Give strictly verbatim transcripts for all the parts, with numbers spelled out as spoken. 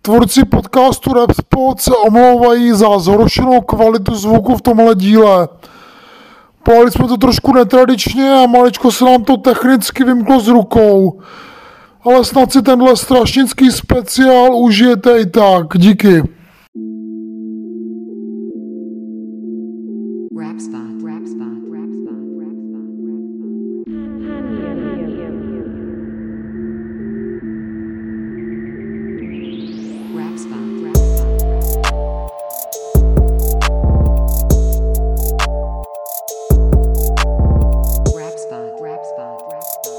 Tvůrci podcastu Rapspot se omlouvají za zhoršenou kvalitu zvuku v tomhle díle. Pojali jsme to trošku netradičně a maličko se nám to technicky vymklo z rukou. Ale snad si tenhle strašnický speciál užijete i tak. Díky. Rapspot, Rapspot, Rapspot, Rapspot, Rapspot, Rapspot, Rapspot, Rapspot.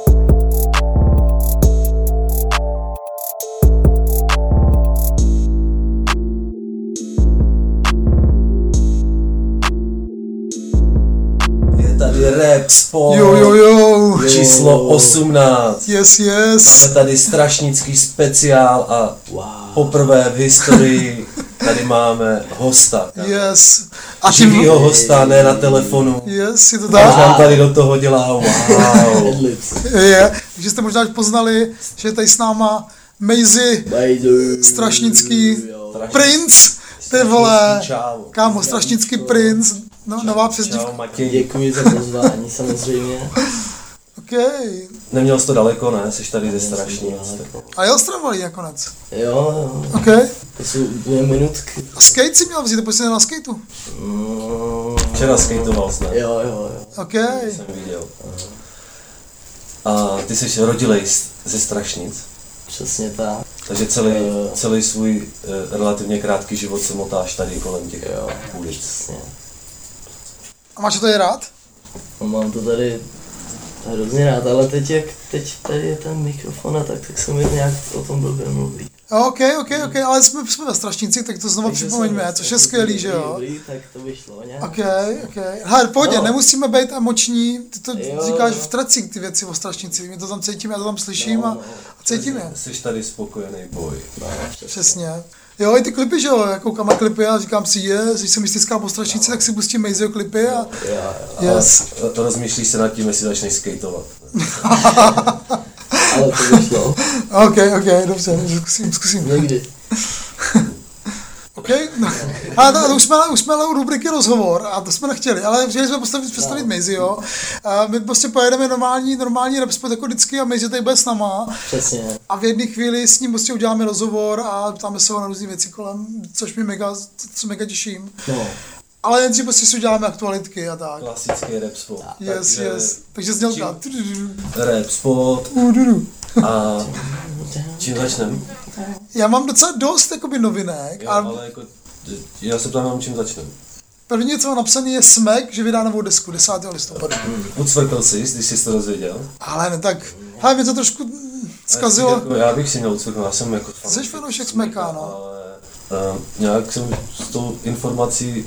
Tady Rapspot, Jo, jo, jo. číslo osmnáct. Yes, yes. Máme tady strašnický speciál a Wow. poprvé v historii tady máme hosta. Yes. A tím... Živýho hosta, ne na telefonu. Yes, je to Až tak? nám tady do toho dělá wow. Je. Takže jste možná poznali, že je tady s náma Mejzi, strašnický princ, ty vole, Čau. kámo, strašnický princ, no, nová přezdívka. Čau Matěj. Děkuji za pozvání, samozřejmě. OK. Neměl jsi to daleko, ne? Jsi tady ze Strašnic. A jel Stravalí nakonec. Jo, jo, OK. to jsou dvě minutky. A skate si měl vzít, pojď si na skateu. Mm, Včera skateoval jsi, ne? Jo, jo, jo. OK. Jsem viděl. A ty jsi rodilej ze Strašnic. Přesně tak. Takže celý, Jo. celý svůj eh, relativně krátký život se motáš tady kolem těch Jo, ulic. přesně. A máš to tady rád? No, mám to tady hrozně rád, ale teď jak teď tady je ten mikrofon a tak, tak se mi nějak o tom blbě mluví. OK, OK, OK, ale jsme, jsme ve Strašnici, tak to znovu připomeňme, což je skvělý, že jo? Dobrý, tak to by šlo nějak. OK, OK. Hele, pohodě, No. nemusíme být emoční, ty to Jo, říkáš jo. v tracích ty věci o Strašnici, my to tam cítím, já to tam slyším No, a, no. a cítím je. Jsi tady spokojený boj. No, přesně. Přesně. Jo, i ty klipy, že jo, já koukám na klipy a říkám si, je, když jsem mystická po Strašnici, tak si pustím Mejziho klipy a Jo, jo. yes. A rozmýšlíš se nad tím, jestli začneš skateovat. Ale to by šlo. OK, OK, dobře, zkusím, zkusím. Někdy. OK, no. A to, to už, jsme, už jsme u rubriky rozhovor a to jsme nechtěli, ale chtěli jsme postavit, představit no. Mejzi, jo. A my prostě pojedeme normální, normální Rapspot jako vždycky a Mejzi tady bude s náma. Přesně. A v jedné chvíli s ním prostě uděláme rozhovor a ptáme se ho na různé věci kolem, což mi mega, co mega těším. No. Ale nejdřív prostě si uděláme aktualitky a tak. Klasický Rapspot. Yes, Takže yes. Takže znělka. Rapspot a čím začneme? Já mám docela dost jakoby novinek Jo, a ale jako, já se ptám, čím začneme. první, co mám napsaný, je Smek, že vydá novou desku desátého listopadu. Ucvrkl jsi, když jsi to dozvěděl? Ale ne tak, hele, mě to trošku mm, zkazilo. Jako, já bych si měl ucvrknout, já jsem jako... Jsi fanoušek Smeka, no. Ale uh, nějak jsem s tou informací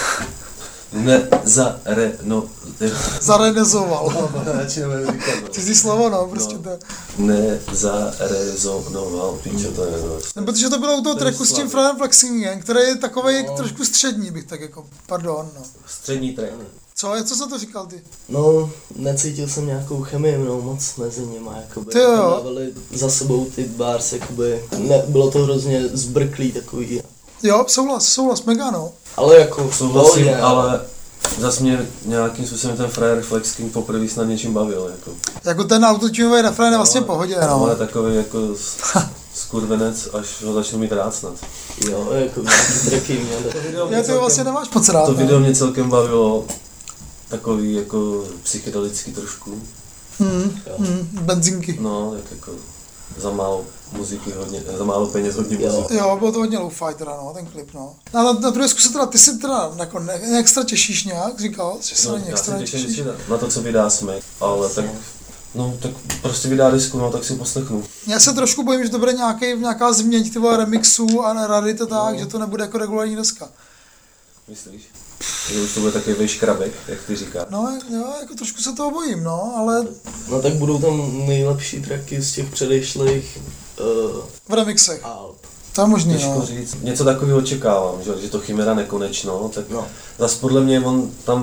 nezareno... Zarenezoval. Radši nevím říkat, no. Cizí slovo, no, prostě No. to. Nezarezonoval, píčo, to je, no. No, protože to bylo u toho To je tracku s tím slabý. Fredem Flexingem, který je takovej No. trošku střední, bych tak jako, pardon, no. Střední track. Co, co jsi to říkal ty? No, necítil jsem nějakou chemii mnou moc mezi nima, jakoby. Ty jo. Dávali za sebou ty bars, jakoby, ne, bylo to hrozně zbrklý takový. Jo, souhlas, souhlas, mega, no. Ale jako, Souhlasím, pohodě, ale zase mě nějakým způsobem ten frajer Flex King poprvé snad něčím bavil, jako. Jako ten autotunový refrén je vlastně v pohodě, no. Ale takový jako s- skurvenec, až ho začnu mít rád snad. Jo, jako nějaký tracky měli. Já ty ho vlastně nemáš moc rád, To no. video mě celkem bavilo, takový jako psychedelický trošku. Hmm, hmm, benzinky. No, tak jako za málo muziky hodně, za málo peněz hodně Jo. muziky. Jo, bylo to hodně low-fi teda, no, ten klip, no. A na, na druhé zkuse teda, ty si teda jako ne, ne extra těšíš nějak, říkal, že se No, na ně já extra se těším netěšíš. vždycky na to, co vydá Smek, ale tak, no, tak prostě vydá disku, no, tak si poslechnu. Já se trošku bojím, že to bude nějaký, nějaká změň ty vole remixů a rarity tak, No. že to nebude jako regulární deska. Myslíš? Že už to bude takový škrabek, jak ty říkáš. No, jo, jako trošku se toho bojím, no, ale No tak budou tam nejlepší tracky z těch předešlých uh, v remixech. alb. To je možný, Těžko no. říct. Něco takového očekávám, že, že to Chimera nekonečno, tak No. zase podle mě on tam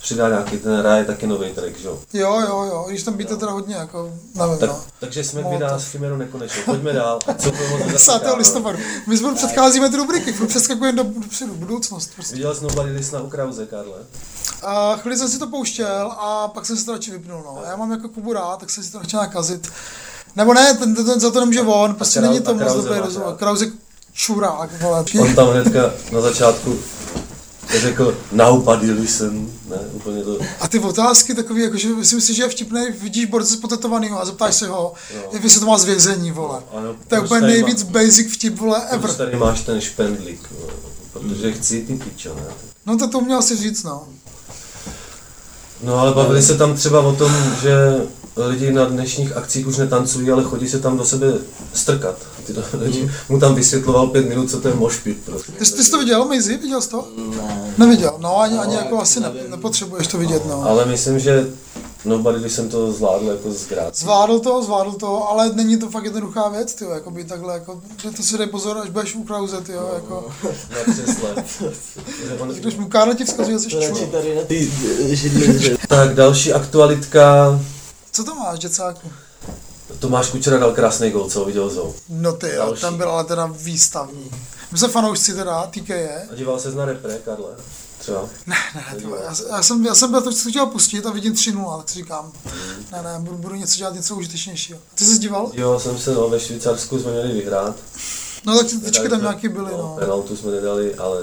přidá nějaký ten ráj, taky nový track, že jo? Jo, jo, jo, když tam býte teda hodně, jako, nevím, Tak, no. takže jsme Molotov. vydá s Chimerou nekonečnou. Pojďme dál. Co to moc desátého listopadu. My jsme předcházíme ty rubriky, furt přeskakujeme do dopředu, budoucnost prostě. Viděl jsi Nobody Listens na Ukrauze, Karle? A chvíli jsem si to pouštěl a pak jsem si to radši vypnul, no. Já mám jako Kubu rád, tak jsem si to nechtěl nakazit. Nebo ne, ten, ten, ten za to nemůže on, prostě Krau- není to a moc Krause dobrý máš rozhovor. rád? Krause čurák, vole. On tam hnedka na začátku řekl Nobody Listen, ne, úplně to... A ty otázky takový, jako, že si myslíš, že je vtipnej, vidíš borce potetovanýho a zeptáš se ho, Jo. jak se to má z vězení, vole. Ano, To je proč úplně tady nejvíc má- basic vtip, vole, Proč ever. tady máš ten špendlík, no, protože chci ty pičo, ne? No to to měl si říct, no. No ale bavili se tam třeba o tom, že lidi na dnešních akcích už netancují, ale chodí se tam do sebe strkat. Ty to, lidi mu tam vysvětloval pět minut, co to je mošpit prostě. Ty, jsi- ty jsi to viděl, Mejzi? Viděl jsi to? Ne. Neviděl, no ani, ani No, jako asi ne, nevím. nepotřebuješ to vidět, no. Ale myslím, že Nobody Listen to zvládl jako zgrát. Zvládl to, zvládl to, ale není to fakt jednoduchá věc, tyjo, jako být takhle, jako, že to si dej pozor, až budeš u Krause, tyjo, jako, Na křesle. Že on- když mu Karla ti vzkazuje, jsi To radši čur. tady na ty eh, židli, že... Tak další aktualitka. Co to máš, děcáku? Tomáš Kučera dal krásný gol, co ho viděl Zou. No ty jo, Další. tam byl ale teda výstavní. My jsme fanoušci teda, T K je. A díval ses na repre, Karle? Třeba? Ne, ne, ne, tyjo, já, já, jsem, já jsem byl to, co chtěl pustit a vidím tři nula, tak si říkám, ne, ne, budu, budu něco dělat, něco užitečnějšího. Ty jsi díval? Jo, jsem se, no, ve Švýcarsku jsme měli vyhrát. No tak ty tyčky Nedali tam jsme- nějaký byly, no. Penaltu jsme nedali, ale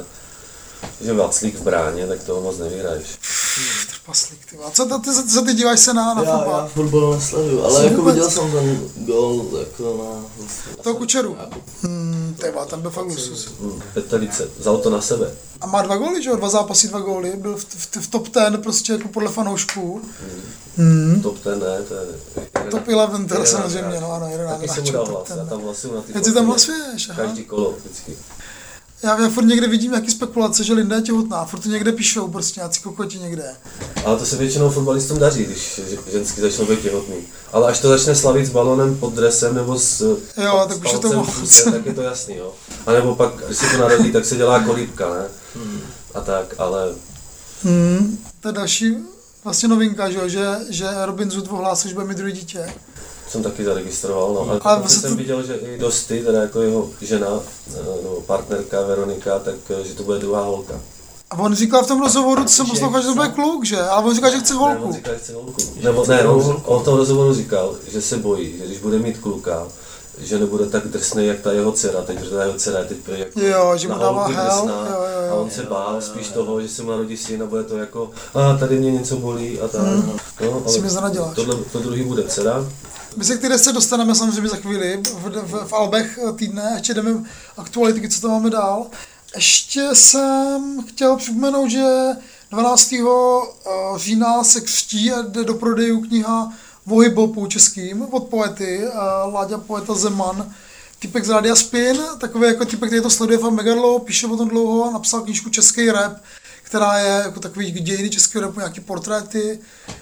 že Vaclík v bráně, tak toho moc nevyhraješ. Trpaslík, ty vole. A co, ty, ty, ty, ty díváš se na, na Já, já fotbal? fotbal nesleduju, ale Jsi jako vůbec- viděl jsem ten gol jako na... Toho Kučeru. Hmm, ty vole, tam byl fakt luxus. Hm, Petelice, vzal to na sebe. A má dva góly, že jo? Dva zápasy, dva góly. Byl v, v, v top ten prostě jako podle fanoušků. Hmm. Top ten ne, to je... Top jedenáct, teda jedenáct samozřejmě, hráč. no ano, jedenáct Taky jsem mu hráčů, dal top hlas, ten. já tam hlasuju na ty Teď si tam fotky. hlasuješ, aha. Každý kolo, vždycky. Já, já furt někde vidím nějaký spekulace, že Linda je těhotná, furt to někde píšou, prostě nějací kokoti někde. Ale to se většinou fotbalistům daří, když žensky začnou být těhotný. Ale až to začne slavit s balonem pod dresem nebo s, Jo, tak s už je to palcem moc. v puse, tak je to jasný, jo. A nebo pak, když se to narodí, tak se dělá kolíbka, ne? A tak, ale Hmm. To je další vlastně novinka, že, jo, že, že Robin Zoot ohlásil, že bude mít druhé dítě. jsem taky zaregistroval, no. Ale, Ale ale vlastně jsem to- viděl, že i Dosty, teda jako jeho žena, eh, nebo partnerka Veronika, tak eh, že to bude druhá holka. A on říkal v tom rozhovoru, co jsem Že poslouchal, že to chce. bude kluk, že? Ale on říkal, že chce Ne, on holku. říkal, že chce holku. Nebo ne, on, on v tom rozhovoru říkal, že se bojí, že když bude mít kluka, že nebude tak drsný, jak ta jeho dcera teď, protože ta jeho dcera je teď jak Jo, že mu na dává holku hell, drsná. jo, jo, jo. A on se bál spíš toho, že se mu narodí syn a bude to jako, a tady mě něco bolí a tak. Hmm. No, Si mě zanaděláš. tohle, to druhý bude dcera. My se k té desce dostaneme samozřejmě za chvíli v, v, v Albech týdne, ještě jdeme aktuality, co tam máme dál. Ještě jsem chtěl připomenout, že dvanáctého října se křtí a jde do prodejů kniha Vohy Bopu českým od poety, Láďa Poeta Zeman, typek z Rádia Spin, takový jako typek, který to sleduje fakt mega dlouho, píše o tom dlouho, napsal knížku Český rap, která je jako takový dějiny českého rapu, nějaký portréty.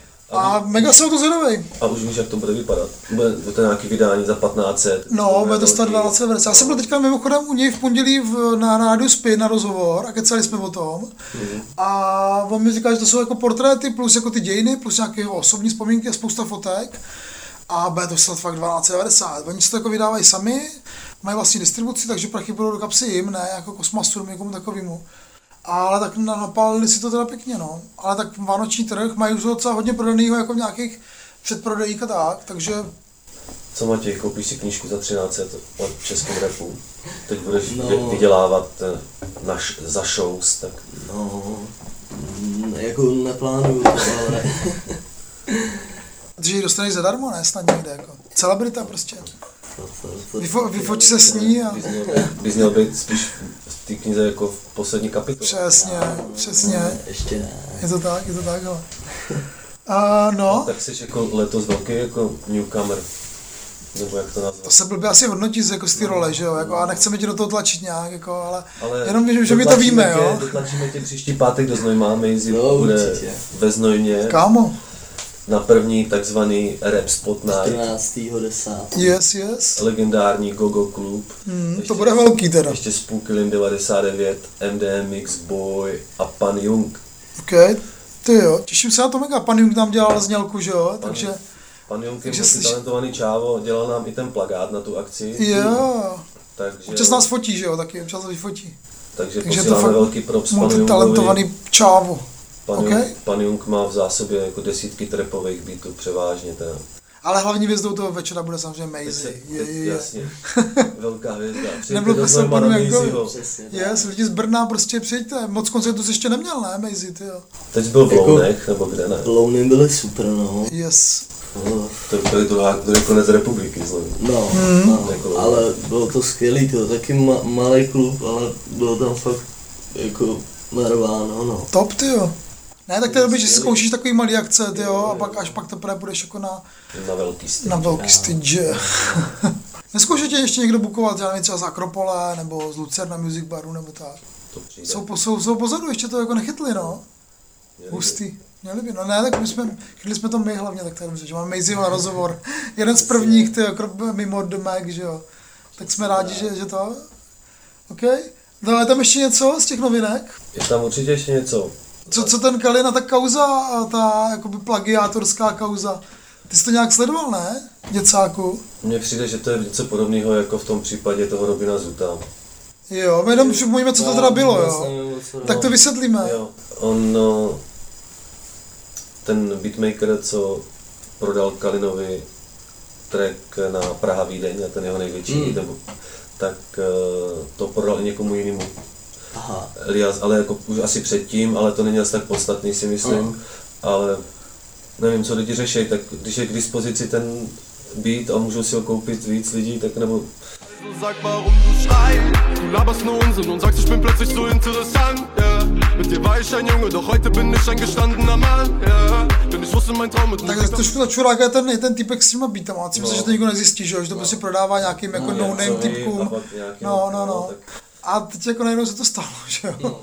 A mega jsem o to zvědavej. A už víš, jak to bude vypadat. Bude to nějaký vydání za patnáct set. No, bude to stát velký. dvanáct verze. Já jsem byl teďka mimochodem u něj v pondělí v, na rádiu Spin na rozhovor a kecali jsme o tom. Mhm. A on mi říkal, že to jsou jako portréty plus jako ty dějiny, plus nějaké jeho osobní vzpomínky a spousta fotek. A bude to stát fakt dvanáct devadesát. Oni si to jako vydávají sami, mají vlastní distribuci, takže prachy budou do kapsy jim, ne jako kosmasturm někomu takovému. Ale tak na- napálili si to teda pěkně, no. Ale tak vánoční trh mají už docela hodně prodanýho jako v nějakých předprodejích a tak, takže Co Matěj, koupíš si knížku za třináct set o českém rapu. Teď budeš No. no. vydělávat eh, naš, za shows, tak No, mm, jako neplánuju to, ale... že ji dostaneš zadarmo, ne, snad někde, jako. Celebrita prostě. To, to, to, Vyfo, vyfoť se s ní a... bys měl, bys měl být spíš v té knize jako v poslední kapitole. Přesně, přesně. Ještě ne. Je to tak, je to tak, ale. A no, Tak jsi jako letos velký jako newcomer, nebo jak to to nazvat. se blbě asi hodnotí z, jako z té role, že jo, jako, a nechceme tě do toho tlačit nějak, jako, ale, Ale jenom že, že my to dotlačíme víme, tě, jo. Dotlačíme tě příští pátek do Znojma, Mejzi Jo, bude určitě. ve Znojmě Kámo, na první takzvaný Rap Spot Night. čtrnáctého desátého yes, yes. Legendární Gogo klub. Hmm, Ještě- to bude velký teda. Ještě s Půkylem devadesát devět, M D M X Boy a pan Jung. Okay. Ty jo, těším se na to mega. Pan Jung tam dělal znělku, že jo, Pan, takže... pan Jung je takže moc slyš- talentovaný čávo, dělal nám i ten plakát na tu akci. Jo, Takže, občas nás fotí, že jo, taky občas nás fotí. takže Takže to posíláme fakt velký props panu Jungovi. multitalentovaný čávo. Pan, OK. Jung, pan Jung má v zásobě jako desítky trapových beatů převážně teda. Ale hlavní hvězdou toho večera bude samozřejmě Maisie. Je, je, je. Jasně, velká hvězda. Nebyl Přijďte do by se Znojma na úplně jako- Maisieho. Přesně. Yes, lidi z Brna, prostě přijďte. Moc koncertů jsi ještě neměl, ne, Maisie, ty jo. Teď byl v Jako- Lounech, nebo kde ne? Louny byly super, no. Yes. No, To byl druhá, druhý konec republiky znovu. no, Mhm. no Jako- ale bylo to skvělý, to taky ma- malý klub, ale bylo tam fakt jako narváno, no. Top, ty jo. Ne, tak to je dobrý, že si zkoušíš takový malý akce, ty jo, a pak až pak teprve budeš jako na, Na velký stage. na velký stage. Neskoušel tě ještě někdo bukovat, já nevím, třeba z Akropole, nebo z Lucerna Music Baru, nebo tak. To přijde. Jsou, po- jsou, jsou pozadu, ještě to jako nechytli, no. Měli by. Hustý. Měli by, no ne, tak my jsme, chytli jsme to my hlavně, tak to je dobře, že máme Maisieho na rozhovor. Jeden z prvních, ty jo, mimo The Mac, že jo. Tak jsme rádi, že, že to. OK. No ale tam ještě něco z těch novinek? Je tam určitě ještě něco. Co, co ten Kalina, ta kauza, a ta jakoby plagiátorská kauza, ty jsi to nějak sledoval, ne? Děcáku? Mně přijde, že to je něco podobného jako v tom případě toho Robina Zuta. Jo, my jenom připomíme, co to teda bylo, jo. Tak to vysvětlíme. Jo, on, no, ten beatmaker, co prodal Kalinovi track na Praha Vídeň, ten jeho největší, Mm. nebo, tak uh, to prodal i někomu jinému. Aha. Elias, ale jako už asi předtím, ale to není asi tak podstatný, si myslím, Mm. ale nevím, co lidi řeší, tak když je k dispozici ten beat a můžou si ho koupit víc lidí, tak nebo Sag, warum du schreist. Du laberst nur Unsinn und sagst, ich bin plötzlich so interessant, yeah. Mit dir war ich ein Junge, doch heute bin ich ein gestandener Mann, yeah. Denn ich wusste, mein Traum mit Tak jako- trošku ta čuráka je ten, je ten typek s těma beatama, a si myslím, No. že to nikdo nezjistí, že jo, že to prostě prodává nějakým jako no, no-name Němcovi typkům. a pak nějakým- No, no, no. tak A teď jako najednou se to stalo, že jo. No.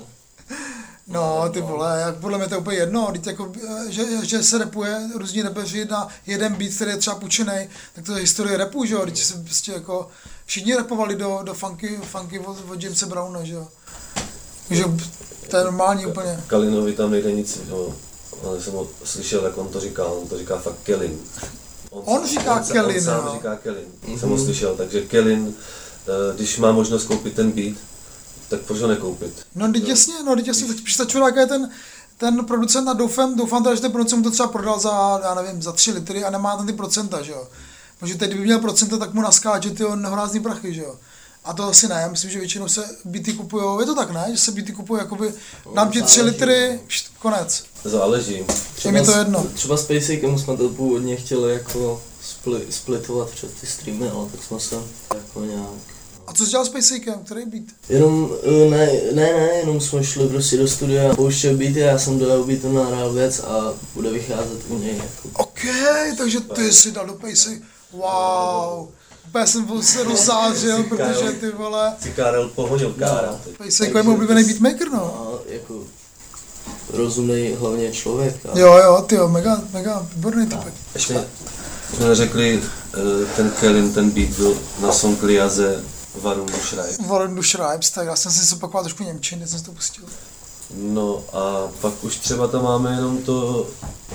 No, ty vole, jak podle mě to je úplně jedno, teď jako, že, že se rapuje různí rapeři na jeden beat, který je třeba půjčenej, tak to je historie rapu, že jo, teď se prostě jako všichni rapovali do, do funky, funky od, od Jamesa Browna, že jo. Takže to je normální úplně. Kalinovi tam nejde nic, no, ale jsem ho slyšel, jak on to říká, on to říká fakt Kellin. On říká on, Kellin, on sám jo. říká Kellin, Mhm. jsem ho slyšel, takže Kellin, eh, když má možnost koupit ten beat, tak proč ho nekoupit? No, teď jasně, no, teď jasně, teď ta čuráka je ten, ten producent a doufám, doufám teda, že ten producent mu to třeba prodal za, já nevím, za tři litry a nemá tam ty procenta, že jo. Protože teď, kdyby měl procenta, tak mu naskáče ty nehorázný prachy, že jo. A to asi ne, já myslím, že většinou se beaty kupujou, je to tak, ne? Že se beaty kupují, jakoby, dám ti tři záleží, litry, pšt, konec. Záleží. Je mi to s- jedno. Třeba s Paysakem jsme to původně chtěli jako spli, splitovat před ty streamy, ale tak jsme se jako nějak... A co jsi dělal s Paysakem, který beat? Jenom, eh, ne, ne, ne, jenom jsme šli prostě do studia, pouštěl beaty, já jsem do beatu nahrál věc a bude vycházet u něj jako. OK, takže ty jsi dal do Paysake, wow. Úplně jsem se rozzářil, protože ty vole, Cikárel pohonil kára. teď. Paysake je můj oblíbený beatmaker, no. A jako rozumnej hlavně člověk. A Jo, jo, ty jo, mega, mega, výborný typek. Ještě jsme neřekli, eh, ten Kellin, ten beat byl na song Liaze Varun Schreib. Warren du Schreibs, tak já jsem si zopakoval trošku němčiny, když jsem si to pustil. No a pak už třeba tam máme jenom to,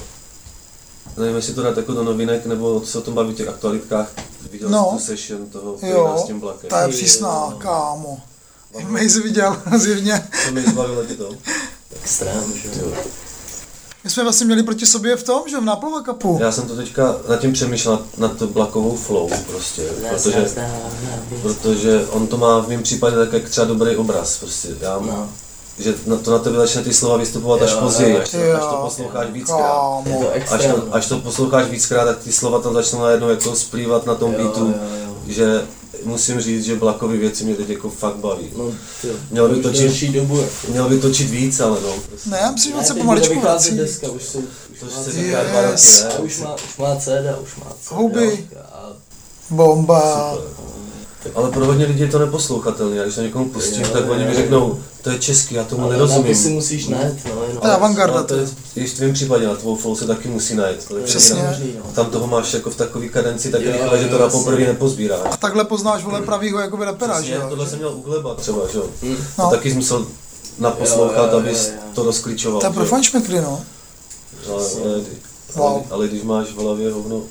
nevím, jestli to dát jako do novinek, nebo se o tom baví v těch aktualitkách. Viděl No. jsi tu session toho Jo, Pejna s tím Blackem. ta je přísná, kámo. Mejzi viděl, zjevně. To mi zbavilo ti to. extrém, že jo. My jsme vlastně měli proti sobě v tom, že v Náplova kapu. Já jsem to teďka nad tím přemýšlel, nad to Blackovou flow prostě, protože, protože on to má v mém případě tak jak třeba dobrý obraz prostě. Já, No. že na to na tebe začne ty slova vystupovat až Jo, později, jo, až, to, jo, až to posloucháš víckrát. Je Kámo. to Až extrém. to, až to posloucháš víckrát, tak ty slova tam začnou najednou jako splývat na tom Jo, beatu, jo, jo. že musím říct, že Blackovy věci mě teď jako fakt baví. No, tyjo, Měl by už točit- delší dobu. Jako. Měl by točit víc, ale no. Prostě. Ne, já myslím, že Ne, se teď pomaličku bude vycházet vrací. deska, už, jsou, už, To má, se Yes. říká dva roky, ne? a už má, už má C D, už má C D. Houby. A Bomba. Ale pro hodně lidí je to neposlouchatelné, a když to někomu pustím, Jo, tak oni mi jo. řeknou, to je český, já tomu ale na to si nerozumím. musíš najít, no, jenom. To je avantgarda, No, to je, to. i v tvém případě, na tvou flow se taky musí najít. Ale Přesně. tam- Možný, no. Tam toho máš jako v takový kadenci tak Jo, rychle, že to jo, na jasně. poprvé nepozbíráš. A takhle poznáš, vole, pravýho jakoby rapera, že Přesně, jo? tohle jsem měl u Gleba třeba, že jo. Hm. To No. taky musel naposlouchat, Jo, jo, jo, abys jo. to rozklíčoval. To je že pro jo. fanšmekry, no. Ale, ale, Wow. ale, ale když máš v hlavě hovno,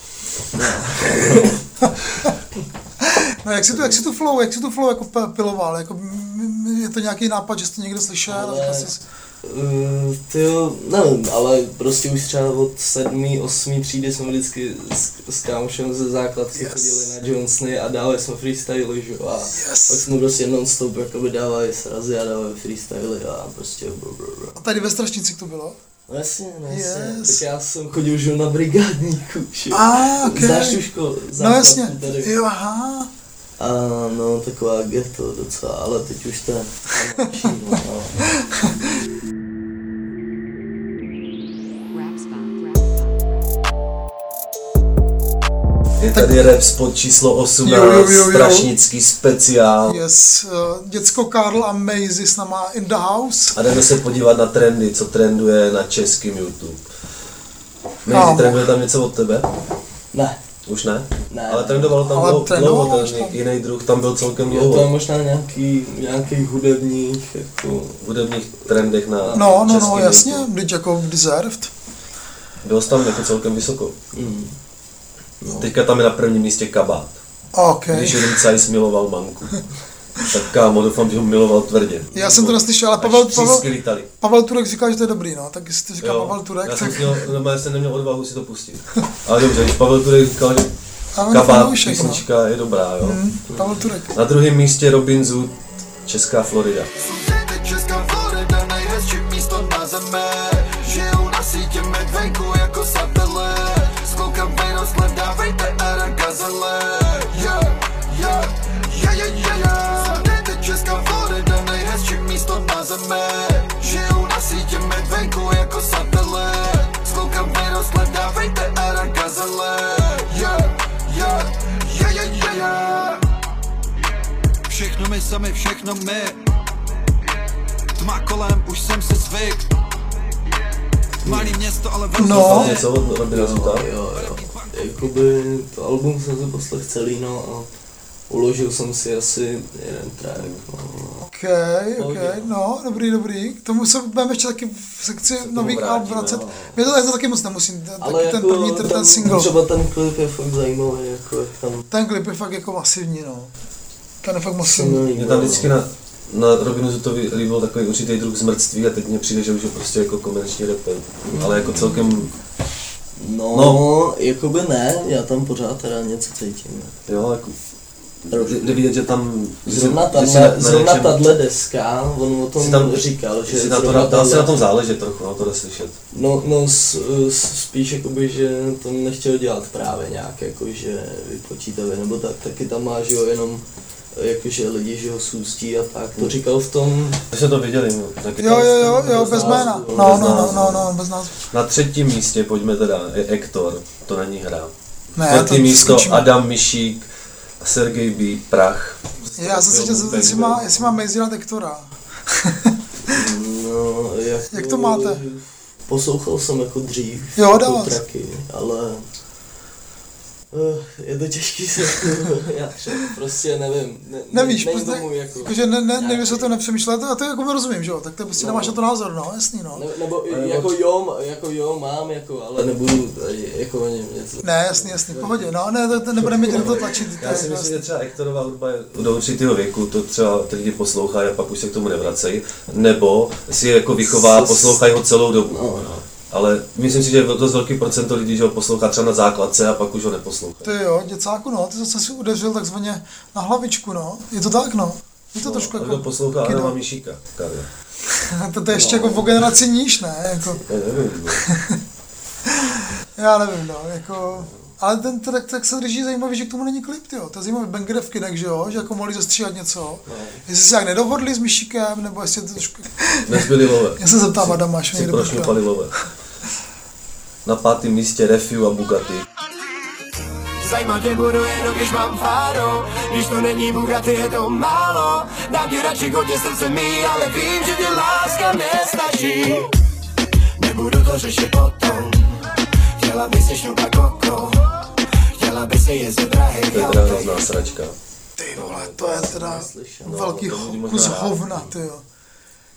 No jak si tu, jak si tu flow, jak si tu flow jako p- piloval, jako m- m- je to nějaký nápad, že jsi to někde slyšel? Ale- Ale... Jsi... Uh, tyjo, nevím, ale prostě už třeba od sedmý, osmý třídy jsme vždycky s, s kámošem ze základky Yes. chodili na Johnsony a dávali jsme freestyly, že jo, a Yes. pak jsme prostě non-stop jakoby dávali srazy a dávali freestyly a prostě blablabla. A tady ve Strašnici to bylo? No jasně, no jasně, Yes. tak já jsem chodil, že jo, na brigádníku, že jo. Ah, ok. Znáš tu školu? No základku jasně, tady. jo, aha. A no, taková ghetto docela, ale teď už to je lepší, no, no. Rap spot. Rap spot. je tady rap spot číslo osmnáct, Jo, jo, jo, jo. strašnický speciál. Yes, uh, děcko Karl a Maisie s náma in the house. A jdeme se podívat na trendy, co trenduje na českým YouTube. Kámo. Mezi trenduje tam něco od tebe? Ne. Už ne? Ne. Ale trendovalo tam Ale dlouho, trendovalo dlouho už ten tam. jiný druh, tam byl celkem Jo, to je dlouho. možná nějaký, nějaký hudebních, jako... V hudebních trendech na No, no, no, českým jasně, YouTube. teď jako deserved. Byl jsi tam jako celkem vysoko. Mm. Teďka tam je na prvním místě Kabát. OK. Když jeden Cajs miloval manku. Tak kámo, doufám, že ho miloval tvrdě. Já jsem to neslyšel, ale Až Pavel, třísky Pavel, lítali. Pavel Turek říká, že to je dobrý, no, tak jestli to říká Jo, Pavel Turek, já tak... jsem měl, normálně jsem neměl odvahu si to pustit. Ale dobře, když Pavel Turek říkal, že A on Kabát, fanoušek, no. písnička je dobrá, jo. Mm, Pavel Turek. Na druhém místě Robin Zoot, Česká Florida. Slušejte Česká Florida, nejhezčí místo na zemi. Žijou na sítě medvenku jako satelit. S klukami rozhledávejte era gazele. Yeah, yeah, yeah, yeah, yeah, yeah. Slušejte Česká Florida, nejhezčí místo na zemi. Žijou na sítě medvenku jako satelit. S klukami rozhledávejte era gazele. Yeah, yeah, yeah, yeah, yeah, yeah. Všechno my sami, všechno my. Tma kolem, už jsem si zvyk. Malý město, ale velký No. Tam něco od Robina Zoota? Jo, jo. Jakoby to album jsem si poslech celý, no a uložil jsem si asi jeden track, no. OK, OK, no, dobrý, dobrý. K tomu se budeme ještě taky v sekci nových alb vrátíme, vracet. no. Mě to, já to taky moc nemusím, t- Ale taky jako ten první, ten, ten single. třeba ten klip je fakt zajímavý, jako jak tam Ten klip je fakt jako masivní, no. Ten je fakt se masivní. mi Mě tam vždycky na, na Robinu Zootovi líbil takový určitý druh zmrtství a teď mně přijde, že už je prostě jako komerční rapper. Ale jako celkem, No, No. no, jakoby ne, já tam pořád teda něco cítím. jo, jako, jde vidět, že tam... že si- Zrovna že si tahle, na- na zrovna něčem- tahle deska, on o tom si tam- říkal, že si na to, zrovna dá se tahle- na tom záležet trochu, no to jde slyšet. No, no s, s, spíš jakoby, že to nechtěl dělat právě nějak jakože vypočítavě, nebo tak, taky tam má, že jo, jenom jakože lidi, že ho sůstí a tak, to říkal v tom, My jsme to viděli, no. Taky Jo, jo, jo, jo, Bez bez názvu, jména. no, No, bez no, no, názvu. no, no, bez názvu. Na třetím místě, pojďme teda, je Ektor, to není hra. Ne, Čtvrtý to místo skočíme. Adam Mišík, Sergej B, Prach. Já jsem se chtěl zeptat, jestli má, jestli má Maisie rád Ektora. no, jako, Jak to máte? Poslouchal jsem jako dřív, Jo, jako dával jsi. tracky, ale uh, je to těžký se já třeba prostě nevím, ne, Nevíš, není prostě, tomu jako, jakože ne, ne, nějaký- nevíš o tom nepřemýšlet, a to jako mi rozumím, že jo, tak to prostě No. nemáš na to názor, no, jasný, no. Ne, nebo Ale jako od- jo, jako jo, mám, jako, ale nebudu tady, jako o něm něco. Ne, jasný, jasný, v pohodě, no, ne, to, to nebudeme tě do toho tlačit. to Já je si myslím, jasný. že třeba Ektorová hudba je do určitého věku, to třeba ty lidi poslouchají a pak už se k tomu nevracejí, nebo si je jako vychová, S- poslouchají ho celou dobu. No. Ale myslím si, že je dost velký procento lidí, že ho poslouchá třeba na základce a pak už ho neposlouchá. Ty jo, děcáku, no, ty zase si udeřil takzvaně na hlavičku, no, je to tak, no. Je to trošku A kdo jako, poslouchá kido. Adama Mišíka? Karel. to, to je ještě jako o generaci níž, ne, jako, Já nevím. No. já nevím, no, jako, ale ten track, track se drží zajímavý, že k tomu není klip, jo, to je zajímavý, Banger v kinek, že jo, že jako mohli zastříhat něco, jestli se jak nedohodli s Mišíkem, nebo jestli je to trošku, Nezbyli love. já se zeptám Adama, až Si někde prošňupali love. Na pátém místě Refiu a Bugatti. Zajímat tě budu jenom, když mám fáro. Když to není Bugatti, je to málo. Dám ti radši hodně srdce mý, ale vím, že ti láska nestačí. Nebudu to řešit potom. Chtěla by si šňupat koko. Chtěla by si jezdit drahej To je teda autem. hrozná sračka. Ty vole, to je teda Slyšel. velký to lidi kus možná rád. hovna, ty jo.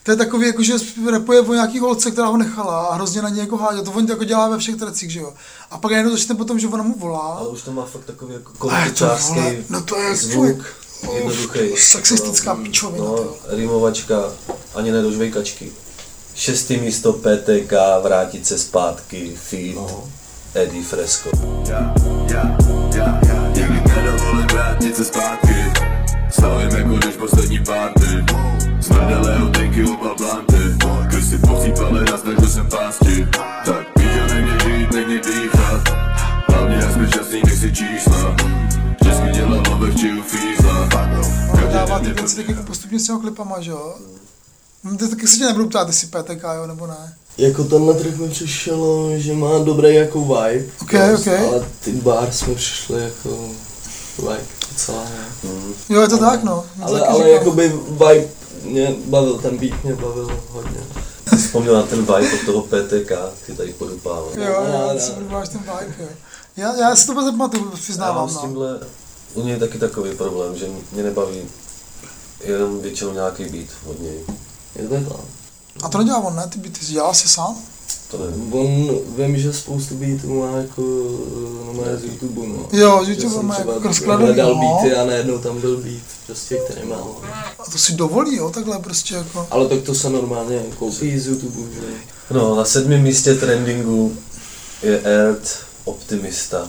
To je takový, jako, že rapuje o nějaký holce, která ho nechala a hrozně na něj jako hádě. To on jako dělá ve všech tracích, že jo. A pak najednou začne potom, že ona mu volá. Ale už to má fakt takový jako A je to, kontičářský vole, no to je zvuk, jednoduchý. sexistická pičovina, No, tyjo. rýmovačka, ani ne do žvejkačky. Šestý místo P T K, vrátit se zpátky, feat, No. Eddie Fresco. Já, já, já, já, nikdy nedovolím vrátit se zpátky. Stavím jako když poslední party. Smrdelé hotenky, oba blanty. Když si pochýpali, nasnaž, že jsem pásti. Tak píčo, nemě žít, nemě dýchat. Hlavně já jsme šťastný, nech si čísla. Česky dělal lovek, či u fízla. On dává ty věci tak jako postupně s těma klipama, že jo. No, to taky se tě nebudu ptát, jestli P T K, jo, nebo ne. Jako tenhle track mi přišlo, že má dobrý jako vibe. Ok, dost, ok. Ale ty bars mi přišly jako vibe docela ne. Mm. Jo, je to tak, no. Já to Ale, taky ale říkám. jakoby vibe mě bavil, ten beat mě bavil hodně. Jsi vzpomněl na ten vibe od toho P T K, ty tady podupával. Jo, jo, No, ty no. si podíváš ten vibe, jo. Já, já si to vůbec nepamatuju, Já mám přiznávám, s no. tímhle, u něj taky takový problém, že mě nebaví jenom většinou nějaký beat od něj. Je to takhle. A to nedělá on, ne? Ty beaty dělal si sám? To nevím. On, vím, že spoustu beatů má jako no, má z YouTube, no. Jo, z Že YouTube jsem má třeba jako rozkladový, hledal no. beaty a najednou tam byl beat, prostě, který má. A to si dovolí, jo, takhle prostě jako. Ale tak to se normálně koupí z YouTube, že? No, na sedmém místě trendingu je Earth Optimista.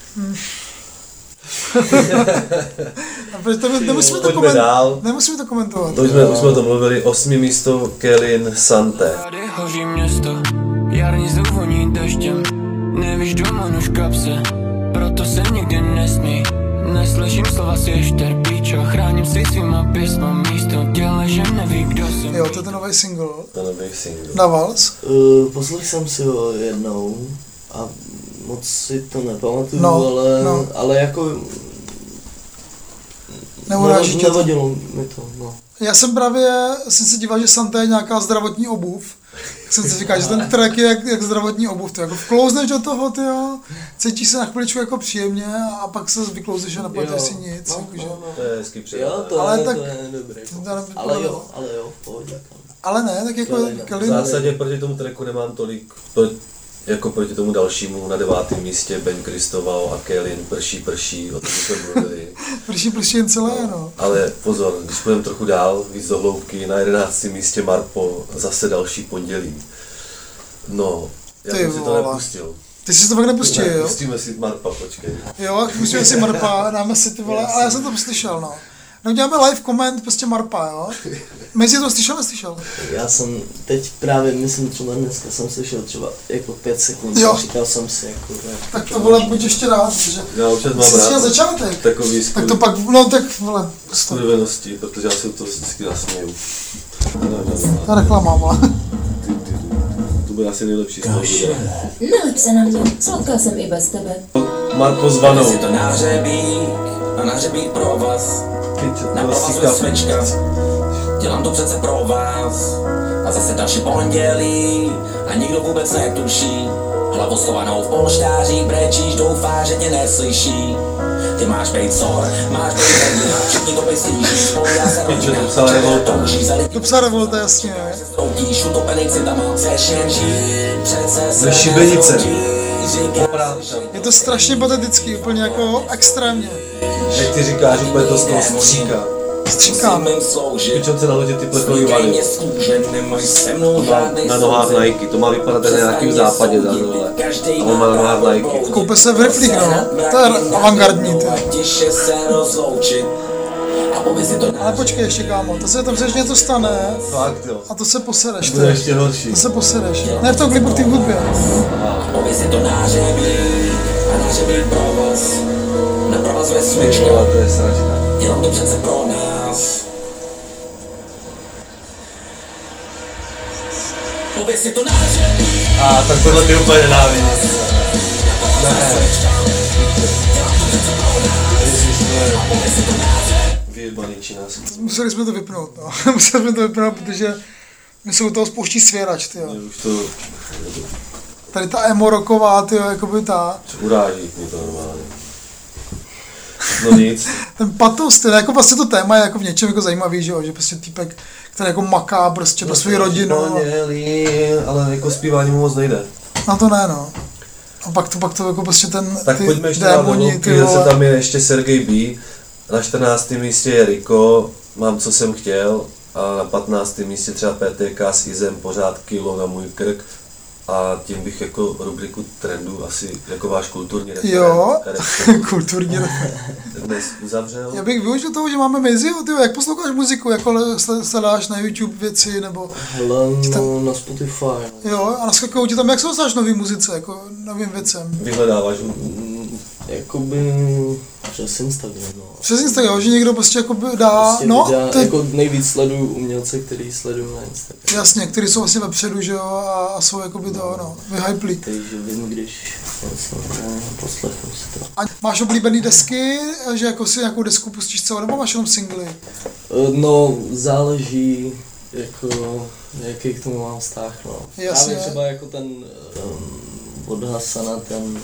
A proč to, nemusíme to, Pojďme koment, dál. nemusíme to komentovat. To už jsme, už jsme o tom mluvili, osmý místo Kellyn Sante. Tady hoří město, jarní zvoní deštěm. Nevíš doma nož kapse, proto se nikdy nesmí. Neslyším slova si ještě píčo, chráním si svýma písma místo těle, že neví, kdo jsem. Jo, to je ten nový single. To nový single. Na Vals. Uh, poslechl jsem si ho jednou a moc si to nepamatuju, No, ale, no. ale jako Neuráží tě to. nevadilo mi to, no. Já jsem právě, jsem se díval, že Santa je nějaká zdravotní obuv. Tak jsem si říkal, že ten track je jak, jak zdravotní obuv, ty jako vklouzneš do toho, ty jo, cítíš se na chviličku jako příjemně a pak se vyklouzeš a nepamatuješ si nic, no, jakože. no, no. To je hezký Jo, přijel. to, Ale je, tak- to je dobrý. to nevypadalo. Ale jo, ale jo, v pohodě. Ale ne, tak jako Kelly, no. V Kelly, zásadě proti tomu tracku nemám tolik, pro, jako proti tomu dalšímu na devátém místě Ben Kristoval a Kellyn Prší prší, o tom jsme mluvili. prší prší jen celé, no. Ale pozor, když půjdeme trochu dál, víc do hloubky, na jedenáctém místě Marpo, zase další pondělí. No, já Ty jsem si to vole. nepustil. Ty jsi to fakt nepustil, Ne, jo? pustíme si Marpa, počkej. Jo, pustíme si Marpa, dáme si ty vole, ale já jsem to slyšel, no. No děláme live koment, prostě Marpa, jo? Mezi to slyšel, neslyšel? Já jsem teď právě, myslím třeba dneska jsem slyšel třeba jako pět sekund, Jo. a říkal jsem si jako, jak Tak to vole, pojď ještě rád, protože Já občas mám jsi slyšel rád začátek. takový Tak to pak, no tak vole, prostě. skurvenosti, protože já se to vždycky zasměju. No, no, no. Ta reklama, vole. To bude asi nejlepší z toho videa. Nelep se na mě, sladká jsem i bez tebe. Marpo s vanou. Si to na hřebík, a na hřebík pro vás. Pičo, Na to provazu asi je kafe. svečka, dělám to přece pro vás. A zase další pondělí a nikdo vůbec netuší. Hlavu schovanou v polštáří, brečíš, doufáš, že tě neslyší. Ty máš bejt sor, máš bejt hrdina, všichni to myslíš, spolu já se Pičo, rodina, to psala Revolta. touží za lidi, To psa Revolta, jasně, jo. Stroutíš utopený citama, chceš jen žít, přece se Ze šibenice. nezrodíš, říkáš, Je to strašně patetický, úplně jako extrémně. Jak ty říkáš, úplně to z toho stříká. Stříkám. musím jim sloužit. Pičo se na lodi ty plechový Smíkej vady. mě s kůžem, nemají se mnou To má žádnej na nohách souzet. Nike, to má vypadat jak na nějakým západě za dole. A on má na nohách Nike. Koupe se v replík, no. To je avantgardní, ty. Tiše se rozloučit. A pověz si to Ale počkej ještě, kámo, to se tam přeš něco stane Fakt jo. a to se posereš, To bude ty. ještě horší. To se posereš. Ne v tom klipu, v té hudbě. pověz si to na hřebík. A na hřebík provoz. Na provoz ve Ty smyčka. vole, to je sračka. Dělám to přece pro nás. Pověz si to na hřebík. A tak tohle ty úplně nenávidím. Vyjebaný činářský. Museli jsme to vypnout, no. Museli jsme to vypnout, protože mi se u toho spouští svěrač, ty jo. Mě už to Tady ta emo rocková, ty jo, jakoby ta. uráží mě to normálně. No nic. Ten patos, ten jako vlastně to téma je jako v něčem jako zajímavý, že jo, že prostě týpek, který jako maká prostě pro svou rodinu. No, ne, ale jako zpívání mu moc nejde. Na to ne, no. A pak to, pak to jako prostě ten, Tak ty pojďme ještě dál do démoni, hloubky, ty zase vole. tam je ještě Sergej B. Na čtrnáctém místě je Riko, Mám, co jsem chtěl. A na patnáctém místě třeba P T K s Izem, pořád kilo na můj krk. A tím bych jako rubriku trendů asi jako váš kulturní referent. Jo, referent kulturní referent. dnes uzavřel. Já bych využil toho, že máme Mezio, ty jak posloucháš muziku, jako sledáš na YouTube věci, nebo... Hele, no, na Spotify. No. Jo, a naskakují ti tam, jak se dostáš nový muzice, jako novým věcem. Vyhledáváš? Mm, Jakoby přes Instagram, no. Přes Instagram, že někdo prostě jako dá, Prostě no, videa, ty, jako nejvíc sleduju umělce, který sleduju na Instagram. jasně, který jsou vlastně vepředu, že jo, a, a jsou jakoby to, no, vyhyplí. Takže vím, když něco poslechnu si to. A máš oblíbený desky, že jako si nějakou desku pustíš celou, nebo máš jenom singly? No, záleží, jako, jaký k tomu mám vztah, no. Jasně. Právě třeba jako ten um, od Hasana, ten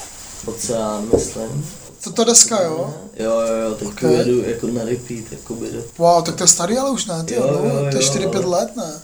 Oceán, myslím. To ta deska, jo? Jo, jo, jo, teď Okay. okay. jedu jako na repeat, jakoby do... Wow, tak to je starý, ale už ne, ty jo, Jo, jo, no, to je jo, čtyři pět no. let, ne?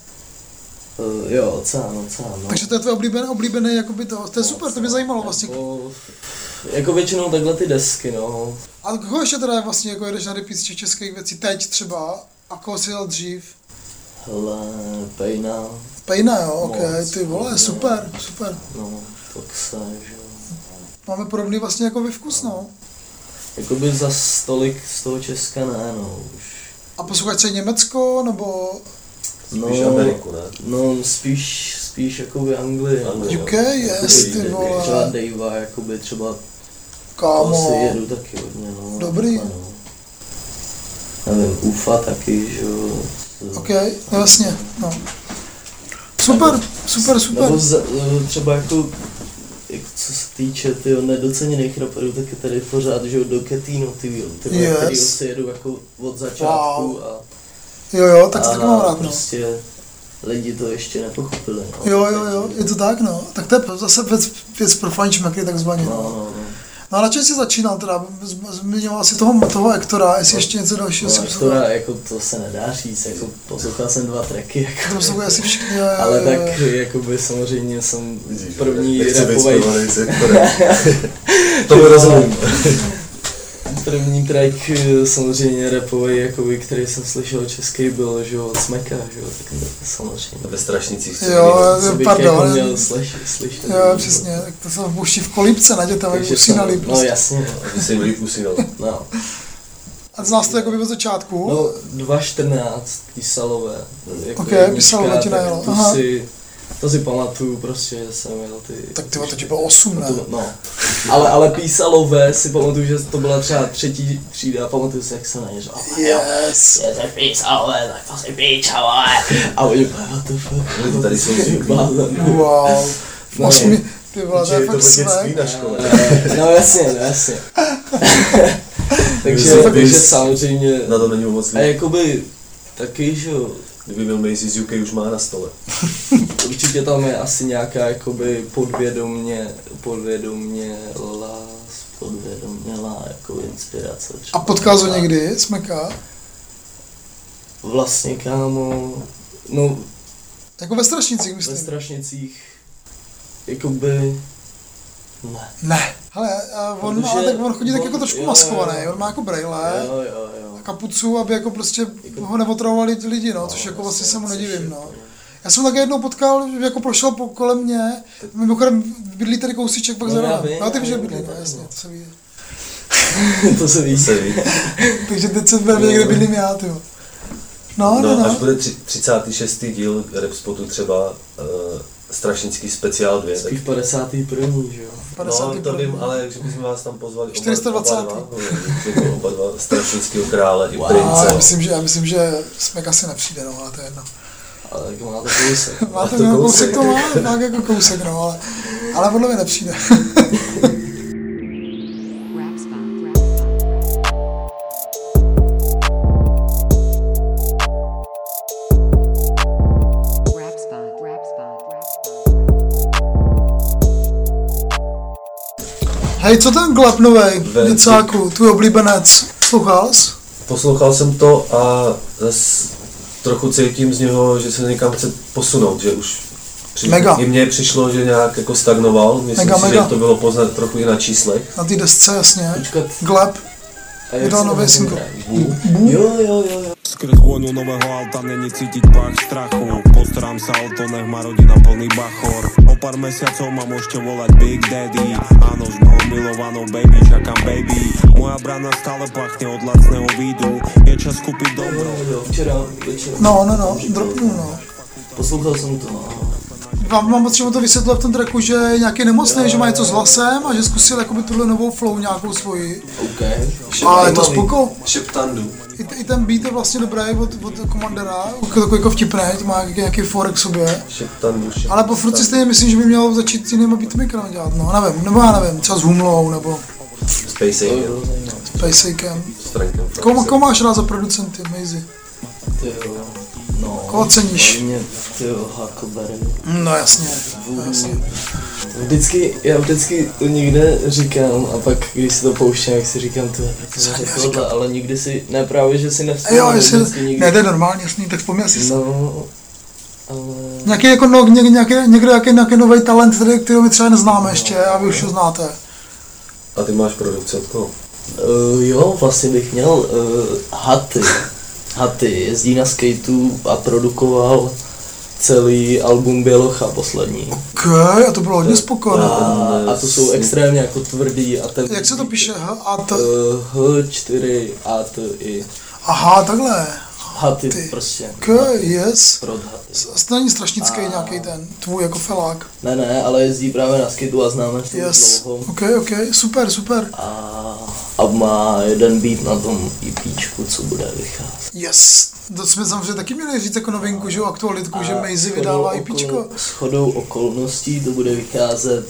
Uh, jo, Oceán, Oceán, no. Takže to je tvoje oblíbené, oblíbené, jakoby to, to je super, to mě zajímalo vlastně. Jako, jako většinou takhle ty desky, no. A koho ještě teda vlastně jako jedeš na repeat z těch českých věcí teď třeba? A koho jsi jel dřív? Hele, Pejna, Pejna, jo, ok, Moc, ty vole, no. super, super. no, Toxa, že jo. Máme podobný vlastně jako vy vkus, no. Jakoby za stolik z toho Česka ne, no, už. A posloucháš se Německo, nebo Spíš Ameriku, ne? No, spíš, spíš jakoby Anglii, no. Anglii. U K, yes, ty Třeba vole, Davea, jakoby třeba to asi kámo, jedu taky hodně, no. Dobrý. Ano. Nevím, Ufa taky, že jo. ok, no jasně, no. Super, super, super. Nebo z, třeba jako, jako co se týče tyjo, nedoceněných raperů, tak je tady pořád, že jo, do Ketino, ty ty Yes. který si jedu jako od začátku Wow. a, Jo, jo, tak to a taky mám rád, no. prostě lidi to ještě nepochopili, no. Jo, jo, jo, je to tak, no. Tak to je zase věc, věc pro fančmeky takzvaně, No, no. no, no. No a na čem jsi začínal teda? Z- Zmiňoval jsi toho, toho Ektora, jestli ještě něco dalšího si No, poslouchal. Ektora, jako to se nedá říct, jako poslouchal jsem dva tracky, jako. To poslouchají asi všichni, jo, jo, Ale jo, tak jo. jakoby samozřejmě jsem Vidíš, první nechci být rapovej, spojovaný s Ektorem. To mi rozumím. první track eh, samozřejmě rapovej, jakoby, který jsem slyšel český byl, že jo, od Smeka, že jo, tak to samozřejmě. Ve Strašnicích. Jo, Co bych pardon, jako ale- měl slyšet, slyšet. Jo, přesně, tak to se pouští v kolípce na dětem, jak Takže usínali jsem, no prostě. jasně, Že jsem líp usínal. no. A znáš to jako od začátku? No, dva čtrnáct Písalové, jako Ok, jednička, Písalové ti tak najelo, tu aha. si, to si pamatuju prostě, že jsem měl ty... Tak ty vole, to ti bylo osm, ne? To- No, ale, ale Písalové si pamatuju, že to byla třeba třetí třída a pamatuju si, jak se na ně řval. Yes. Je to Písalové, tak to si píčalové. A oni úplně, what the fuck. Lidi tady jsou zvyklí. Blázen. Wow. No, Osmi, ty vole, to Že je je to fakt od dětství svek. na škole. No jasně, no jasně. takže, Vy- takže samozřejmě, Na to není moc a jakoby taky, že jo, Kdyby byl Macy z U K už má na stole. určitě tam je asi nějaká jakoby podvědomně, podvědomně lás, podvědomně lá, jako inspirace. A třeba. potkal jsi ho někdy, Smeka? Vlastně, kámo, no Jako ve Strašnicích, ve myslím. Strašnicích, jakoby, ne. Ne. Hele, a on, Protože ale tak on chodí tak on- jako trošku jo, maskovaný, jo. on má jako brejle, Jo, jo, jo. kapucu, aby jako prostě ho neotravovali ty lidi, no, což jako vlastně se mu nedivím, no. Já jsem také jednou potkal, že jako prošel po kolem mě, mimochodem bydlí tady kousíček pak No, za já rohem. vím, No ty víš, já že vím, bydlí, no já jasně, vím. to se ví. To se ví. To se ví. Takže teď se bude někde bydlím já, ty jo. No, no, No, až no. bude tři- třicátý šestý díl Rapspotu třeba uh, Strašnický speciál dvě. Tak, Spíš padesátý první, že jo. padesátý no, to první. vím, ale že bychom vás tam pozvali oba, čtyři sta dvacet. oba dva, no, jako oba dva Strašnického krále i Wow. A já prince. myslím, že, já myslím, že Smek asi nepřijde, no, ale to je jedno. Ale tak má to kousek. Má to, to no, kousek. kousek to má, tak jako kousek, no, ale, ale podle mě nepřijde. Rap spot. Rap spot. Rap spot. Rap spot. Hej, co ten Gleb novej, Venci. děcáku, tvůj oblíbenec, sluchal jsi? Poslouchal jsem to a zas trochu cítím z něho, že se někam chce posunout, že už při, Mega. i mně přišlo, že nějak jako stagnoval. Myslím Mega, si, mega. že to bylo poznat trochu i na číslech. Na té desce, jasně. Počkat. Gleb, A jak vydal se nový to single. jmenuje? Jo, jo, jo, jo. Skrz vôňu nového auta není cítiť pach strachu. Postaram sa o to, nech má rodina plný bachor. O pár mesiacov ma môžete volať Big Daddy. Áno, s mojou milovanou baby, čakám baby. Moja brana stále pachne od lacného výdu. Je čas kúpiť dobro. Jo, včera, večer. No, no, no, dropnul, no. Poslouchal jsem to, no. Vám mám pocit, že mu to vysvětlil v tom tracku, že je nějaký nemocný, že má něco s hlasem a že zkusil jakoby tuhle novou flow nějakou svoji. OK. Ale je to spoko. Šeptandu. I, I ten beat je vlastně dobrý od, od Commandera, takový jako vtipný, to má nějaký, nějaký forek v sobě. Šeptandu, šeptandu. Ale po furt si stejně myslím, že by měl začít s jinýma beatmakera dělat, no, nevím, nebo já nevím, třeba s Humlou, nebo S Paceykem. s Paceykem. S Frankem. Koho, koho máš rád za producenty, Maisie? Ty jo. No. Koho ceníš? Hlavně, ty jo, Huckleberry. No jasně, jasně. Vždycky, já vždycky to někde říkám a pak, když si to pouštím, jak si říkám, to je tohle, ale nikdy si, ne právě, že si nevzpomínám. Jo, jestli, nikdy. ne, to je normální, jasný, tak vzpomněl jsi. No, ale... Nějaký jako no, ně, nějaký, někdo nějaký, nějaký nový talent, který, kterého my třeba neznáme ještě a vy už ho znáte. A ty máš produkci od koho? Uh, jo, vlastně bych měl uh, Haty. Haty jezdí na skateu a produkoval celý album Bělocha poslední. Ok, a to bylo hodně spokojené. A, a to jsou extrémně jako tvrdý a ten... Jak se to píše? H a t? Uh, H čtyři A T I. Aha, takhle. Haty Ty. prostě. Ok, yes. Prod Haty. To není strašnický nějaký ten, tvůj jako felák. Ne, ne, ale jezdí právě na skateu a známe se Yes, dlouho. ok, ok, super, super. A, a má jeden beat na tom EPčku, co bude vycházet. Yes. To jsme samozřejmě taky měli říct jako novinku, že jo, aktualitku, že Maisie vydává EPčko. Shodou okolností to bude vycházet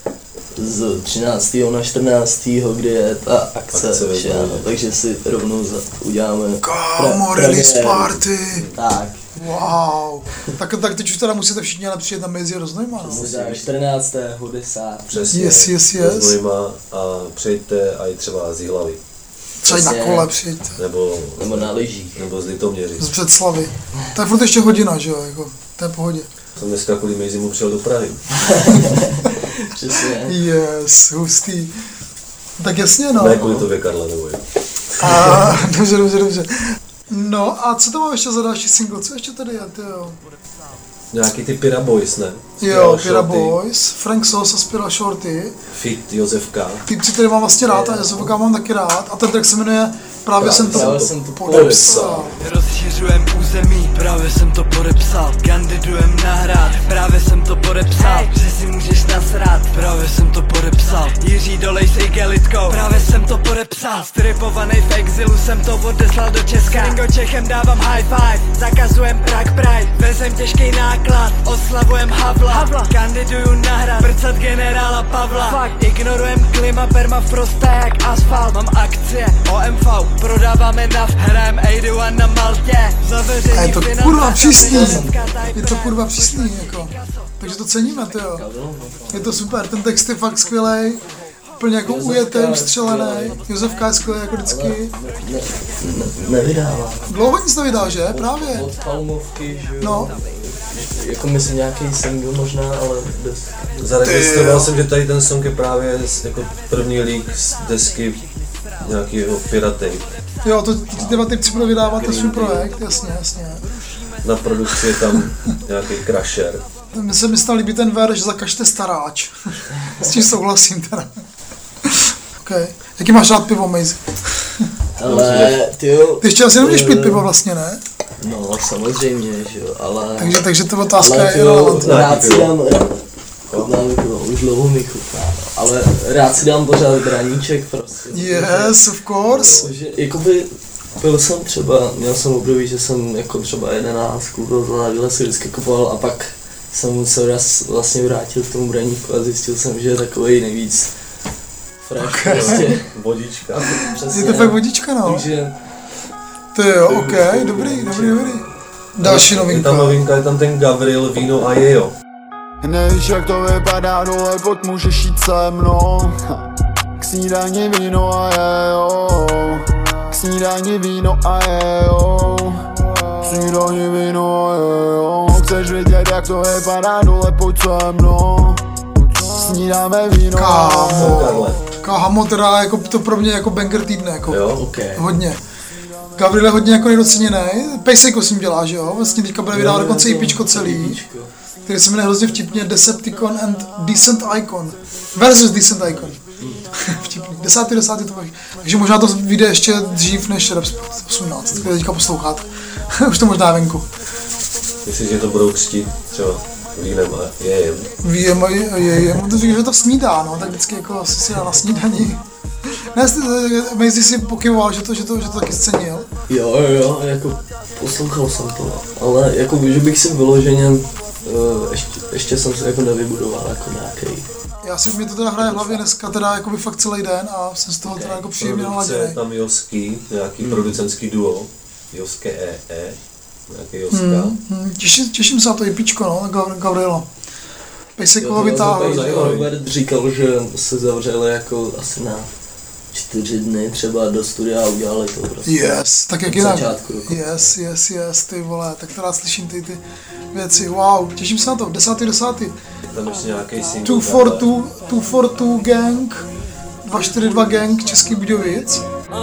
z třináctého na čtrnáctého, kdy je ta akce, Akce, že ano, takže si rovnou za, uděláme Kámo, pre- release premiéru. party. Tak, Wow. Tak, tak teď už teda musíte všichni ale přijet na Maisie Roznojma, no. čtrnáctého desátého Přesně. Yes, yes, yes. Znojma a přejďte a i třeba z Jihlavy. Třeba i na Přesně. kole přijeďte. Nebo, nebo na lyžích. nebo z Litoměřic. Z Břeclavy. To je furt ještě hodina, že jo, jako, to je v pohodě. Jsem dneska kvůli Maisie mu přijel do Prahy. Přesně. Yes, hustý. Tak jasně, no. Ne kvůli tobě, Karla, nebo jo. A, dobře, dobře, dobře. No a co to mám ještě za další single? Co ještě tady je, tyjo? Nějaký ty Pira Boys, ne? Jo, Spiral Pira Shorty, Boys, Frank Sos a Spiral Shorty. Fit Josefka. Týpci, který mám vlastně rád a Josefka mám taky rád. A ten track se jmenuje Právě jsem to Právě jsem to podepsal. Rozšiřujem území, právě jsem to podepsal. Kandidujem na hrad, právě jsem to podepsal. Že si můžeš nasrát, právě jsem to podepsal. Jiří, dolej s igelitkou, právě jsem to podepsal. Stripovanej v exilu jsem to odeslal do Česka. Ringo Čechem dávám high five, zakazujem Prague Pride. Vezem těžký náklad, oslavujem Havla, Havla. Kandiduju na hrad, prcat generála Pavla. Fakt, ignorujem klima, permafrosta jak asfalt. Mám akcie, O M V, prodáváme naft, hrajem osm na Maltě. A je to kurva přísný. Je to kurva přísný, jako. Takže to ceníme, to jo. Je to super, ten text je fakt skvělej. Úplně jako ujetý, ustřelený. Josefka je skvělý jako vždycky. Ne, ne, nevydává. Dlouho nic nevydal, že? Právě. Od Palmovky, že jo. No. Jako myslím nějaký single možná, ale dost. Zaregistroval jsem, že tady ten song je právě z- jako první leak z desky nějakého Pirate. Jo, to ty ty dva typci budou vydávat, to je svůj projekt, jasně, jasně. Na produkci je tam nějaký Crusher. Mně se mi stal líbí ten verš Zakažte staráč. S tím souhlasím teda. OK. Jaký máš rád pivo, Maisie? Ale tyjo. Ty ještě asi nemůžeš eh, pít pivo vlastně, ne? No samozřejmě, že jo, ale... Takže, takže to otázka ale je tyjo, irrelevantní. rád si dám, chutná mi pivo, už dlouho mi chutná, no. Ale rád si dám pořád braníček prostě. Yes, of course. Protože, jakoby, byl jsem třeba, měl jsem období, že jsem jako třeba jedenáctku, tohle si vždycky kupoval a pak jsem se raz vlastně vrátil k tomu braníku a zjistil jsem, že je takovej nejvíc fresh Okay. prostě. Vodička. Přesně. Je to fakt vodička, no. Takže To jo, OK, dobrý, dobrý, dobrý. Další Je tam novinka. novinka, je tam ten Gavril, Víno a Jejo. Nevíš, jak to vypadá dole, pojď můžeš jít se mnou. snídani víno a jejo, k snídani víno a jejo, snídani víno a jejo. Chceš vidět, jak to vypadá dole, pojď se mnou. Snídáme víno. Kámo, kámo, teda jako to pro mě jako banger týdne, jako Jo, okay. hodně. Gabriel je hodně jako nedoceněný, Pejsejko s ním dělá, že jo, vlastně teďka bude vydávat dokonce EPčko celý, který se jmenuje hrozně vtipně Decepticon and Decent Icon, versus Decent Icon. Vtipný, desátý, desátý to bude, takže možná to vyjde ještě dřív než Rap Sport osmnáct, který teďka posloucháte, už to možná venku. Myslíš, že to budou křtít třeba vínem a jejem? Víjem a jejem, on to říká, že to snídá, no, tak vždycky jako asi si dá na snídaní. Ne, Mejzi si pokyvoval, že to, že to, že to taky scenil. Jo, jo, jo, jako poslouchal jsem to, ale jako, že bych si vyloženě, uh, ještě, ještě jsem se jako nevybudoval jako nějaký. Já si mi to teda hraje v hlavě dneska teda jako by fakt celý den a jsem z toho teda jako příjemně naladěný. Produkce tam Josky, nějaký hmm. producentský duo, Joske E E, nějaký Joska. Hmm, hmm, těším, těším se na to EPčko, no, na Gabriela. Pejsejko ho vytáhl. Robert říkal, že se zavřeli jako asi na čtyři dny třeba do studia a udělali to prostě. Yes, tak jak jinak. Yes, yes, yes, ty vole, tak teda slyším ty, ty věci, wow, těším se na to, desátý, desátý. Tam ještě nějaký single. two four two, two four two gang, dva čtyři dva gang, Český Budějovic.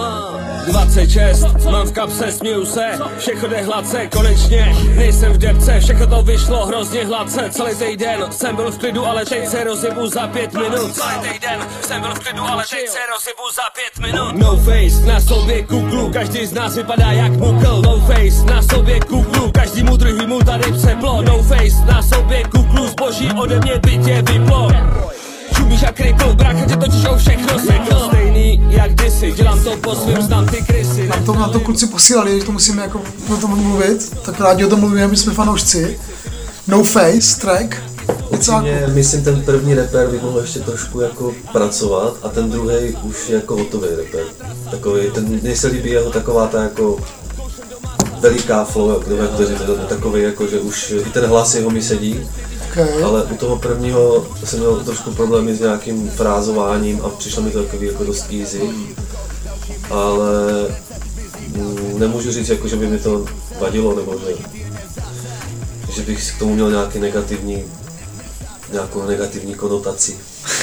dvacet šest, mám v kapse, směju se, všechno jde hladce, konečně, nejsem v depce, všechno to vyšlo hrozně hladce, celý týden jsem byl v klidu, ale teď se rozjebu za pět minut. Celý týden jsem byl v klidu, ale teď se rozjebu za pět minut. No face, na sobě kuklu, každý z nás vypadá jak mukl. No face, na sobě kuklu, každému druhýmu tady přeplo. No face, na sobě kuklu, zboží ode mě by tě vyplo. Čumíš a kripl, brácha tě totiž o všechno sekl. Stejný jak kdysi, dělám to po svým, znám ty krysy. Na to, na to kluci posílali, že to musíme jako o tom mluvit, tak rádi o tom mluvíme, my jsme fanoušci. No Face, track. Upřímně, myslím, ten první rapper by mohl ještě trošku jako pracovat a ten druhý už je jako hotový rapper. Takový, ten, mně se líbí jeho taková ta jako veliká flow, nebo jak to říct, takový jako, že už i ten hlas jeho mi sedí. Okay. Ale u toho prvního jsem měl trošku problémy s nějakým frázováním a přišlo mi to takový jako dost easy. Ale mm, nemůžu říct, jako, že by mi to vadilo, nebo že, že bych k tomu měl nějaký negativní, nějakou negativní konotaci.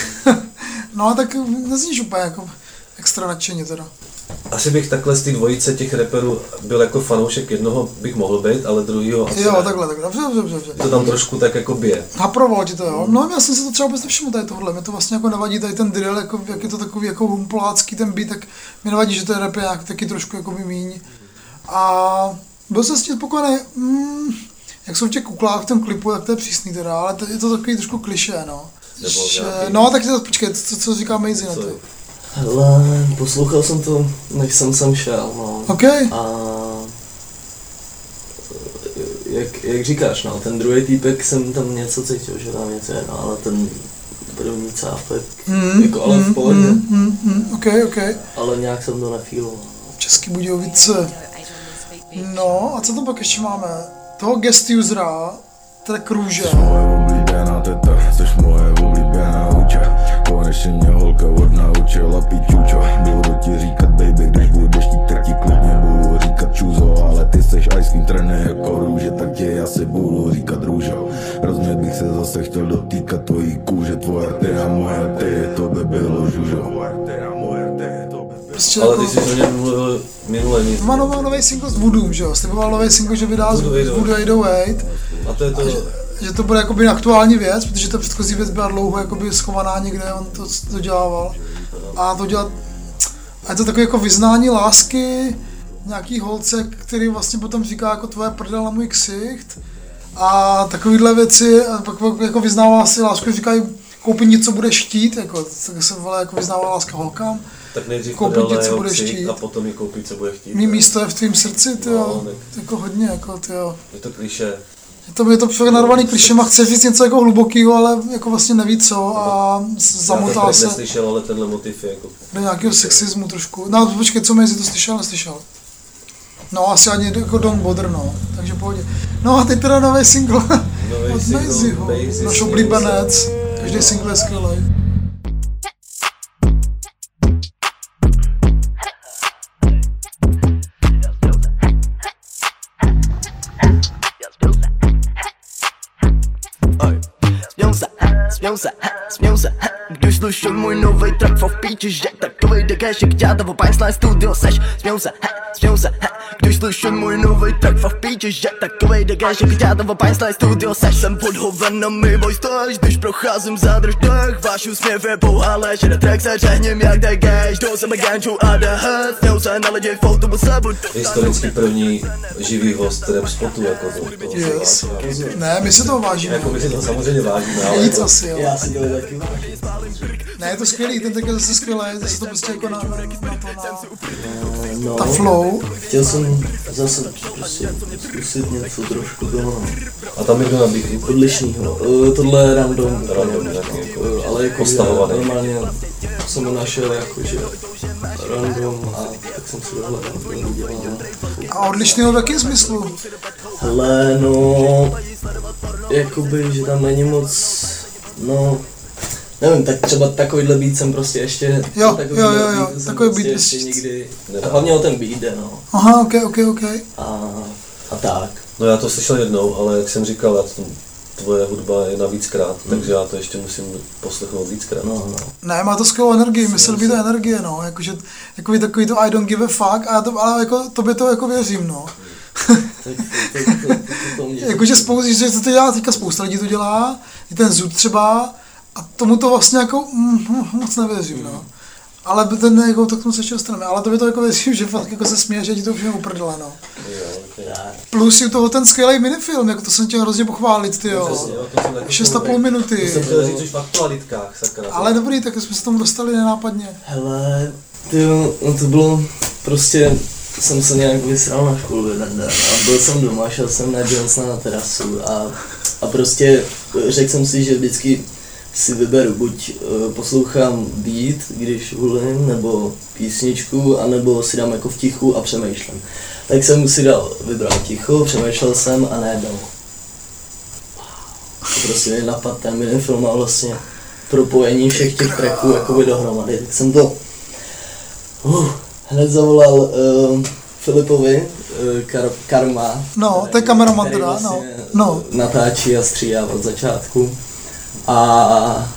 No tak nezníš úplně jako extra nadšeně teda. Asi bych takhle z té dvojice těch rapperů byl jako fanoušek jednoho, bych mohl být, ale druhýho asi Jo, ne. takhle, takhle, dobře, dobře, dobře. To tam trošku tak jako bije. Haproval ti to, jo? No já jsem si to třeba vůbec nevšiml tady tohle, mě to vlastně jako nevadí tady ten drill, jako, jak je to takový jako humpolácký ten beat, tak mi nevadí, že to je rap nějak taky trošku jako míň. A byl jsem s tím spokojený, mm, jak jsou v těch kuklách v tom klipu, tak to je přísný teda, ale to, je to takový trošku klišé, no. Že, no tak to, počkej, co, co říká Mejzi na to? Hele, poslouchal jsem to, než jsem sem šel, no. Okay. A jak, jak říkáš, no, ten druhý týpek jsem tam něco cítil, že tam něco je, no, ale ten první cápek, mm, jako ale mm, v pohodě. Mm, mm, mm, okay, okay. Ale nějak jsem to nefíloval. Český Budějovice. No, a co tam pak ještě máme? Toho guest usera, track Růže. Oblíbená teta, seš moje oblíbená uča. Konečně mě holka odnaučila pít čučo. Budu ti říkat baby, když budeš chtít, tak ti klidně budu říkat čuzo. Ale ty seš ice cream trené jako růže, tak tě asi budu říkat růžo. Hrozně bych se zase chtěl dotýkat tvojí kůže. Tvoje ty a moje ty, to by bylo žužo. Prostě ale jako, ty jsi o něm mluvil minule nic. Má nový single s Voodoo, že jo? Sliboval nový single, že vydá z Voodoo eight oh eight. A to je to... A že, že to bude jakoby aktuální věc, protože ta předchozí věc byla dlouho jakoby schovaná někde, on to, to dělával. A to dělat... A je to takové jako vyznání lásky nějaký holce, který vlastně potom říká jako tvoje prdel na můj ksicht. A takovýhle věci, a pak jako vyznává si lásku, říkají koupit něco budeš chtít, jako, tak se vole, jako vyznává láska holkám. Tak nejdřív koupit něco budeš chtít a potom ji koupit, co bude chtít. Mý místo je v tvým srdci, tyjo, no, jako hodně, jako tyjo. Je to klišé. Je to, je to fakt narvaný klišem a chce říct něco jako hlubokýho, ale jako vlastně neví co a zamotá já se. Já neslyšel, ale tenhle motiv je jako... Do nějakého sexismu trošku. No počkej, co Mejzi to slyšel, neslyšel? No asi ani jako Don't Bother, no, takže pohodě. No a teď teda nový single od Mejziho, náš oblíbenec, každý single je skvělej. smějou se, he, smějou se, he. Když slyším můj novej track for píči, že takovej degešek děláte v Punchline Studio seš. Smějou se, he, smějou se, he. Když slyším můj novej track for píči, že takovej degešek děláte v Punchline Studio seš. Jsem pod hovenami, boj stojíš, když procházím zádrž dech. Váš úsměv je pouhá lež, jeden track se řehním jak degeš. Do sebe ganču a dehet, smějou se na lidi v autobuse. Historicky první živý host rap spotu, jako to. to Yes. to Ne, my si toho vážíme. jako my si to samozřejmě vážíme, ale Víc to, asi, jo. Já si to taky vážím. Ne, je to skvělý, ten tak je zase skvělý, to se to prostě jako na, na, na to, na... No, Ta flow. Chtěl jsem zase prostě zkusit něco trošku toho a tam je kdo nabídl? odlišného. Uh, tohle je random, Random, úplně, taky, jako uh, ale jako postavovaný. normálně jsem ho našel jakože random a tak jsem si dohledal, jak to udělal. A odlišnýho v jakém smyslu? Hele, no, jakoby, že tam není moc, no, nevím, tak třeba takovýhle beat jsem prostě ještě, Jo, takovýhle jo, jo, jo, beat jsem takový prostě beat ještě bys- nikdy, a hlavně o ten beat jde, no, Aha, ok, ok, ok. a, a tak. No já to slyšel jednou, ale jak jsem říkal, já to, tvoje hudba je na víckrát, takže já to ještě musím poslechnout víckrát. No, no. Ne, má to skvělou energii, mi se líbí ta energie, no, jakože, jako takový to I don't give a fuck, a já to, ale jako, tobě to jako věřím, no. Tak to, to, to, to, to, to mě Jakože spousta, že to dělá, teďka spousta lidí to dělá, i ten Zud třeba, a tomu to vlastně jako mm, moc nevěřím, no. Ale ten jako, tak tomu se ještě dostaneme, ale to by to jako věřím, že fakt jako se směje, že ti to všechno uprdele, no. Plus je toho ten skvělý minifilm, jako to jsem chtěl hrozně pochválit, ty jo. Šest a půl minuty. To jsem chtěl říct už v aktualitkách, sakra. Ale dobrý, tak jsme se tomu dostali nenápadně. Hele, tyjo, no to bylo prostě, jsem se nějak vysral na školu jeden den a byl jsem doma, šel jsem na Johnsona na terasu a, a prostě řekl jsem si, že vždycky si vyberu, buď uh, poslouchám beat, když hulím, nebo písničku, anebo si dám jako v tichu a přemýšlím. Tak jsem si dal, vybral ticho, přemýšlel jsem a najednou. Prostě mi napadl ten minifilm a vlastně propojení všech těch tracků jakoby dohromady, tak jsem to uh, hned zavolal uh, Filipovi, uh, Kar- Karma. No, to je kameraman který teda, no. vlastně No. natáčí a stříhá od začátku. A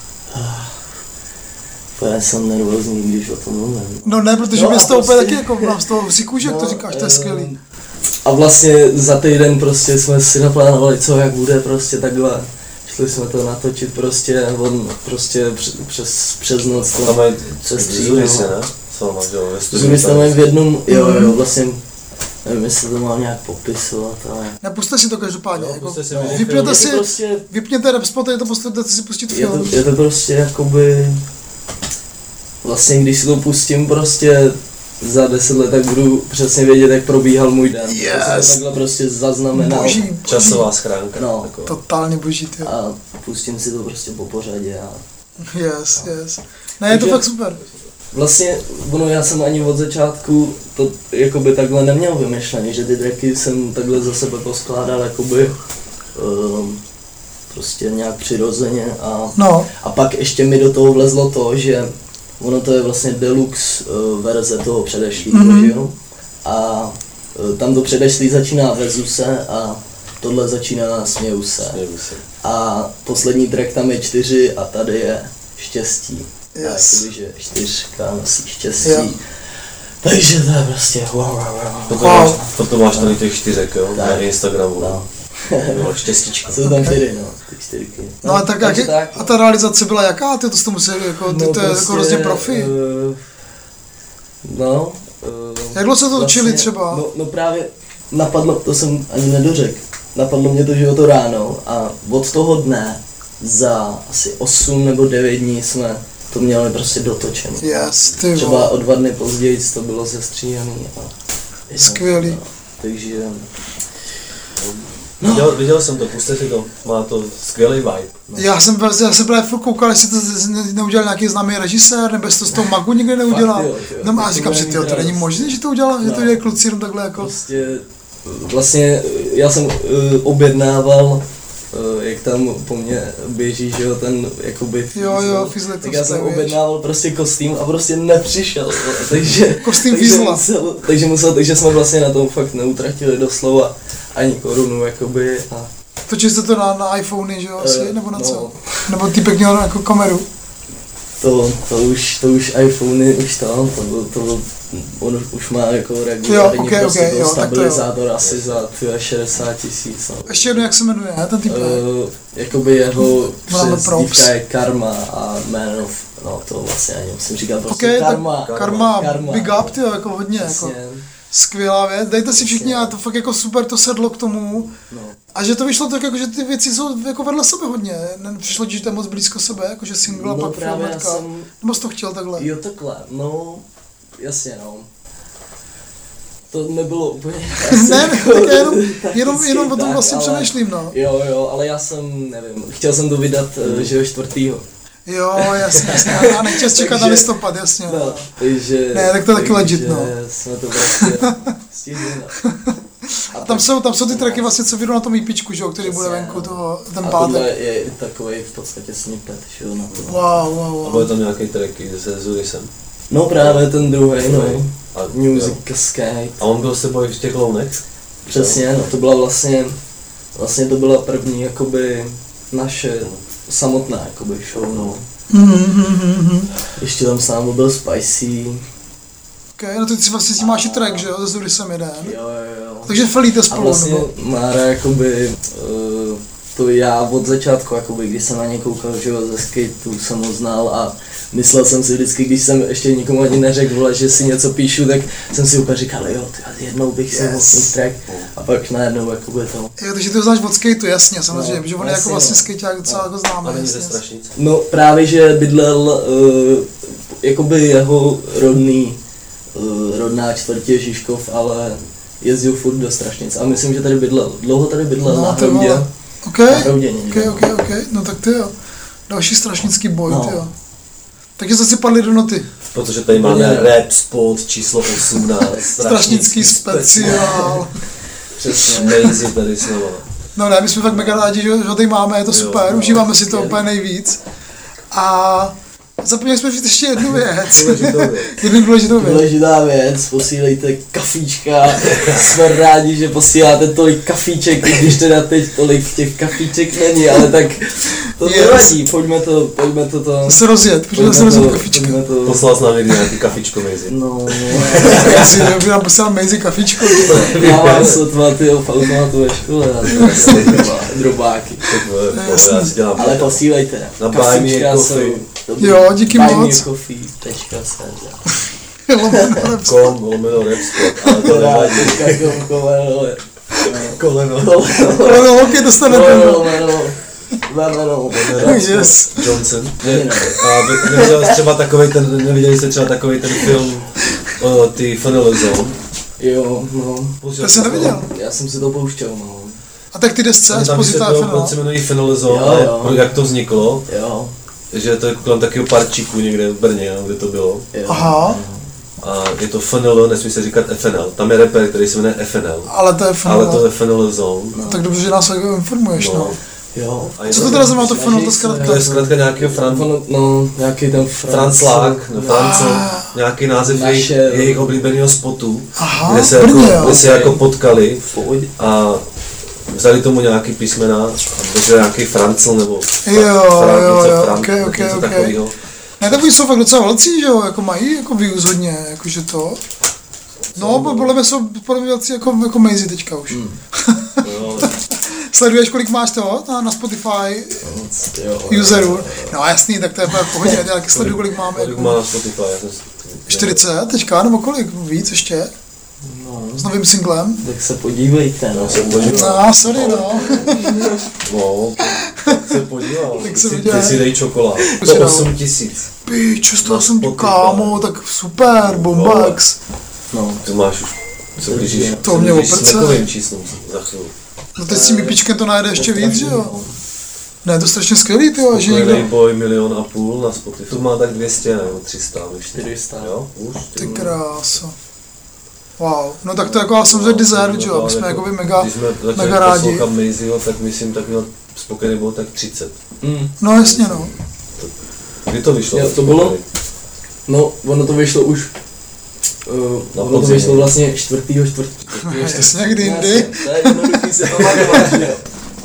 uh, jsem nervózní, když o tom mluvím. No ne, protože No mě a z toho úplně prostě- taky jako mám z toho husí kůži, jak to No, říkáš, to je skvělý. A vlastně za týden prostě jsme si naplánovali, co jak bude prostě takhle. Šli jsme to natočit prostě, on prostě př- přes, přes noc to Tam mají přestříhal. Zury se, ne? Co máš, jo, ve studiu Zury tam mají v jednom, jo Mhm. jo, vlastně, nevím, jestli to má nějak popisovat, ale... Nepuste si to každopádně, No, jako, puste si vypněte minifilm. Je si, to prostě, vypněte rap spot a je to posledujete si pustit je to, film. je to prostě jakoby, vlastně když si to pustím prostě za deset let, tak budu přesně vědět, jak probíhal můj den. Yes. To jsem takhle prostě zaznamenal. Boží, boží. Časová schránka. No. Taková. Totálně boží, ty. A pustím si to prostě po pořadě a Yes, yes. Ne, je to Takže- fakt super. vlastně, ono já jsem ani od začátku to jakoby takhle neměl vymyšlený, že ty tracky jsem takhle za sebe poskládal jakoby um, prostě nějak přirozeně a, No, a pak ještě mi do toho vlezlo to, že ono to je vlastně deluxe uh, verze toho předešlého, Mhm. že jo? A uh, tam to předešlý začíná Vezu se a tohle začíná Směju se. Směju se. A poslední track tam je čtyři a tady je Štěstí. Yes. A jakoby, že čtyřka nosí štěstí. Jo. Takže to je prostě wow, wow, wow. Proto, Wow. máš, proto máš tady těch čtyřek, jo, na Tak. Instagramu. No. Bylo štěstíčko. Jsou tam čtyři, no, ty čtyřky. no a, tak, takže jak, tak, a ta realizace byla jaká? Ty to jsi to musel, jako, ty, no, to je jako hrozně profi. Uh, no. Uh, Jak dlouho se to učili třeba? No, no právě napadlo, to jsem ani nedořekl, napadlo mě to, že o to ráno a od toho dne za asi osm nebo devět dní jsme to měli prostě dotočený. Yes, ty Třeba vole. o dva dny později to bylo zestříhaný. A Skvělý. No, takže Viděl, viděl jsem to, puste si to, má to skvělý vibe. Já jsem, já jsem právě furt koukal, jestli to z- ne- neudělal nějaký známý režisér, nebo jestli to z toho Magu nikdy neudělal. Fakt, jo, jo. No a To říkám bude si, mít tyjo, to radost. není možné, že to udělal, že to No. dělají kluci jenom takhle jako. prostě vlastně já jsem uh, objednával, uh, jak tam po mně běží, že jo, ten jakoby Jo, fízl, jo, fízl, to tak já jsem stavěč. objednával prostě kostým a prostě nepřišel, vole, takže, Kostým takže, fízla. musel, takže musel, takže jsme vlastně na tom fakt neutratili doslova ani korunu, jakoby a Točili jste to na, na iPhony, že jo, asi, Eh, nebo na co? no. Nebo týpek měl jako kameru? To, to už, to už iPhony, už to, to, byl, to byl, on už má jako regulární Jo, okay, prostě okay, byl jo, tak to jo. stabilizátor asi za tyhle šedesát tisíc. No. Ještě jedno, jak se jmenuje, ten týpek? Uh, jakoby jeho Máme přezdívka je Karma a Man of, no to vlastně ani musím říkat, prostě Okay, Karma. tak karma, karma, big up, tyjo, jako hodně, Přesně. jako skvělá věc. Dejte si všichni, a to fakt jako super to sedlo k tomu. No. A že to vyšlo tak, jako, že ty věci jsou jako vedle sebe hodně. Nepřišlo ti, že to je moc blízko sebe, jako že single a No pak právě já filmetka. jsem- Nebo jsi to chtěl takhle? Jo takhle, no, jasně no. To nebylo úplně Ne, jako tak já jenom, taktický, jenom, jenom o tom tak, vlastně ale- přemýšlím, no. Jo, jo, ale já jsem, nevím, chtěl jsem to vydat, mm. že jo, čtvrtýho. Jo, jasně, jasně. A nechtěl jsi čekat na Takže- listopad, jasně. No, takže... Ne, tak to je taky legit, takže no. jsme to prostě stihli, no. A tam jsou, tam jsou ty tracky vlastně, co vyjdou na tom EPčku, že jo, který bude venku toho, ten A tohle pátek. je takový v podstatě snippet, že jo, na to. Wow, wow, A wow. bude tam nějaký tracky se Zurisem. No právě ten druhý, no. A, Music jo. Cascade. A on byl s tebou i v těch lounech? Přesně, no to byla vlastně, vlastně to byla první jakoby naše samotná jakoby show, no. Mhm. Ještě tam s námi byl Spicy. Okay, no ty si vlastně s tím máš i track, že jo, ze Zurisem jeden. Jo, jo, jo. Takže felíte A spolu, vlastně nebo? Mára jakoby, uh, to já od začátku, jakoby, když jsem na ně koukal, že jo, ze skateu jsem ho znal a myslel jsem si vždycky, když jsem ještě nikomu ani neřekl, vole, že si něco píšu, tak jsem si úplně říkal, jo, ty, jednou bych si mohl Yes. mít track a pak najednou jakoby to. Jo, takže ty ho znáš od skateu, jasně, samozřejmě, No, protože on je jasně, jako vlastně no. skateák docela jako známý. A není ze jasně. Strašnic? No právě, že bydlel uh, jakoby jeho rodný, uh, rodná čtvrtě Žižkov, ale jezdil furt do Strašnic a myslím, že tady bydlel, dlouho tady bydlel No, na ty Hroudě. vole. OK, Na Hroudě někde. OK, OK, OK, no tak ty jo. Další strašnický boj, No. ty jo. Takže zase padly do noty. Protože tady Úplně máme ne. rap spot číslo osmnáct. Strašnický speciál. Přesně. Mazy tady s náma. No ne, my jsme fakt mega rádi, že že ho tady máme, je to Jo, super, no, užíváme si to skvělý. úplně nejvíc. A zapomněli jsme říct ještě jednu věc. Důležitou věc. Jednu důležitou věc. Důležitá věc, posílejte kafíčka, jsme rádi, že posíláte tolik kafíček, i když teda teď tolik těch kafíček není, ale tak to Yes. nevadí, pojďme to, pojďme to to, Se rozjet, protože se rozjet kafička. pojďme to, Poslal s námi někdy nějaký kafičko Mazy. no, Já si by nám poslal Mazy kafičko. já mám sotva tyho v automatu ve škole, a to jsou drobá- drobáky, Tak vole, vole, Jasný. já si dělám. ale posílejte, Na Buy Me kafíčka Coffee. jsou dobrý. Jo, díky buy moc. me coffee tečka cé zet. Kom, lomeno rap spot, ale to Teda, nevadí. teďka kom- koleno, Koleno. No, ok, dostaneme. koleno, koleno, koleno, Yes. Johnson. Ne, a vy- neviděli jste třeba takovej ten, neviděli jste třeba takovej ten film o ty Funnel Zone? jo, no, To jsem neviděl. já jsem si to pouštěl, no. A tak ty desce, Tam Exposita vysvětlil, F N L. proč se jmenují Funnel Zone, Jo, ale jo. pro- jak to vzniklo, Jo, že to je kolem takového parčíku někde v Brně, no, kde to bylo. jo. Aha, A je to F N L, nesmí se říkat F N L. Tam je rapper, který se jmenuje F N L. ale to je F N L. Ale to je F N L Zone. Tak dobře, že nás jako informuješ, no. No. Jo. A je Co to teda znamená to F N L, to zkrátka? To je zkrátka nějakého Fran... Ono, no, nějaký ten Franz Lák, no, France, nějaký název jejich, Naše- jejich oblíbeného spotu, Aha, kde se, v Brně, jako, jo. kde se jako potkali v pohodě. a vzali tomu nějaký písmena, a byl nějaký Francl nebo Jo, Fran, jo, něco jo, Fran, ok, ok, něco ok. takového. Ne, tak oni jsou fakt docela velcí, že jo, jako mají jako views hodně, jakože to. No, bo- podle mě jsou podle mě velcí jako, jako Mazy teďka už. Hmm. Jo, Sleduješ, kolik máš toho na, na Spotify Jo, userů? No jasný, tak to je úplně v pohodě, já taky sleduju, kolik máme. kolik Jako má na Spotify? Já jsem si- čtyřicet teďka, nebo kolik? Víc ještě? no, S novým singlem? tak se podívejte, no. No, se podíval. No, sorry, no. No, tak se podíval. Tak se Ty si- podívej. Ty si dej čokolád. To si To dal. osm tisíc. Pič, z toho Na jsem tu Spotify. kámo, tak super, bombax. No, To máš už. Se blížíš, To se mě blížíš oprce. smekovým číslům za chvíli. No teď s tím pičkem to najde ještě víc, že jo? Ne, to je strašně skvělý, ty jo, že Spokojený někdo... boj milion a půl na Spotify. To má tak dvě stě nebo tři sta, víš? čtyři sta. Jo, už. Ty krása. Wow, no tak to jako ale samozřejmě deserve, že jo, my jsme jakoby mega, Když jsme začali mega rádi. poslouchat Mazyho, tak myslím, tak měl spokojený byl tak třicet. Mm. No jasně no. Kdy to vyšlo? Jo, to bylo? No, ono to vyšlo už, uh, Na ono to podzim. vyšlo vlastně čtvrtýho čtvrtýho. Jasně, kdy jindy. To je jednoduchý se pamatovat, že jo.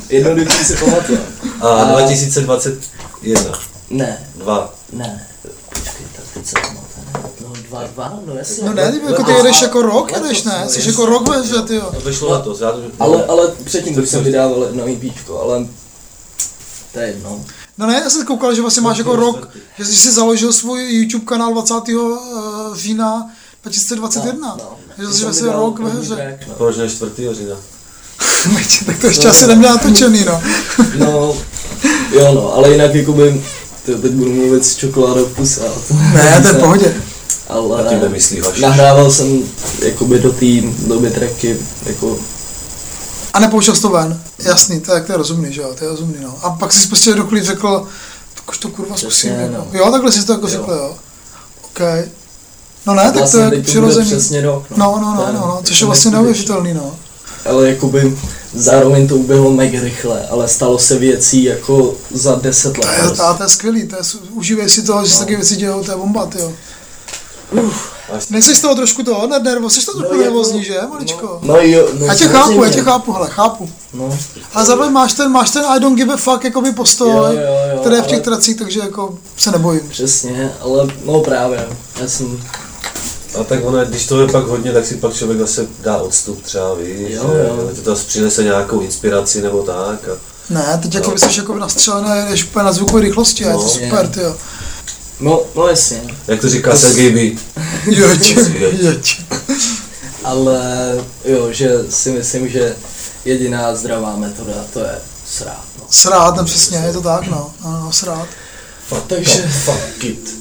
Jednoduchý si pamatuju. A dva tisíce dvacet jedna. Ne. Dva. Ne. Počkej, tak teď se pamatuju. No dva, dva, no jasně. No ne, jako ty jedeš jako rok, jedeš ne? Jsi jako rok ve hře, tyjo. To vyšlo letos, já to... Ale, ale předtím to jsem vydával jedno EPčko, ale to je jedno. No ne, já jsem koukal, že vlastně máš jako rok, že jsi si založil svůj YouTube kanál dvacátého října dva tisíce dvacet jedna. No, no. Že jsi vlastně rok ve hře. Proč ne čtvrtého října? Tak to ještě asi neměl natočený, no. No, jo no, ale jinak jakoby, teď budu mluvit s čokoládou v puse. Ne, to je v pohodě. Ale a tím nemyslí hašiš. Nahrával jsem jakoby do té doby tracky, jako... A nepouštěl jsi to ven? Jasný, to je, to je rozumný, že jo, to je rozumný, no. A pak jsi prostě do chvíli řekl, tak už to kurva zkusím, no. Jo, takhle jsi to jako jo. řekl, jo. OK. No ne, tak vlastně to je přirozený. Přesně rok, no. No, no, no, no, no, což je vlastně neuvěřitelný, no. Ale jakoby zároveň to uběhlo mega rychle, ale stalo se věcí jako za deset let. To je, to, to je skvělý, to je, užívej si toho, že se no. taky věci dějou, to je bomba, tyjo. Uf. Nejsi z toho trošku toho, nervo, jsi to trošku no, nervózní, že, maličko? No jo, no já tě chápu, já tě chápu, hele, chápu. No. Ale zároveň máš ten, máš ten I don't give a fuck jakoby postoj, jo, jo, jo, který je v těch ale... tracích, takže jako se nebojím. Přesně, ale no právě, já jsem... A tak ono, když to je pak hodně, tak si pak člověk zase dá odstup třeba, víš, jo, jo. že to zase přinese nějakou inspiraci nebo tak. A... Ne, teď jako by jsi jako nastřelený, jdeš úplně na zvukové rychlosti a no, je to super, tyjo. No, no jasně. Jak to říká Sergej B. Jeď, jeď. Ale jo, že si myslím, že jediná zdravá metoda, to je srát. No. Srát, no přesně, je to tak, no, no, no srát. Fuck, takže fuck it.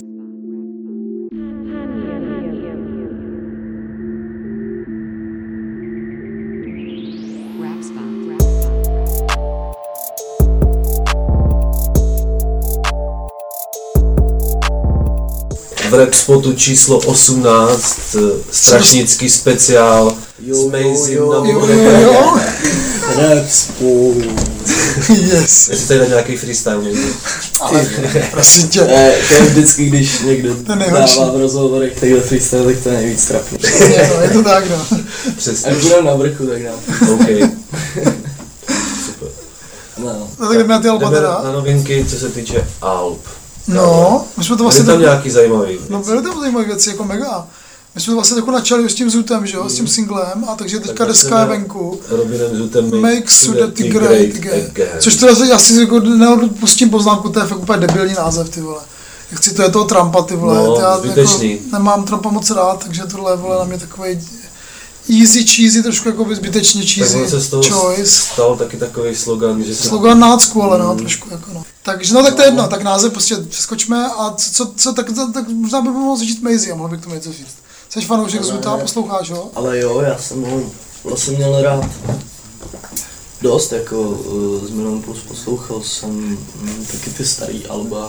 V rap spotu číslo osmnáct, strašnický speciál jo, s Mejzím jo, na jo, jo, jo. Rap spot. Yes. Jestli tady dá nějaký freestyle někdy. Ale prosím tě. Ne, to je vždycky, když někdo dává v rozhovorech takhle freestyle, tak to je nejvíc trapný. Je, no, je to tak, no. Přesně. Až budeme na vrchu, tak dám. OK. Super. No. No tak jdeme na ty alba teda. Na novinky, co se týče alb. No, my jsme to vlastně... Byly tam nějaký zajímavý No byly tam zajímavé věci, jako mega. My jsme to vlastně jako načali s tím Zutem, že jo, mm. s tím singlem, a takže teďka tak deska je venku. Robinem Zutem Make Sudety Great Again. Což teda já si jako neodpustím poznámku, to je fakt úplně debilní název, ty vole. Jak si to je toho Trumpa, ty vole. No, já jako nemám Trumpa moc rád, takže tohle vole na mě takovej easy cheesy, trošku jako zbytečně cheesy tak se z toho choice. Stal taky takový slogan, že se... Slogan nácku, ale no, trošku jako no. Takže no tak to je jedno, tak název prostě přeskočme a co, co, co tak, tak možná by mohl začít Mejzi a mohl bych k tomu něco říct. Jsi fanoušek Zuta, posloucháš ho? Ale jo, já jsem ho vlastně měl rád dost, jako uh, z Milion Plus poslouchal jsem mm, taky ty starý alba.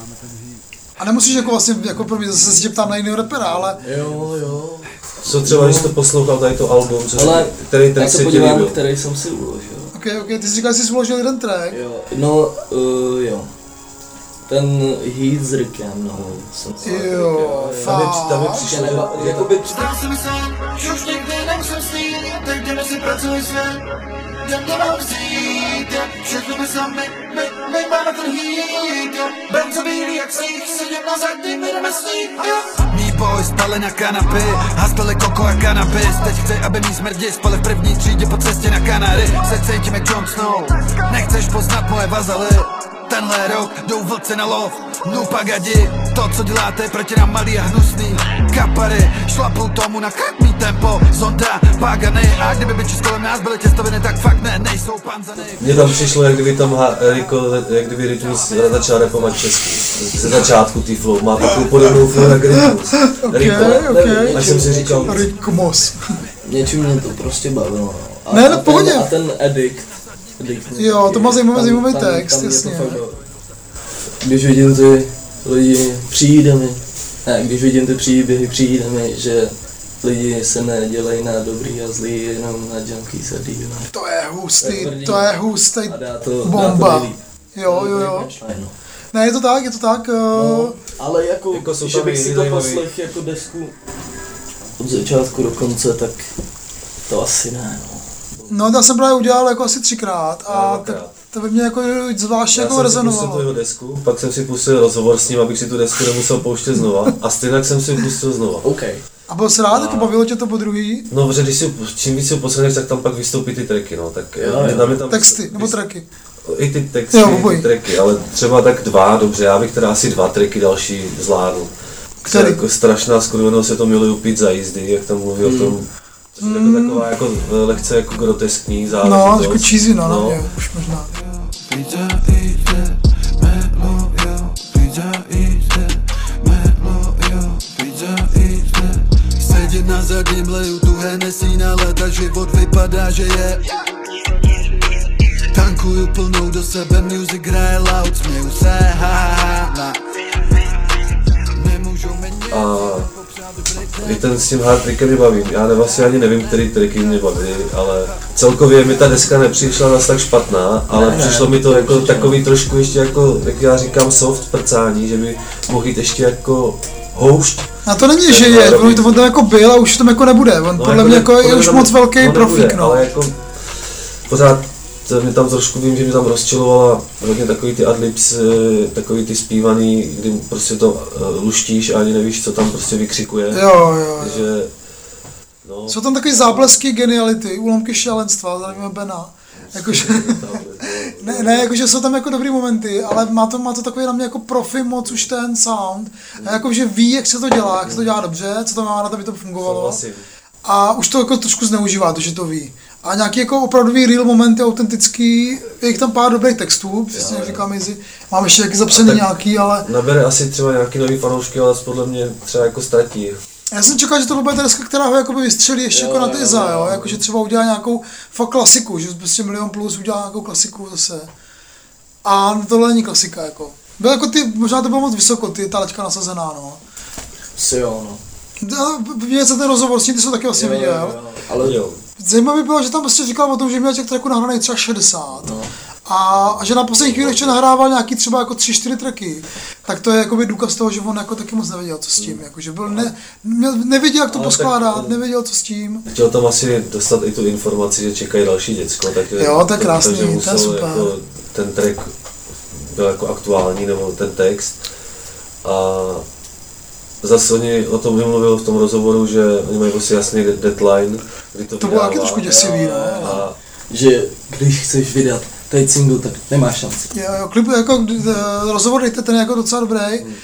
A nemusíš jako vlastně, jako pro mě zase se tě ptám na jiného rapera, ale... Jo, jo. Co třeba, když jsi to poslouchal tady to album, co ale který track se ti líbil? který jsem si uložil. Ok, ok, ty jsi říkal, že jsi uložil jeden track. Jo, no, uh, jo. Ten Heat s Rickem, no. Jsem si jo, fakt. Tam mi přišlo, že... Jakoby... Zdál se mi sen, že už nikdy nemusím snít, teď jdeme si pracuji svět. Jdem to mám vzít, všechno my sami, my, my máme ten heat. Bence bílý jak sníh, sedím na zadní, my jdeme snít. Mí boj spali na kanapy, haspeli koko a kanabis. Teď chci, aby mý smrdi spali v první třídě po cestě na Kanary. Se cítím jak Jon Snow, nechceš poznat moje vazaly. Tenhle rok jdou vlci na lov, no pagadi. To, co děláte, proti nám malý a hnusný. Kapary, šlapou tomu na krátmý tempo. Zonda, pagany, a kdyby byči kolem nás byly těstoviny, tak fakt ne, nejsou panzany. Mně tam přišlo, jak kdyby tam ha, Rico, jak kdyby Rytmus začal rapovat česky. Ze začátku tý flow, má takovou podobnou flow jak Rytmus. Okay, Rico, okay. a jsem si říkal... Rytmus. Něčím mě to prostě bavilo. A, ne, no pohodě. A ten Edict. Jo, to má zajímavý, zajímavý text, jasně. Když vidím ty lidi, přijde mi, ne, když vidím ty příběhy, přijde mi, že lidi se nedělají na dobrý a zlý, jenom na junkies a deal. To je hustý, to je hustý to, bomba. Jo, jo, jo. Ne, je to tak, je to tak. No, ale jako, jako že bych si to poslech jako desku od začátku do konce, tak to asi ne, no. No, já jsem právě udělal jako asi třikrát a Já tak to by mě jako zvláštně Já jako jsem si pustil tu rezonovalo. jeho desku, pak jsem si pustil rozhovor s ním, abych si tu desku nemusel pouštět znova a stejně jsem si ji pustil znova. Okay. A byl jsi rád, jako bavilo tě to po druhý? No, protože když si, čím víc si ho poslechneš, tak tam pak vystoupí ty tracky, no, tak Jo, jo. tam je tam... Texty, nebo tracky? I ty texty, Jo, i obojí. ty tracky, ale třeba tak dva, dobře, já bych teda asi dva tracky další zvládl. Který? Jako strašná skurvenost, se to miluju pít za jízdy, jak tam mluví Hmm. o tom, což je jako taková jako lehce jako groteskní záležitost. No, jako cheesy, no, no, je, už možná. Sedět na zadním, leju tu Hennessy na leta, život vypadá, že je. Tankuju plnou do sebe, music hraje loud, směju se, ha, ha, ha. Nemůžu mě A i ten s tím hard trickem mě bavím. Já ne, vlastně ani nevím, který tricky mě baví, ale celkově mi ta deska nepřišla zase tak špatná, ale Ne, ne, přišlo mi to jako určitě. takový trošku ještě jako, jak já říkám, soft prcání, že by mohl jít ještě jako houšť. A to není, že je, on to on tam jako byl a už tam jako nebude, on podle mě jako je už moc velký profík, no. Ale jako pořád to mě tam trošku vím, že mě tam rozčilovala hodně takový ty adlibs, eh, takový ty zpívaný, kdy prostě to eh, luštíš a ani nevíš, co tam prostě vykřikuje. Jo, jo, že, no. Jsou tam takový záblesky geniality, úlomky šalenstva, zdravíme Bena. Jakože, ne, ne, jakože jsou tam jako dobrý momenty, ale má to, má to takový na mě jako profi moc už ten sound. A jakože ví, jak se to dělá, jak se to dělá dobře, co to má na to, aby to fungovalo. Souhlasím. A už to jako trošku zneužívá, to, že to ví. A nějaký jako opravdový real momenty, autentický, je jich tam pár dobrých textů, přesně jak říkám Izzy. Mám ještě jaký zapsaný nějaký, ale... Nabere asi třeba nějaký nový fanoušky, ale podle mě třeba jako ztratí. Já jsem čekal, že to bude ta deska, která ho jakoby vystřelí ještě Jo, jako na ty jo, za, jo, jo, jo. jakože třeba udělá nějakou fakt klasiku, že prostě Milion Plus udělá nějakou klasiku zase. A tohle není klasika, jako. Byl jako ty, možná to bylo moc vysoko, ty, ta laťka nasazená, no. Si jo, no. Vidět se ten rozhovor s ním, ty jsi to taky vlastně Jo, viděl. jo, jo. Ale jo. Zajímavé bylo, že tam prostě říkal o tom, že měl těch tracků nahraných třeba šedesát. No. A, a že na poslední chvíli ještě nahrával nějaký třeba jako tři čtyři tracky. Tak to je jakoby důkaz toho, že on jako taky moc nevěděl, co s tím. Jako, že byl ne, měl, nevěděl, jak to Ale poskládat, tak- nevěděl, co s tím. Chtěl tam asi dostat i tu informaci, že čekají další děcko, takže, Jo, to je krásný, takže to je musel super. jako ten track byl jako aktuální, nebo ten text. A zase oni o tom mluvil v tom rozhovoru, že oni mají prostě jasný deadline, kdy to To bylo taky vydává. trošku děsivý, no. A že když chceš vydat teď single, tak nemáš šanci. Jo, jo, klip, jako eh, rozhovor dejte, ten je jako docela dobrý.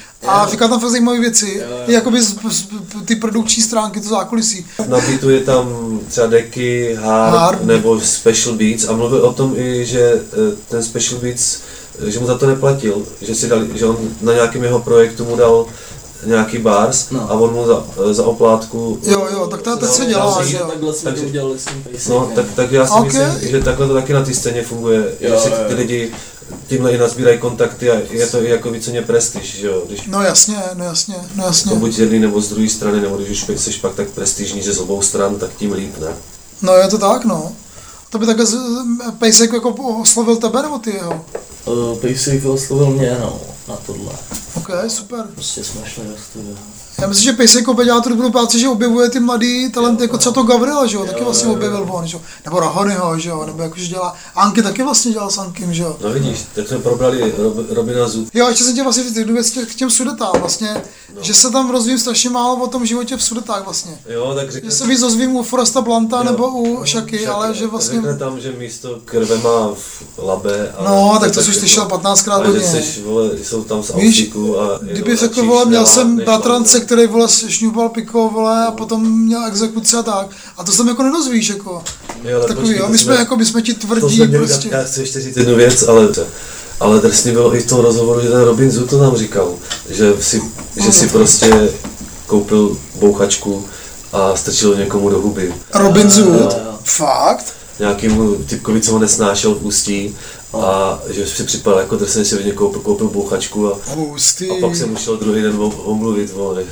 A říká tam fakt zajímavé věci. I jakoby z, z, ty produkční stránky, to zákulisí. na beatu je tam třeba deky, hard, Hard. nebo special beats a mluvil o tom i, že eh, ten special beats, že mu za to neplatil, že, si dal, že on na nějakém jeho projektu mu dal nějaký bars No. a on mu za, za oplátku... Jo, jo, tak to, to se dal- dělá, dal si- že jo. Takhle jsme to Takže- udělali s tím Pacem. No, tak, tak já si Ok. myslím, že takhle to taky na té scéně funguje, Jo, že si jo, ty jo. lidi tímhle i nazbírají kontakty a je to i jako víceně prestiž, že jo, když No jasně, no jasně, no jasně. to buď z jedné nebo z druhé strany, nebo když už jsi pak tak prestižní, že z obou stran, tak tím líp, ne? No je to tak, no. To by takhle z- Pejsek jako oslovil tebe, nebo ty jeho? Uh, Pacek oslovil mě, no, na tohle. Ok, super. Prostě jsme šli do studia. Já myslím, že Pejsek jako dělá tu dobrou práci, že objevuje ty mladý talenty, jako třeba to Gabriela, že jo, taky vlastně objevil on, že jo, nebo Rahonyho, že jo, nebo jakože dělá, Anky taky vlastně dělal s Ankim, že jo. No vidíš, teď jsme probrali Rob, Robina Zud. Jo, ještě jsem tě vlastně říct jednu věc k tě- k těm Sudetám, vlastně, no. Že se tam rozvím strašně málo o tom životě v Sudetách vlastně. Jo, tak řekne, Že se víc dozvím u Foresta Blanta Jo, nebo u no, Šaky, Šaky, ale že vlastně... Řekne tam, že místo krve má v labe. Ale No, tak to tak jsi jako- slyšel patnáctkrát ale že hodně. seš, vole, jsou tam z Víš, Ausiku a... Kdyby řekl, vole, měl jsem bratrance, který, vole, šňupal piko, vole, a potom měl exekuce a tak. A to se tam jako nedozvíš, jako. Jo, ale Takový, počkej, jo, to my jsme, jako, my jsme ti to tvrdí, jsme měli prostě. dát- Já chci ještě říct jednu věc, ale, ale drsně bylo i v tom rozhovoru, že ten Robin Zud to nám říkal, že si, že si prostě koupil bouchačku a strčil někomu do huby. Robin Zud? Jo. Fakt? Nějakému typkovi, co ho nesnášel v Ústí a že si připadal jako drsně, že by koupil, koupil bouchačku a, Hustý. a pak se mu šel druhý den omluvit, vole.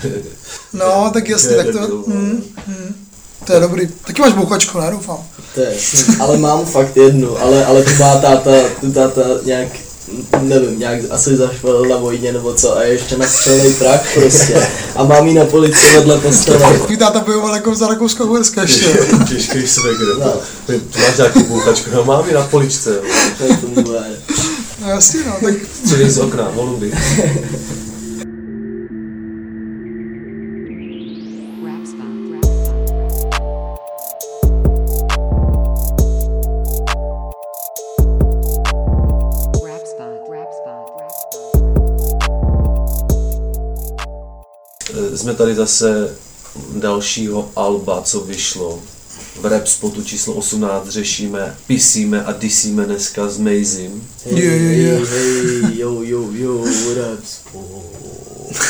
No, tak jasně, tak to, mm, mm, to je dobrý. Taky máš bouchačku, ne, doufám. To je jasný, ale mám fakt jednu, ale, ale tu má táta, tu táta nějak nevím, nějak asi zašvalil na vojně nebo co a je ještě na střelnej prach prostě. A mám jí na polici vedle postele. Tvůj táta bojoval jako za Rakousko-Uherska ještě. Těžký svegr. No. Ty máš nějaký bůchačku, no mám ji na poličce. To je to může. No jasně no, tak... Střelí z okna, holuby. Jsme tady zase dalšího alba, co vyšlo. V rap spotu číslo osmnáct řešíme, pisíme a disíme dneska s Mazem. Hey, yeah, yeah, yeah. hey, hey, yo, yo, yo, rap spot.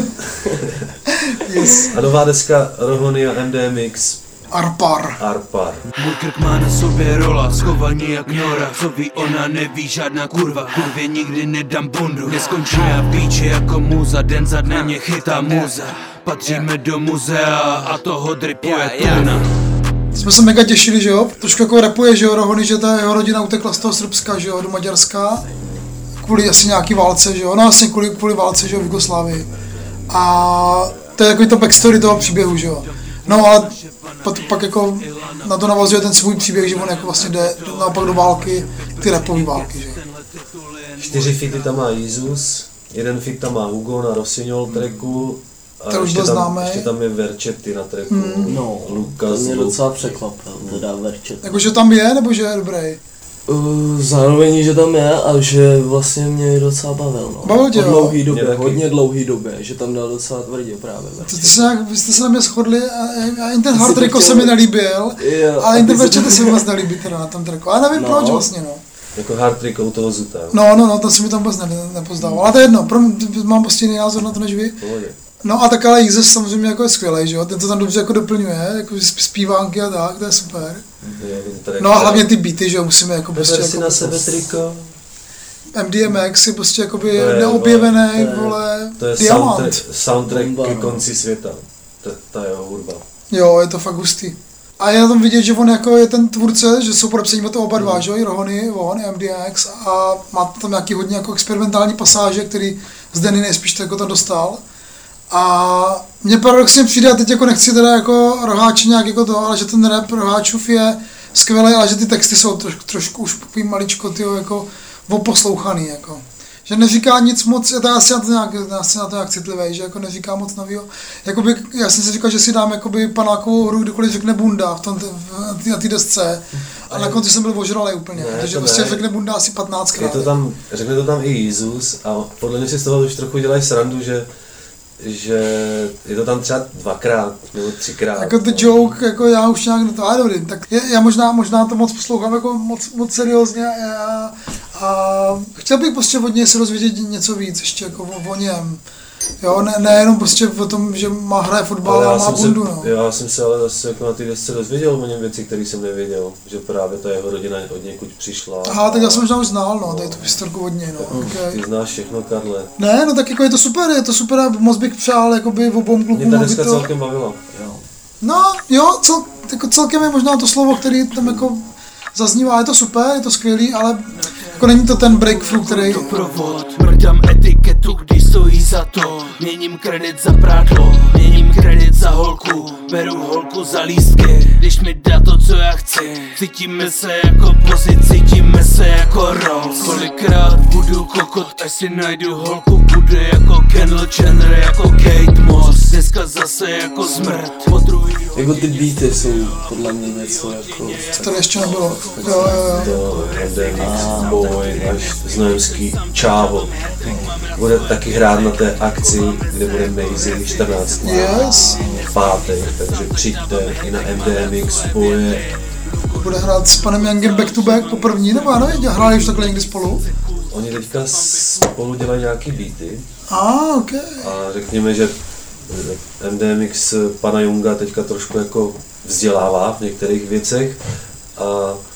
Yes. A nová deska Rohonia M D M X. Arpar. Arpar. Můj krk má na sobě rola, schovaný jak Nora. Co ví ona, neví žádná kurva. Kurvě nikdy nedám bundu. Neskončí na píči jako muza, den za dnem mě chytá muza. Patříme do muzea a toho dripuje tuna. Jsme se mega těšili, že jo? Trošku jako rapuje, že jo, Rohony, že ta jeho rodina utekla z toho Srbska, že jo, do Maďarska. Kvůli asi nějaký válce, že jo, no asi kvůli, kvůli válce, že jo, v Jugoslávii. A to je takový to backstory toho příběhu, že jo. No ale pak, pak jako na to navazuje ten svůj příběh, že on jako vlastně jde naopak do války, ty rapové války, že jo. Čtyři fity tam má Jesus, jeden fit tam má Hugo na Rossignol tracku. A to už ještě, byl tam, známý. ještě tam je Verčety na tracku. Mm. No, Lukas, to mě Luke. docela překvapil, teda Verčety. Jakože tam je, nebo že je dobrý? Uh, zároveň, že tam je a že vlastně mě docela bavil, no. Bavil tě, po dlouhý době, taky. hodně dlouhý době, že tam dal docela tvrdě právě. To, to se nějak, vy jste se na mě shodli a, a i ten hard tracko se mi nelíbil, Jo, ale i ten ty Verčety si- se mi moc nelíbí teda na tom tracku, ale nevím No. proč vlastně, no. Jako hard trick u toho Zuta. No, no, no, to se mi tam vůbec ne, nepozdával, ale to je jedno, pro mě, mám prostě jiný názor na to než vy. Pohodě. No a tak ale Jesus samozřejmě jako je skvělý, že jo, ten to tam dobře jako doplňuje, jako sp- zpívánky a tak, to je super. Je, tady No a hlavně ty beaty, že jo, musíme jako prostě Vyber si jako... na sebe triko. M D M X je prostě jakoby To je, neobjevený, to je- vole, To je diamant. soundtrack, soundtrack Bomba, ke no. konci světa. To je ta jeho hudba. Jo, je to fakt hustý. A je na tom vidět, že on jako je ten tvůrce, že jsou podepsaní o to oba dva, že jo, i Rohony, on, M D X a má tam nějaký hodně jako experimentální pasáže, který z Denny nejspíš to jako tam dostal. A mně paradoxně přijde, a teď jako nechci teda jako roháči nějak jako to, ale že ten rap roháčův je skvělý, ale že ty texty jsou troš, trošku už takový maličko tyjo, jako oposlouchaný, jako. Že neříká nic moc, já to asi na to nějak, já jsem na to nějak citlivý, že jako neříká moc novýho. Jakoby, já jsem si říkal, že si dám jakoby panákovou hru, kdykoliv řekne bunda v tom, v, na té desce. A na konci jsem byl ožralej úplně, Ne, protože to prostě ne. řekne bunda asi patnáctkrát. Je to tam, řekne to tam i Jesus a podle mě si z toho už trochu dělají srandu, že že je to tam třeba dvakrát nebo třikrát. Jako the joke, jako já už nějak to, ale dobrý, tak je, já možná, možná to moc poslouchám jako moc, moc seriózně a, a chtěl bych prostě od něj se dozvědět něco víc ještě jako o, o něm. Jo, ne, nejenom prostě o tom, že má hraje fotbal a má bundu, se, no. Já jsem se ale zase jako na té desce dozvěděl o něm věci, které jsem nevěděl, že právě ta jeho rodina od někud přišla. Aha, tak já jsem možná už znal, no, tady tu historku od něj, no. Okay. Ty znáš všechno, Karle. Ne, no tak jako je to super, je to super a moc bych přál jakoby v obou Mě klukům, ta aby deska to... celkem bavila. Jo. No, jo, cel, jako celkem je možná to slovo, který tam jako zaznívá, je to super, je to skvělý, ale jako není to ten breakthrough, který... Doprovod, mrdám etiketu, když stojí za to. Měním kredit za prádlo, měním kredit za holku. Beru holku za lístky, když mi dá to, co já chci. Cítíme se jako bozy, cítíme se jako Rolls. Kolikrát budu kokot, až si najdu holku. Bude jako Kendall Jenner, jako Kate Moss. Dneska zase jako smrt, po druhý. Jako ty beaty jsou podle mě něco jako... To tady ještě nebylo. Jo, jo, jo. To M D M X, Boj, až Znojemský, Čávo. Bude taky hrát na té akci, kde bude Mazy čtrnáctého Yes. v pátek, takže přijďte i na M D M X, Boje. Bude hrát s panem Youngem back to back po první, nebo já nevím, hráli už takhle někdy spolu? Oni teďka spolu dělají nějaký beaty A, ah, ok. a řekněme, že M D M X pana Junga teďka trošku jako vzdělává v některých věcech a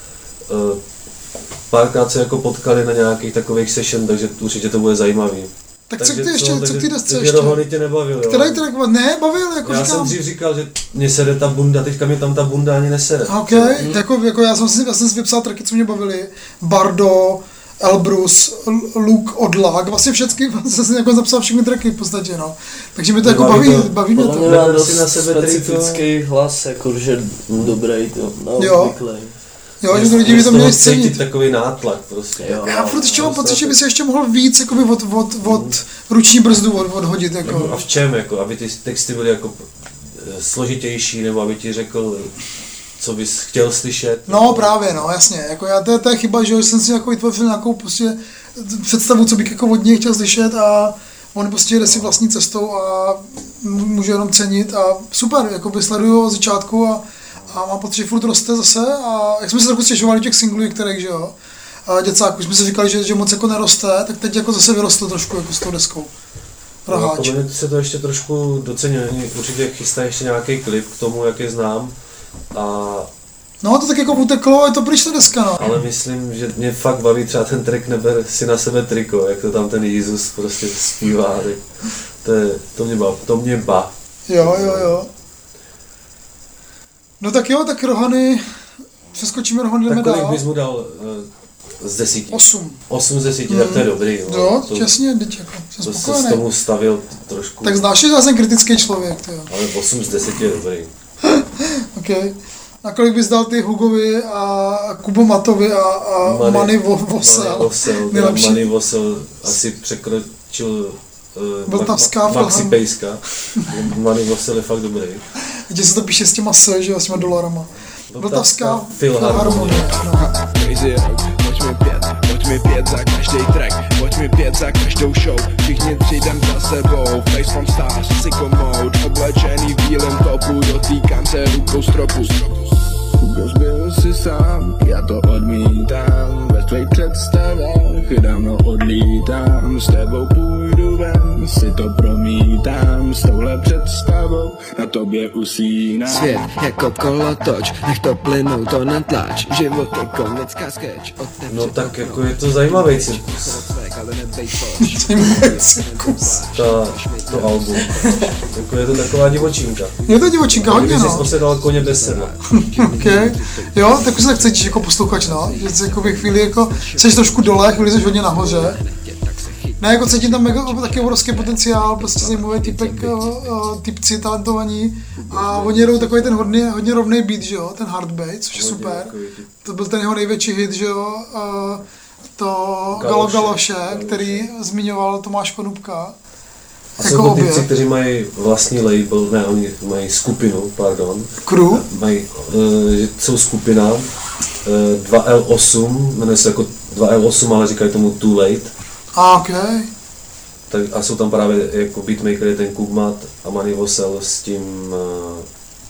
uh, párkrát se jako potkali na nějakých takových session, takže určitě to bude zajímavý. Tak co ty ještě, co ty desce takže ještě? Rohony tě nebavil, jo? Který track, ne, bavil, jako Já říkám. jsem dřív říkal, že mě sede ta bunda, teďka mě tam ta bunda ani nesede. Ok, jako, jako já jsem si, já jsem si vypsal tracky, co mě bavily. Bardo, Elbrus, Luke Odlak, vlastně všechny, vlastně jsem jako zapsal všechny tracky v podstatě, no. Takže mi to jako baví, baví mě to. Podle mě má dost specifický hlas, jakože dobrý to, neobvyklý. Jo, že to lidi by to měli scenit. Takový nátlak prostě. Jo, já furt ještě mám pocit, že by se ještě mohl víc jakoby od, od, od ruční brzdu od, odhodit. Jako. A v čem, jako, aby ty texty byly jako složitější, nebo aby ti řekl, co bys chtěl slyšet? No právě, no jasně, jako já, to, je, to je chyba, že jsem si jako vytvořil nějakou prostě představu, co bych jako od něj chtěl slyšet a on prostě jde si vlastní cestou a může jenom cenit a super, jako sleduju od začátku a a mám pocit, že furt roste zase a jak jsme se trochu stěžovali těch singlů některých, že jo, a děcáků, jsme si říkali, že, že moc jako neroste, tak teď jako zase vyrostl trošku jako s tou deskou. Raháč. No, se to ještě trošku docenuje, určitě chystá ještě nějaký klip k tomu, jak je znám a... No to tak jako uteklo, je to pryč ta deska, no. Ale myslím, že mě fakt baví třeba ten track Neber si na sebe triko, jak to tam ten Jezus prostě zpívá, to, je, to mě bav, to mě bav. Jo, jo, jo. No tak jo, tak Rohany, přeskočíme Rohany, jdeme dál. Tak kolik bys mu dal uh, z desíti? Osm. Osm z desíti, mm. tak to je dobrý. No. Jo, to, časně, teď jako, jsem to spokojený. To se s tomu stavil trošku. Tak znáš, že já jsem kritický člověk, to jo. Ale osm z deseti je dobrý. OK. A kolik bys dal ty Hugovi a Kubo Matovi a, a Mani, Mani Vosel? Mani Vosel, Mani Vosel asi překročil Vltavská Maxi Pejska. Mani Vosel je fakt dobrý. Vidíte, se to píše s těma S, že jo, s těma dolarama. Vltavská filharmonie. Pojď mi pět, pojď mi pět za každý track, pojď mi pět za každou show, všichni přijdem za sebou, facepalm stars, sicko mode, oblečený v bílém topu, dotýkám se rukou stropu. Byl si sám, já to odmítám, ve tvých představách dávno odlítám, s tebou půjdu ven, si to promítám, s touhle představou na tobě usínám. Svět jako kolotoč, nech to plynou, to netlač, život je komická sketch. No tak jako je to zajímavý cirkus. Ta, to album. Jako je to taková divočinka. Je to divočinka, hodně, no. Kdyby jsi posedal koně bez sedla. Okay. Jo, tak už se tak cítíš jako posluchač, no. Že jsi jako chvíli jako, jsi trošku dole, chvíli jsi hodně nahoře. Ne, jako cítím tam mega, taky obrovský potenciál, prostě zajímavý typek, uh, typci talentovaní a oni jedou takový ten hodně, hodně rovnej beat, že jo, ten hard beat, což je super. To byl ten jeho největší hit, že jo, uh, to Galo Galoše, který zmiňoval Tomáš Konupka. A jsou to typci, kteří mají vlastní label, ne, oni mají skupinu, pardon. Crew? Mají, uh, jsou skupina uh, dva L osm, jmenuje se jako dva L osm, ale říkají tomu Too Late. A, okay. Tak, a jsou tam právě jako beatmaker je ten Kubmat a Mani Vosel s tím uh,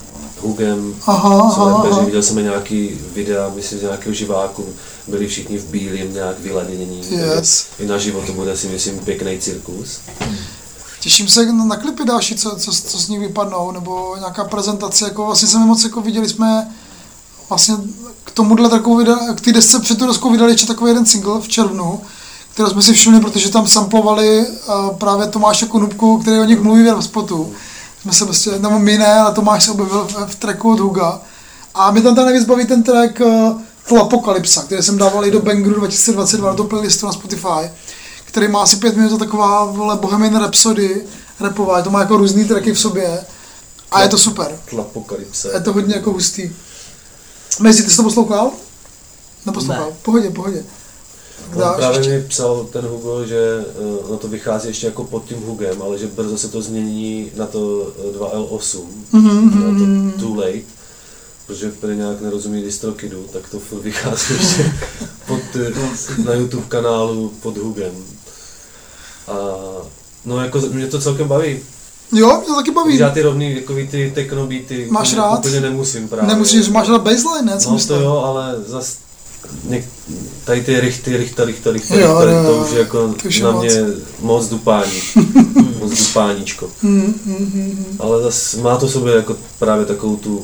Hugem, aha, jsou aha, aha. Viděl jsem nějaký videa, myslím, z nějakého živáku, byli všichni v bílém nějak vyladění. Yes. I na život to bude, si myslím, pěkný cirkus. Těším se na klipy další, co, co, co z nich vypadnou, nebo nějaká prezentace, jako vlastně jsme moc jako viděli jsme vlastně k tomuhle takovou videa, k té desce před tu deskou vydali ještě takový jeden single v červnu, kterou jsme si všimli, protože tam samplovali uh, právě Tomáše Konupku, který o nich mluví v spotu. Jsme se prostě, nebo my ne, ale Tomáš se objevil v, v tracku od Huga. A mě tam tady nejvíc baví ten track uh, Tlapokalypsa, který jsem dával i do Bangru dva tisíce dvacet dva do playlistu na Spotify, který má asi pět minut, taková vole Bohemian Rhapsody rapová, to má jako různý tracky v sobě a je to super. Tlapokalypse. Je to hodně jako hustý. Mezi, ty jsi to poslouchal? Neposlouchal? Pohodě, pohodě. On právě mi psal ten Hugo, že uh, no to vychází ještě jako pod tím Hugem, ale že brzo se to změní na to dva L osm, mm-hmm. na to Too Late, protože úplně nějak nerozumí DistroKidu, tak to furt vychází ještě pod, na YouTube kanálu pod Hugem. A no jako mě to celkem baví. Jo, mě to taky baví. Když já ty rovný, jako ty techno beaty, máš rád? Úplně nemusím právě. Nemusíš, máš rád baseline, ne? Co no myslím? to jo, ale zas něk, tady ty richty, richta, richta, richta, jo, richta, jo, to už je jako už na moc. mě moc dupání, moc dupáníčko. Mm, mm, mm. Ale zas má to sobě jako právě takovou tu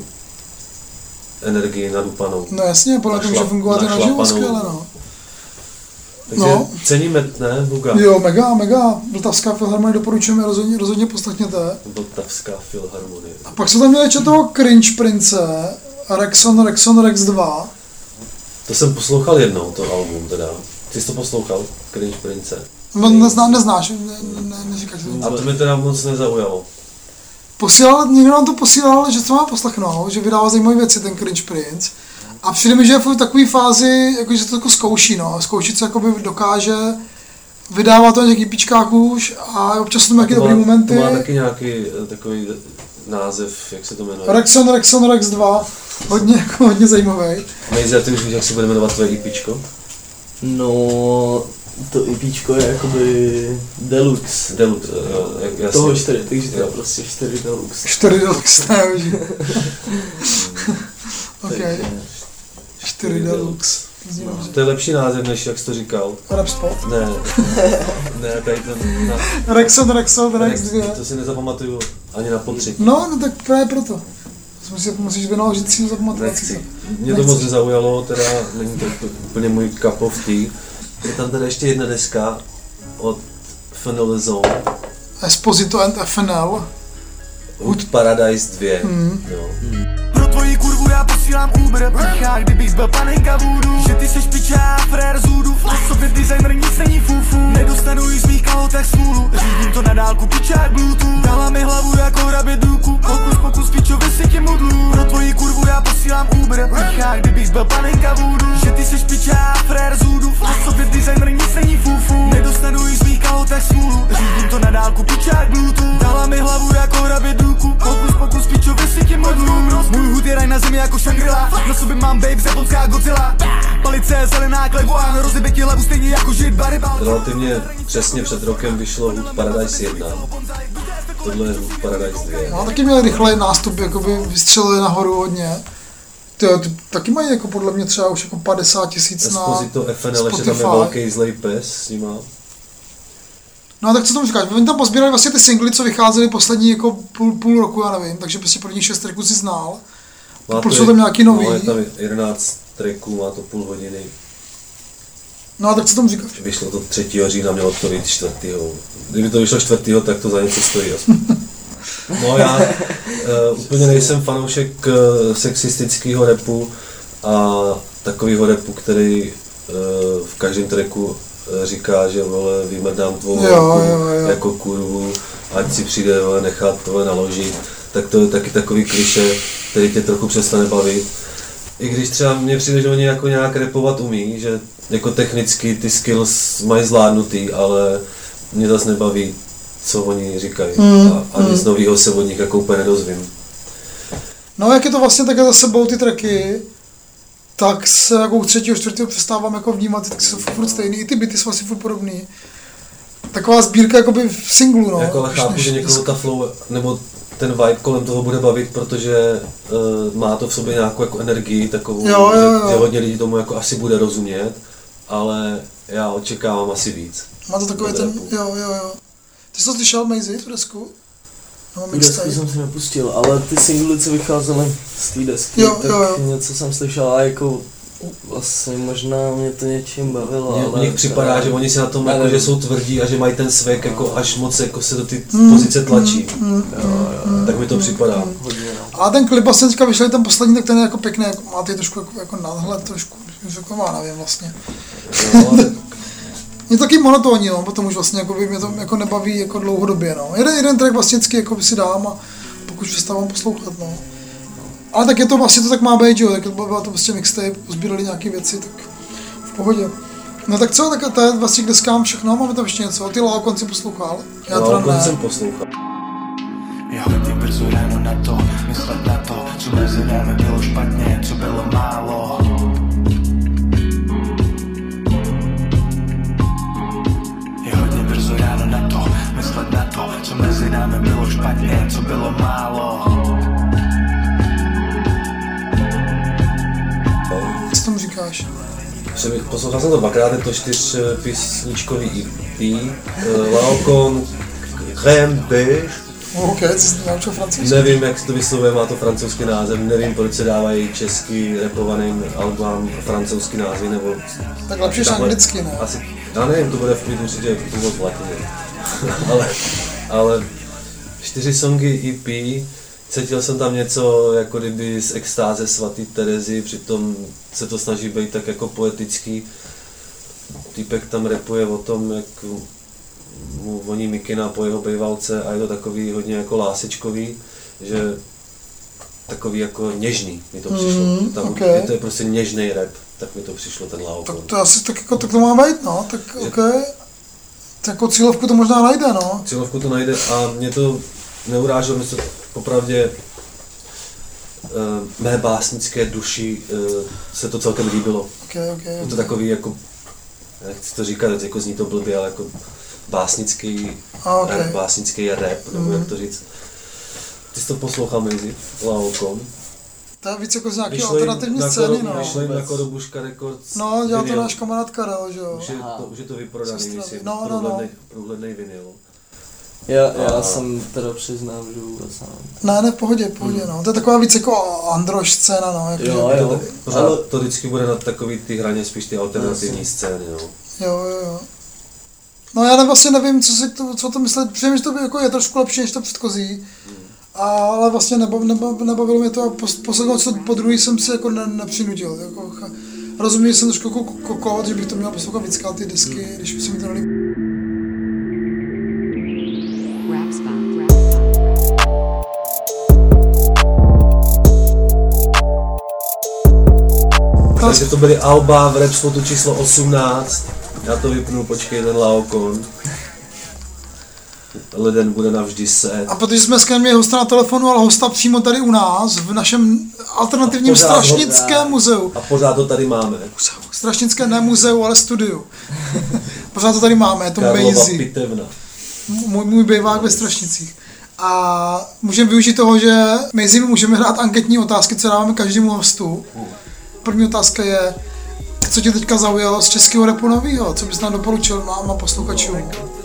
energii nadupanou. No jasně, podle toho může fungovat i na život skvěle, no. Takže no. ceníme, ne, Huga? Jo, mega, mega. Vltavská filharmonie doporučujeme, rozhodně, rozhodně poslechněte. Vltavská filharmonie. A pak jsme tam měli ještě toho Cringe Prince, Rexon, Rexon, Rex dva. To jsem poslouchal jednou, to album teda. Ty jsi to poslouchal, Cringe Prince? No, nezná, neznáš, ne, ne, neříkáš. A to mi teda moc nezaujalo. Posílal, někdo nám to posílal, že to má poslechnout, že vydává zajímavé věci ten Cringe Prince. A přijde mi, že je v takové fázi, jako, že to jako zkouší, no. Zkoušit se jakoby dokáže, vydává to na nějakých píčkách už a občas to má nějaké dobrý momenty. To má taky nějaký takový název, jak se to jmenuje? Rexon, Rexon, Rex dva, hodně, jako, hodně zajímavý. Nejze, ty už víš, jak se bude jmenovat tvoje EPčko? No, to EPčko je jakoby deluxe. Deluxe, jo, jasně. Toho čtyři, takže to je prostě čtyři deluxe. čtyři deluxe, ne, už. OK. čtyři deluxe. To je lepší název, než jak jsi to říkal. Rap Spot? Ne, ne, tady to... Na... Rexon, Rexon, Rex dva. To si nezapamatuju ani na potřetí. No, no tak právě proto. Musíš, musíš vynaložit si zapamatovat si to. Mě to moc nezaujalo, teda není to úplně můj cup of tea. Je tam teda ještě jedna deska od F N L Zone. Esposito and F N L. Hood Paradise dva. Mm. Jo. Mm. Pro tvoji kurvu já posílám Uber Prchá, kdybych byl panenka vůdu Že ty seš pičá, frér zůdu V sobě designer nic není fufu Nedostanu jí z mých kalotech smůlu Řídím to na dálku, pičák bluetooth Dala mi hlavu jako rabě duku Pokus, pokus, pičovi si tě modlu Pro tvoji kurvu já posílám Uber Prchá, kdybych byl panenka vůdu Že ty seš pičá, frér zůdu V sobě designer nic není fufu Nedostanu jí z mých kalotech smůlu Řídím to na dálku, pičák bluetooth Dala mi hlavu jako rabě duku Pokus, pokus, pičovi si tě modlu Můj hud je raj na zemi jako Shangri-La Na sobě mám babe, japonská Godzilla Palice, zelená kleguán Rozjebe ti hlavu stejně jako žid baribal Relativně přesně před rokem vyšlo Hood Paradise jedna. Tohle je Hood Paradise dva. No, taky měli rychlej nástup, jakoby vystřelili nahoru hodně. Tyjo, ty taky mají jako podle mě třeba už jako padesát tisíc na Esposito F N L, že tam je velký zlej pes s nima. No tak co tomu říkáš? Oni tam pozbírali vlastně ty singly, co vycházely poslední jako půl, půl roku, já nevím, takže prostě první šest tracků si znal. Plus jsou tam nějaký nový. No, je tam jedenáct tracků, má to půl hodiny. No a tak co tomu říkáš? Vyšlo to třetího října, mělo to být čtvrtého. Kdyby to vyšlo čtvrtého, tak to za něco stojí aspoň. No já uh, úplně nejsem fanoušek uh, sexistického rapu a takového rapu, který uh, v každém tracku uh, říká, že vole, vymrdám tvou holku jako kurvu, ať si přijde vole, nechat tohle naložit, tak to je taky takový kliše, který tě trochu přestane bavit. I když třeba mně přijde, že oni jako nějak rapovat umí, že jako technicky ty skills mají zvládnutý, ale mě zase nebaví, co oni říkají mm, a, a nic mm. nového se od nich jako úplně nedozvím. No jak je to vlastně také za sebou ty tracky, tak se jako u třetího, čtvrtého přestávám jako vnímat, tak jsou furt stejný, i ty bity jsou asi furt podobný. Taková sbírka jakoby v singlu, no. Jako ale chápu, že někoho ta flow, nebo ten vibe kolem toho bude bavit, protože uh, má to v sobě nějakou jako energii takovou, jo, jo, jo. Že, že hodně lidí tomu jako asi bude rozumět, ale já očekávám asi víc. Má to takový ten, jo, jo, jo. Ty jsi to slyšel, Mejzi, tu desku? No, tu desku jsem si nepustil, ale ty singly, co vycházely z té desky, jo, tak jo, jo. něco jsem slyšel a jako vlastně možná mě to něčím bavilo, Mně, ale... Mně připadá, že oni si na tom jako, že jsou tvrdí a že mají ten svek jako až moc jako se do ty mm, pozice tlačí. Mm, mm, jo, jo, tak mi to mm, připadá. Mm. A ten klip vlastně teďka vyšel ten poslední, tak ten je jako pěkný, jako, má ty trošku jako, jako nadhled, trošku, jako má, nevím vlastně. Jo, ale... Je to taky monotónní, no, potom už vlastně jako by mě to jako nebaví jako dlouhodobě, no. Jeden, jeden track vlastně vždycky jako si dám a pokud přestávám poslouchat, no. Ale tak je to vlastně to tak má být, jo, tak byla to prostě mixtape, pozbírali nějaké věci, tak v pohodě. No tak co, tak to je vlastně k deskám všechno, máme tam ještě něco, ty Laokon si poslouchal? Já teda ne. jsem poslouchal. Je hodně brzo ráno na to, myslet na to, co mezi námi bylo špatně, co bylo málo. Je hodně brzo ráno na to, myslet na to, co mezi námi bylo špatně, co bylo málo. Co tomu říkáš? Poslouchal jsem to dvakrát, je to čtyřpísničkový E P, Laokon, Crème Beige. Ok, co jsi naučil francouzsky? Nevím, jak se to vyslovuje, má to francouzský název, nevím, proč se dávají český rapovaným albám francouzský názvy, nebo... Tak lepší než anglicky, ne? Asi, já nevím, to bude v klidu určitě původ v latině, ale, ale čtyři songy E P, cítil jsem tam něco jako kdyby z extáze svatý Terezy, přitom se to snaží být tak jako poetický. týpek tam rapuje o tom, jak mu voní mikina po jeho bejvalce a je to takový hodně jako lásečkový, že takový jako něžný mi to přišlo. Mm, tam okay. je to je prostě něžný rap, tak mi to přišlo ten Laokon. Tak to asi tak jako tak to má být, no, tak že... ok. Tak jako cílovku to možná najde, no. Cílovku to najde a mě to neuráželo, mě to popravdě uh, mé básnické duši uh, se to celkem líbilo. Okay, okay, je to takový jako, nechci to říkat, jako zní to blbě, ale jako básnický, okay. rap, básnický rap, nebo mm. jak to říct. Ty jsi to poslouchal mezi Laokon? To je víc jako z nějaké alternativní scény, no. Vyšlo jim na Kodobuška Records. No, dělal to náš kamarád Karel, že jo. Už je to, už je to vyprodaný, myslím, no, no, no. průhlednej vinyl. Já, já a... jsem teda přiznám, že vůbec nevím. Ne, ne, v pohodě, v pohodě, hmm. no. To je taková víc jako androž scéna, no. Jako jo, že... jo. Pořád ale... to vždycky bude na takový ty hraně spíš ty alternativní no, scény, no. Jo, jo, jo. No já ne, vlastně nevím, co si to, co to myslet, přijím, že to by jako je trošku lepší než to předchozí. Hmm. Ale vlastně nebav, nebav, nebavilo mě to a poslednou co po druhý jsem si jako ne, nepřinutil. Jako, rozumím, že jsem trošku jako kokot, že bych to měl poslouchat víckrát ty desky, hmm. když se mi to nelíbí. Takže to byly alba v Rapspotu číslo osmnáct. Já to vypnu, počkej, ten Laokon. Leden bude navždy set. A protože jsme dneska neměli hosta na telefonu, ale hosta přímo tady u nás, v našem alternativním strašnickém muzeu. A pořád to tady máme. Strašnické ne muzeu, ale studiu. Pořád to tady máme, je to Mejzi. Pitevna. Můj, můj bejvák ve Strašnicích. A můžeme využít toho, že Mejzi můžeme hrát anketní otázky, co dáváme každému hostu. První otázka je, co tě teďka zaujalo z českého rapu novýho? Co bys nám doporučil nám a posluchačům?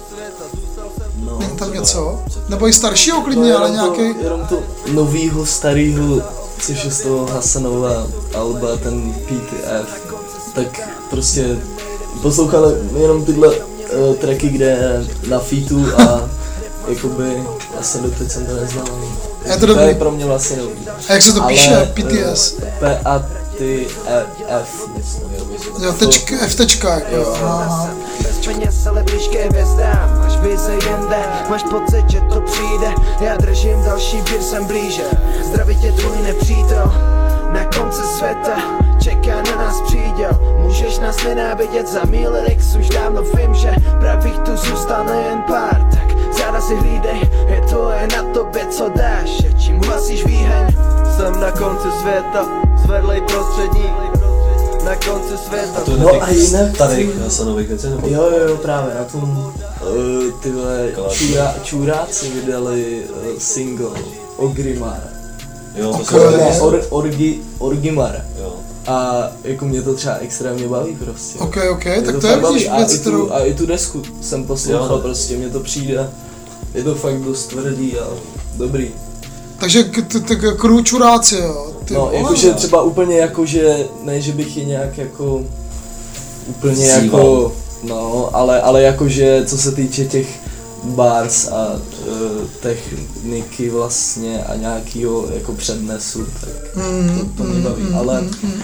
No, není tam něco? Nebo i staršího klidně, ale nějaký. Jenom to novýho, starýho, což je z toho Hasanova alba, ten P T F. Tak prostě poslouchali jenom tyhle uh, tracky, kde je na featu a jakoby vlastně doteď jsem to neznal. Je to dobrý. To je pro mě vlastně nový. A jak se to ale, píše? P T S? P A T F, myslím. Jo, tečka, F tečka, jo. Aha. Peněz, ale blíž ke hvězdám, až vyzejden den, máš pocit, že to přijde, já držím další bír, jsem blíže, zdraví tě tvůj nepřítel, na konci světa, čeká na nás příděl, můžeš nás nenávidět za mý lyrics, už dávno vím, že pravých tu zůstane jen pár, tak záda si hlídej, je to jen na tobě, co dáš, čím hlasíš výheň, jsem na konci světa, zvedlej prostředník, na konci světa. To je no a jinak starých Hasanových věcí, nebo? Jo, jo, jo, právě na tom uh, tyhle čurá, čuráci vydali uh, single Ogrimara. Jo, to okay. ne, or, orgi, Orgimara. Jo. A jako mě to třeba extrémně baví prostě. Ok, ok, je tak to, to je vidíš věc, kterou... tu, a i tu desku jsem poslouchal, jo. Prostě mě to přijde, je to fakt dost tvrdý a dobrý. Takže crew čuráci, jo? Ty no, jakože třeba úplně jakože, ne že bych je nějak jako, úplně Zíval. jako, no, ale, ale jakože co se týče těch bars a uh, techniky vlastně a nějakýho jako přednesu, tak mm, to, to mě baví, mm, ale... Mm, mm.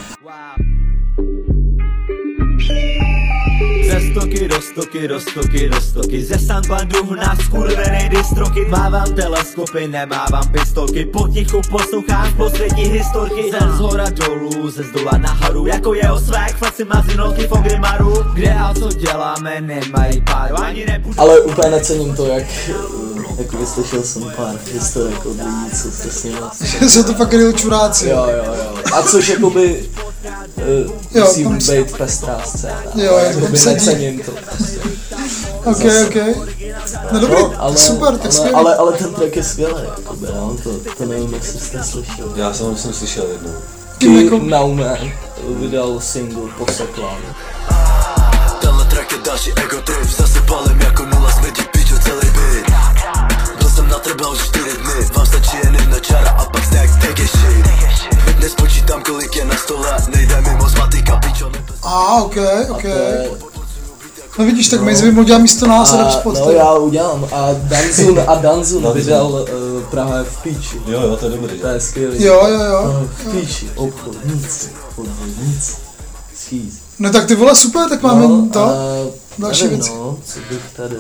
Ze stoky do stoky do stoky do stoky ze Sanbandu na skurvenej distroky. Mávám teleskopy, nemávám pistolky, potichu poslouchám poslední historky. Ze zhora dolů, ze zdola nahoru, jako jeho svák, faci mazinolky v Ogrimaru. Kde a co děláme, nemají páru, ani nepůjdu. Ale úplně necením to, jak jako vyslyšel jsem pár historek od lidí, co jste s nimi. Jsou to fakt real čuráci. Jo, jo, jo. A což jakoby uh, jo, musí tam... být pestrá scéna. Jo, jakoby necením to. Ok, ok. No dobrý, no, ale, super, tak skvělý. Ale, ale ten track je skvělý, jakoby, no, to, to nevím, jestli jste slyšel. Já jsem jsem slyšel jednou. Ty Nauman vydal single Poseklán. Tenhle track je další ego trip, zase palem jako nula, smrdí pičo celý byt. Byl jsem na trble už čtyři dny, vám stačí jen jedna čara a pak stack take a shit. Nespočítám kolik je na stole, nejde mi moc matika, pičo. A, ok, ok. No vidíš, tak Mejzi by mohl dělat místo nás a Rapspot. No já udělám a Danzun a Danzun vydal uh, Praha je v píči. Jo, jo, to je dobrý. To je skvělý. Jo, jo, jo. Praha v píči, obchod, nic, obchod, nic, schýz. No tak ty vole super, tak máme no, to. A, další nevím, věci. no, co bych tady.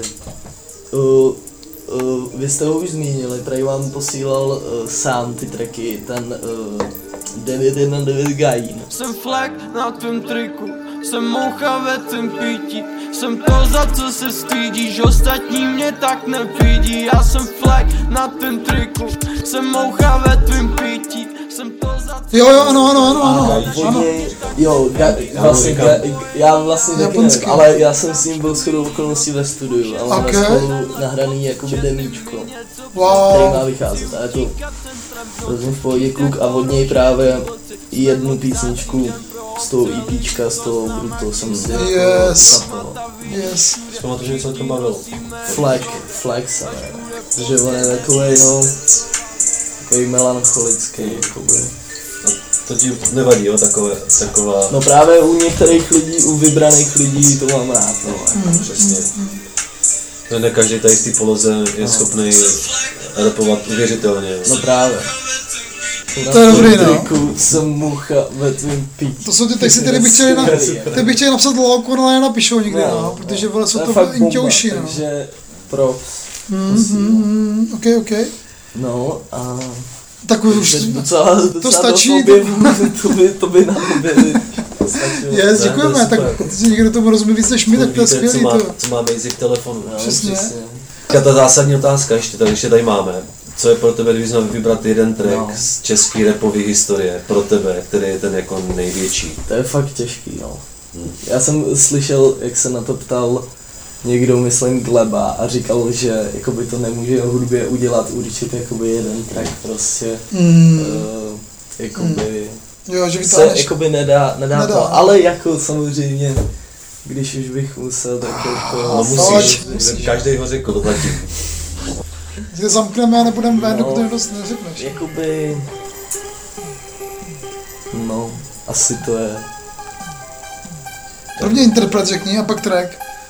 Uh, uh, vy jste ho už zmínili, prej vám posílal uh, sám ty tracky, ten uh, devět jedna devět Gajín. Jsem flek na tvém triku, jsem moucha ve tvém pití. Jsem to, za co se stydíš, ostatní mě tak nevidí. Já jsem flek na tvém triku, jsem moucha ve tvém pití. Jsem to, za co... Jo, jo, ano, ano, ano, ano. ano. Jo, ga, vlastně, ga, já vlastně taky nevím, ale já jsem s ním byl shodou okolností ve studiu a máme Okay. spolu nahraný jakoby demíčko, Wow. který má vycházet a je to hrozně v pohodě kluk a od něj právě jednu písničku z toho EPčka, z toho Bruto jsem si Yes. zapal. Yes. Pamatuju, že mě celkem bavilo. Flag, flag se ne, protože on je takovej no, takový melancholický jakoby. To ti nevadí, jo, takové, taková... No právě u některých lidí, u vybraných lidí to mám rád, no. Mm, přesně. To ne každý tady z té poloze je schopný rapovat uvěřitelně. No právě. To je dobrý, no. Triku, jsem mucha ve tvým pití. To jsou ty texty, které bych chtěl, na, ty bych chtěl napsat lolko, ale napíšou nikdy, no, no, protože vole jsou to fakt inťouši, no. Takže props. Mm, mm, mm, ok, ok. No a... Tak už docela, docela to stačí. Objevu, to by, to by nám objevili. Yes, děkujeme, tak si někdo tomu rozumí víc než my, tak to je skvělý. Co, má, to. co máme jít v telefonu. No, přesně. přesně. Ta zásadní otázka, ještě tady, ještě tady máme. Co je pro tebe, kdybys měl vybrat jeden track no. z české rapové historie, pro tebe, který je ten jako největší? To je fakt těžký, no. Hmm. Já jsem slyšel, jak se na to ptal někdo, myslím Gleba, a říkal, že jakoby to nemůže o hudbě udělat určitě jakoby jeden track prostě, mm. uh, jakoby mm. jo, že se vytáhneš. jakoby nedá, nedá, nedá, to, ale jako samozřejmě, když už bych musel, tak jako... No musíš, musíš. Každý ho řekl, to platí. Když zamkneme a nebudeme ven, no, dokud to dost neřekneš. Jakoby... No, asi to je... První interpret řekni a pak track.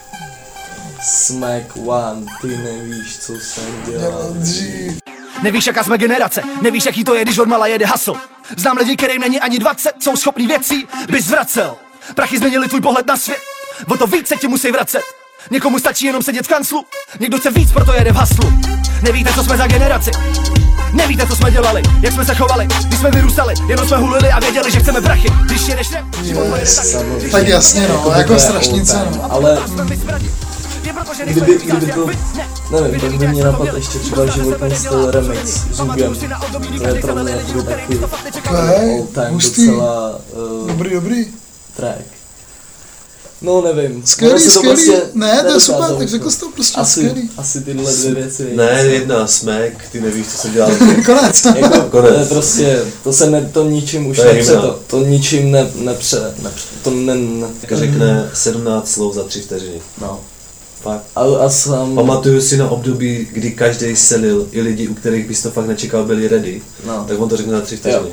Smack One, ty nevíš, co jsem dělal dřív. Nevíš, jaká jsme generace, nevíš, jaký to je, když odmala jede hustle. Znám lidi, kterým není ani dvacet, jsou schopný věcí, bys vracel. Prachy změnili tvůj pohled na svět, o to víc se ti musí vracet. Někomu stačí jenom sedět v kanclu, někdo chce víc, proto jede v hustlu. Nevíte, co jsme za generaci, nevíte, co jsme dělali, jak jsme se chovali, když jsme vyrůstali, jenom jsme hulili a věděli, že chceme prachy. Když jedeš ne, yes. Tak jasně, no, jako strašnice, no. Ale kdyby, kdyby to, nevím, tak by mě napadl ještě třeba životní styl remix s Zugem. To je pro mě jako taky all time docela uh, dobrý, dobrý track. No nevím. Skvělý, skvělý, prostě ne, to je super, tak řekl jsi to prostě asi, skvělý. Asi tyhle dvě věci. Ne, jedna, Smack, ty nevíš, co jsem dělal. Konec. Jako, konec. Ne, prostě, to se ne, to ničím už to nepře, to, to ničím ne, nepře, nepře, to ne, ne. Řekne sedmnáct slov za tři vteřiny. No. Fakt. A, a sám... Pamatuju si na období, kdy každý selil, i lidi, u kterých bys to fakt nečekal, byli ready, no. tak on to řekne za tři vteřiny.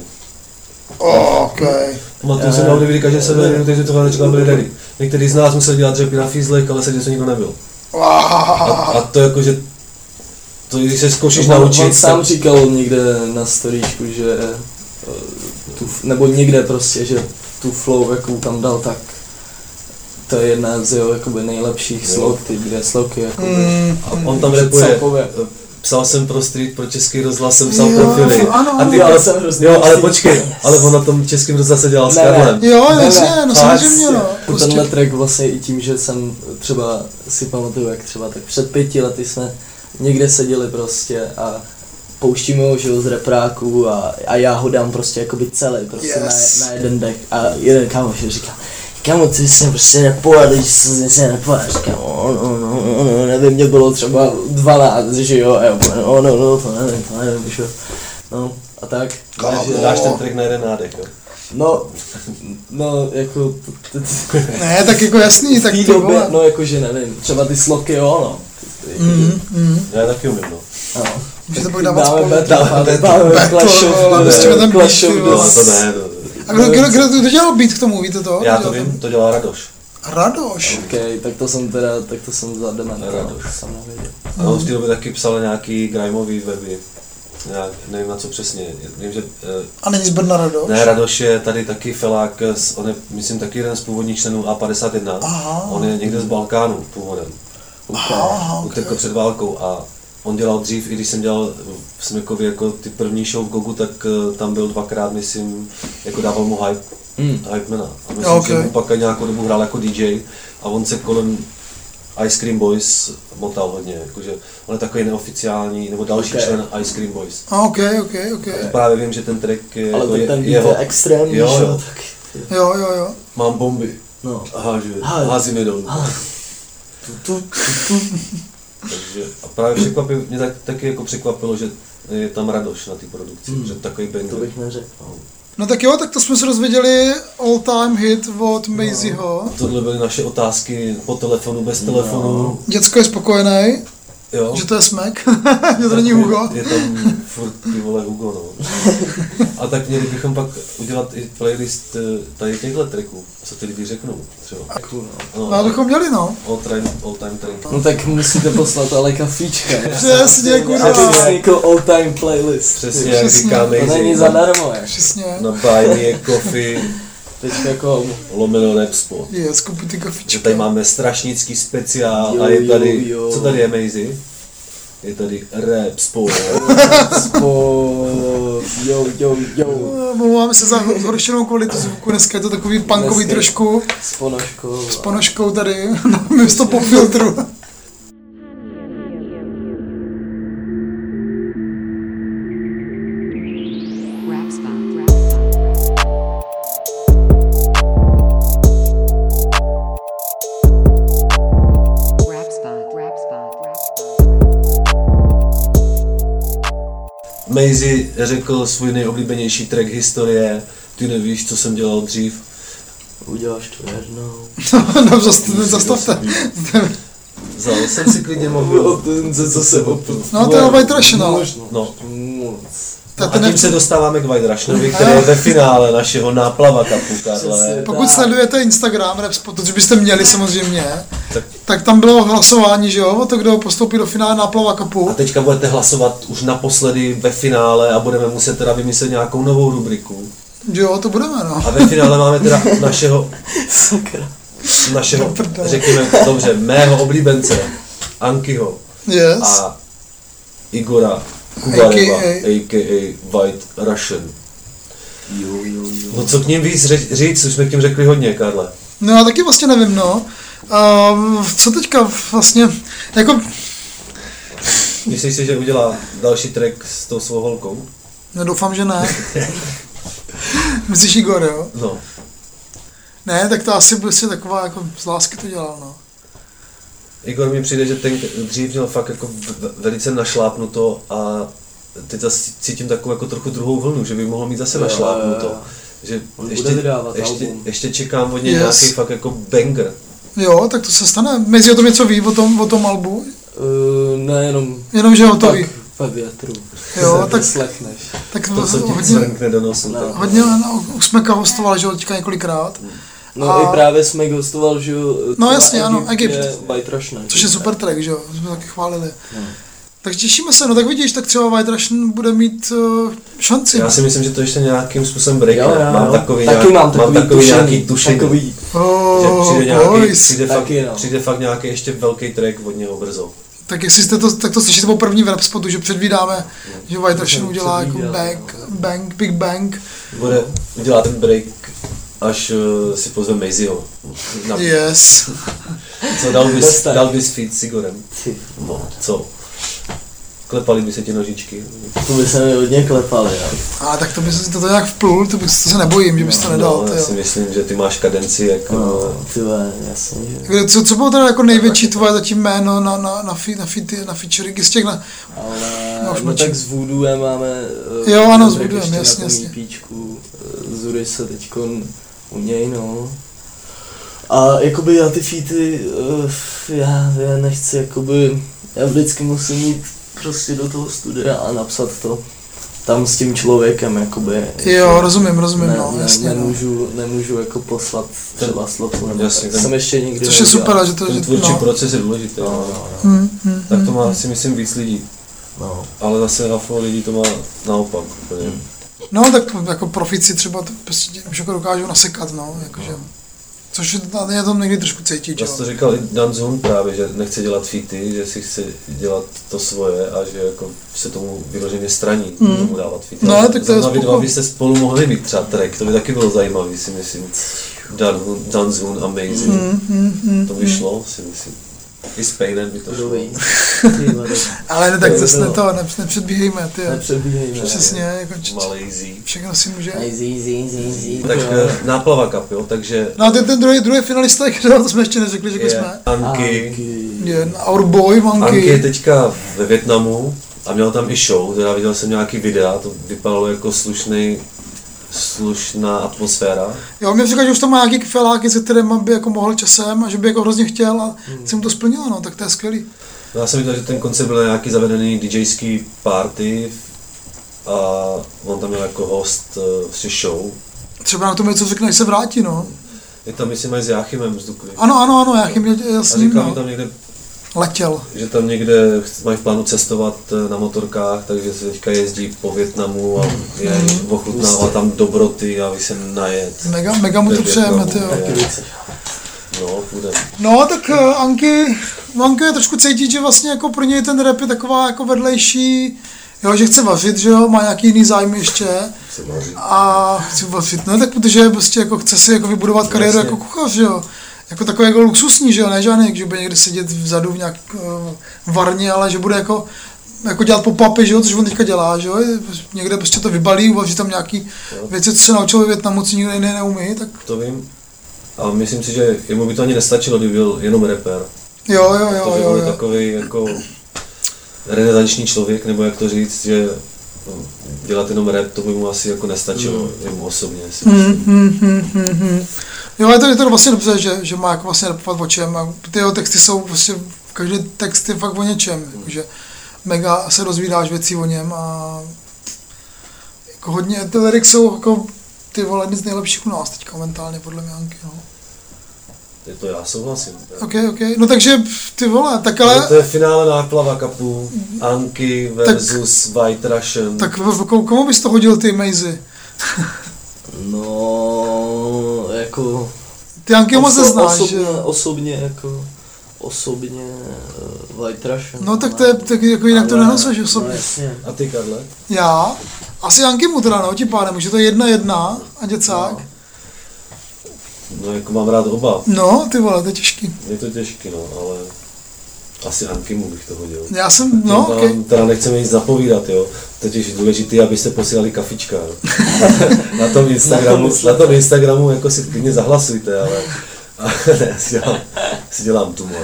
OK. Pamatuju si na období, kdy každý selil, i kteří to fakt nečekal, byli ready. Některý z nás musel dělat dřepy na fízlech, ale seděl se nikdo nebyl. A, a to jako, že to, když se zkoušíš no, naučit... On sám tak... říkal někde na storíčku, že tu, nebo někde prostě, že tu flow, jakou tam dal, tak to je jedna z jeho jakoby nejlepších slok, ty dvě sloky, jakoby. Mm, a on tam rapuje, psal jsem pro Street, pro Český rozhlas, jsem psal pro Fili. Ano, a ty ale, jsem jo, ale počkej, ale on na tom Českém rozhlase dělal s Karlem. Jo, jasně, no samozřejmě, no. Prostě. Tenhle track vlastně i tím, že jsem třeba si pamatuju, jak třeba tak před pěti lety jsme někde seděli prostě a pouštíme ho, že jo, z repráku a, a já ho dám prostě jakoby celý, prostě yes. na, na jeden dech a jeden kámoš říká, kámo, ty jsi prostě nepovedl, když jsi se nepovedl, říkám, no, no, no, no, nevím, mě bylo třeba dvanáct, že jo, a jo, no, no, no, to nevím, to nevím, že jo, no, a tak. Takže dáš ten track na jeden nádech, jo? No, no, jako... Ne, tak jako jasný, tak to bylo. No, jakože nevím, třeba ty sloky, jo, no. Mm, mm. Já taky umím, no. Ano. Můžete pak dávat spolu. Dáme Clash of Clash of No, to ne, to... A kdo, kdo, kdo, kdo dělal beat k tomu, víte to? Já to vím, to dělá Radoš. Radoš? Ok, tak to jsem teda, tak to jsem za dementa. Radoš. Jsem nevěděl. A on v té době taky psal nějaký grimeový weby. Já nevím na co přesně, vím, že... A není z Brna Radoš? Ne, Radoš je tady taky felák, on je, myslím, taky jeden z původních členů A padesát jedna. Aha. On je někde z Balkánu původem. Aha, Utekl okay. před válkou a on dělal dřív, i když jsem dělal v Smykově jako ty první show v Gogu, tak uh, tam byl dvakrát, myslím, jako dával mu hype, mm. hypemana. A myslím, okay. že mu pak nějakou dobu hrál jako D J a on se kolem Ice Cream Boys motal hodně, jakože on je takový neoficiální, nebo další okay. člen Ice Cream Boys. A ok, ok, ok. To právě vím, že ten track je, ale jako je, ten jeho, je extrémní, jo, jo. Tak, jo, jo, jo. Mám bomby no. a hážu, házím je dolů. Tu, tu, tu, tu. Takže a právě překvapil, mě tak, taky jako překvapilo, že je tam Radoš na té produkci, mm. že takový banger. To bych neřekl. No tak jo, tak to jsme se dozvěděli all time hit od Mazyho. No, tohle byly naše otázky po telefonu, bez telefonu. No. Děcko je spokojený, jo. že to je smek, že to není Hugo. Je, je tam furt ty vole Hugo, no. A tak měli bychom pak udělat i playlist tady těchto tracků, co ty lidi řeknou třeba. No, no bychom měli, no. All time, all time track. No tak musíte poslat ale kafíčka. Přesně, kurva. A to vznikl all time playlist. Přesně, jak říká Mazy. To není zadarmo, jak. Přesně. Na Buy Me a Coffee. Teďka komu? Lomeno Repspot. Je, skupit ty kafička. Tady máme strašnický speciál jo, a je tady, jo, jo. co tady je Mazy? Je tady Repspot. Repspot, jo, jo, jo. Mluváme se za zhoršenou kvalitu zvuku, dneska je to takový punkový trošku. S ponožkou. S ponožkou tady, místo po filtru. Mazy řekl svůj nejoblíbenější track historie, ty nevíš, co jsem dělal dřív. Uděláš to jednou. No, zastavte, zastavte. Vzal jsem si klidně mobil. Co se opět. No, to je White Russian, ale. No. No, a tím se dostáváme k White Russianovi, který je ve finále našeho náplava kapu, Karle. Pokud sledujete Instagram Repspot, což byste měli samozřejmě, tak. tak tam bylo hlasování, že jo, o to, kdo postoupí do finále náplava kapu. A teďka budete hlasovat už naposledy ve finále a budeme muset teda vymyslet nějakou novou rubriku. Jo, to budeme, no. A ve finále máme teda našeho, našeho, řekněme, dobře, mého oblíbence, Ankyho yes. a Igora Kubareva, a k a. White Russian. Jo, jo, jo. No co k ním víc říct, už jsme k tím řekli hodně, Karle. No já taky vlastně nevím, no. Uh, co teďka vlastně, jako... Myslíš si, že udělá další track s tou svou holkou? No doufám, že ne. Myslíš Igor, jo? No. Ne, tak to asi byl si taková, jako z lásky to dělal, no. Igor mi přijde, že ten dřív měl fakt jako velice našlápnuto a teď zase cítím takovou jako trochu druhou vlnu, že by mohl mít zase našlápnuto. Že ještě, ještě, ještě čekám od něj yes. nějaký fakt jako banger. Jo, tak to se stane. Mazy o tom něco ví, o tom, o tom albu? Uh, ne, jenom... Jenom, že o to ví. Ve větru. Jo, tak... Slechneš. Tak to, co ti cvrkne do nosu. No. Hodně, no, už jsme hostoval, že jo, teďka několikrát. No a... i právě jsme hostoval, že jo... No jasně, ano, Egypt. White Russian. Což je super track, že jo, jsme taky chválili. No. Tak těšíme se, no tak vidíš, tak třeba White Russian bude mít uh, šanci. Já si myslím, že to ještě nějakým způsobem breakne. Mám takový, taky nějak, mám takový, mám takový tušení, nějaký tušení. Takový. Oh, že přijde, nějaký, přijde, fakt, taky, no. přijde fakt nějaký ještě velký track od něho brzo. Tak jestli jste to, tak to slyšíte po první v Repspotu, že předvídáme, no. že White Russian udělá jako bang, bang, big bang. Bude udělat ten break, až uh, si pozve Mazyho. Yes. Co dal bys, dal bys feed s Igorem? No, co? Klepali by se ti nožičky. To by se mi hodně klepali, jo. A tak to by se to nějak vplul, to, by, to se nebojím, že bys to nedal. No, já si myslím, že ty máš kadenci jako... No, tyhle, jasně, že... Co, co bylo teda jako největší tvoje zatím jméno na, na, na, fi, na, fi, na featuring z těch na... Ale no, no tak s Voodooem máme... Jo, ano, s Voodooem, jasně, jasně. Píčku, Zury se teďko u něj, no. A jakoby já ty featy, uh, já, já nechci jakoby... Já vždycky musím mít prostě do toho studia a napsat to tam s tím člověkem, jakoby. Jo, rozumím, rozumím, ne, no, ne, jasně. Nemůžu, nemůžu jako poslat třeba slovo, nebo jasně, jsem ten, ještě nikdy což je super, že to... Ten tvůrčí no. proces je důležitý, no. Hmm, hmm, tak to má hmm. si myslím víc lidí. No. Ale zase hafo lidí to má naopak úplně. Hmm. No tak jako profici třeba to prostě už jako dokážou nasekat, no, jakože. Což je to někdy trošku cítit, že? Já to říkal i Dan Zun právě, že nechce dělat featy, že si chce dělat to svoje a že jako se tomu vyloženě straní, mm. tomu dávat featy. No ale tak to je spoko. Vy dva byste spolu mohli mít třeba track, to by taky bylo zajímavý, si myslím. Dan, Dan Zun, Amazing. Mm, mm, mm, to by šlo, si myslím. I s Painem by to šlo. Ale ne, tak zase ne to, ne, nepředbíhejme, ty. Nepředbíhejme. Přesně, jako Malejzí. Všechno si může. Tak náplava cup, jo, takže... No a ten, ten druhý, druhý finalista, to jsme ještě neřekli, řekli jsme. Anky. Je Our Boy, Anky. Anky je teďka ve Vietnamu a měl tam i show, teda viděl jsem nějaký videa, to vypadalo jako slušný slušná atmosféra. Jo, mě říkal, že už tam má nějaký feláky, se kterým by jako mohl časem a že by jako hrozně chtěl a hmm. se mu to splnilo, no, tak to je skvělý. No, já jsem viděl, že ten koncept byl nějaký zavedený DJský party a on tam měl jako host uh, show. Třeba na tom něco řekne, než se vrátí, no. Je tam, myslím, i s Jáchymem z Dukly. Ano, ano, ano, Jáchym je jasný, a říkal no. mi tam někde, letěl. Že tam někde mají v plánu cestovat na motorkách, takže se teďka jezdí po Vietnamu a je mm. ochutnává tam dobroty a vy se najet. Mega, mega mu to přejeme, ty jo. No, půjdem. No, tak uh, Anky, Anky je trošku cítit, že vlastně jako pro něj ten rap je taková jako vedlejší, jo, že chce vařit, že jo, má nějaký jiný zájmy ještě. Chce vařit. A chce vařit, no, tak protože prostě jako chce si jako vybudovat kariéru jako kuchař, jo. Jako takový jako luxusní, že jo, ne žádný, že bude někde sedět vzadu v nějak uh, varně, ale že bude jako, jako dělat pop-upy, že jo, což on teďka dělá, že jo, někde prostě to vybalí, uvaří tam nějaký jo. věci, co se naučil ve Vietnamu, co nikdo jiný neumí, tak... To vím. A myslím si, že jemu by to ani nestačilo, kdyby byl jenom rapper. Jo, jo, jo, to jo, jo. Takový jako renesanční člověk, nebo jak to říct, že dělat jenom rap, to by mu asi jako nestačilo, mm. jemu osobně. Si mm, mm, mm, mm, mm. Jo, ale to je to vlastně dobře, že, že má jako vlastně rapovat o čem a ty jeho texty jsou vlastně, každý text je fakt o něčem, mm. jakože mega se dozvídáš věcí o něm a jako hodně, ty lyrics jsou jako ty vole jedny z nejlepších u nás teďka momentálně podle mě, Anky, no. Je to já souhlasím. Ok, ok, no takže ty vole, tak ale... To je finále náplava cupu, Anky versus tak, White Russian. Tak komu bys to hodil ty Mazy? No, jako... Ty Anky moc neznáš, osobně, že? Osobně, jako... Osobně uh, White Russian. No tak to je, tak jako jinak ale, to nehlasuješ osobně. No, a ty, Karle? Já? Asi Anky mu teda, no, tím pádem, že to je jedna jedna a děcák. No. No, jako mám rád oba. No, ty vole, to je těžký. Je to těžký, no, ale asi Ankymu bych to hodil. Já jsem, no, tam, okay. Teda nechceme nic zapovídat, jo. Totiž je důležitý, abyste posílali kafička, na tom Instagramu, na tom Instagramu jako si klidně zahlasujte, ale, ale ne, si dělám, si dělám tumor.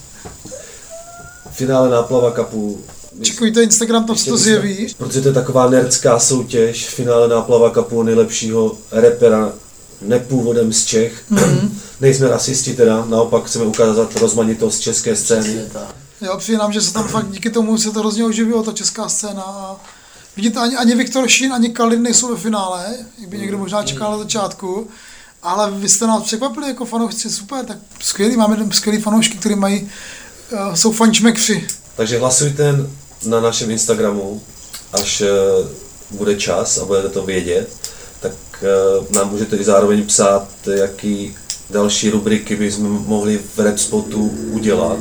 Finále náplava cupu. Čekujte Instagram, tam se to zjeví. Protože to je taková nerdská soutěž, finále náplava cupu nejlepšího rapera nepůvodem z Čech. Mm-hmm. Nejsme rasisti teda, naopak chceme ukázat rozmanitost české scény. Jo, přijde nám, že se tam fakt díky tomu se to hrozně oživilo, ta česká scéna. A vidíte, ani, ani Viktor Šín, ani Kalin nejsou ve finále, jak by někdo možná čekal na začátku. Ale vy jste nás překvapili jako fanoušci, super, tak skvělý, máme skvělý fanoušky, kteří mají, uh, jsou fančmekři. Takže hlasujte na našem Instagramu, až uh, bude čas a budete to vědět, tak uh, nám můžete i zároveň psát, jaký další rubriky bychom mohli v Rap Spotu udělat.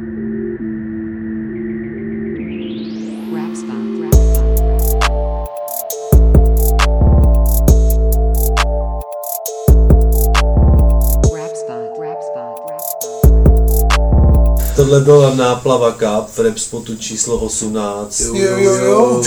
Tohle byla náplava cup v Rap Spotu číslo osmnáct. Jo, jo, jo.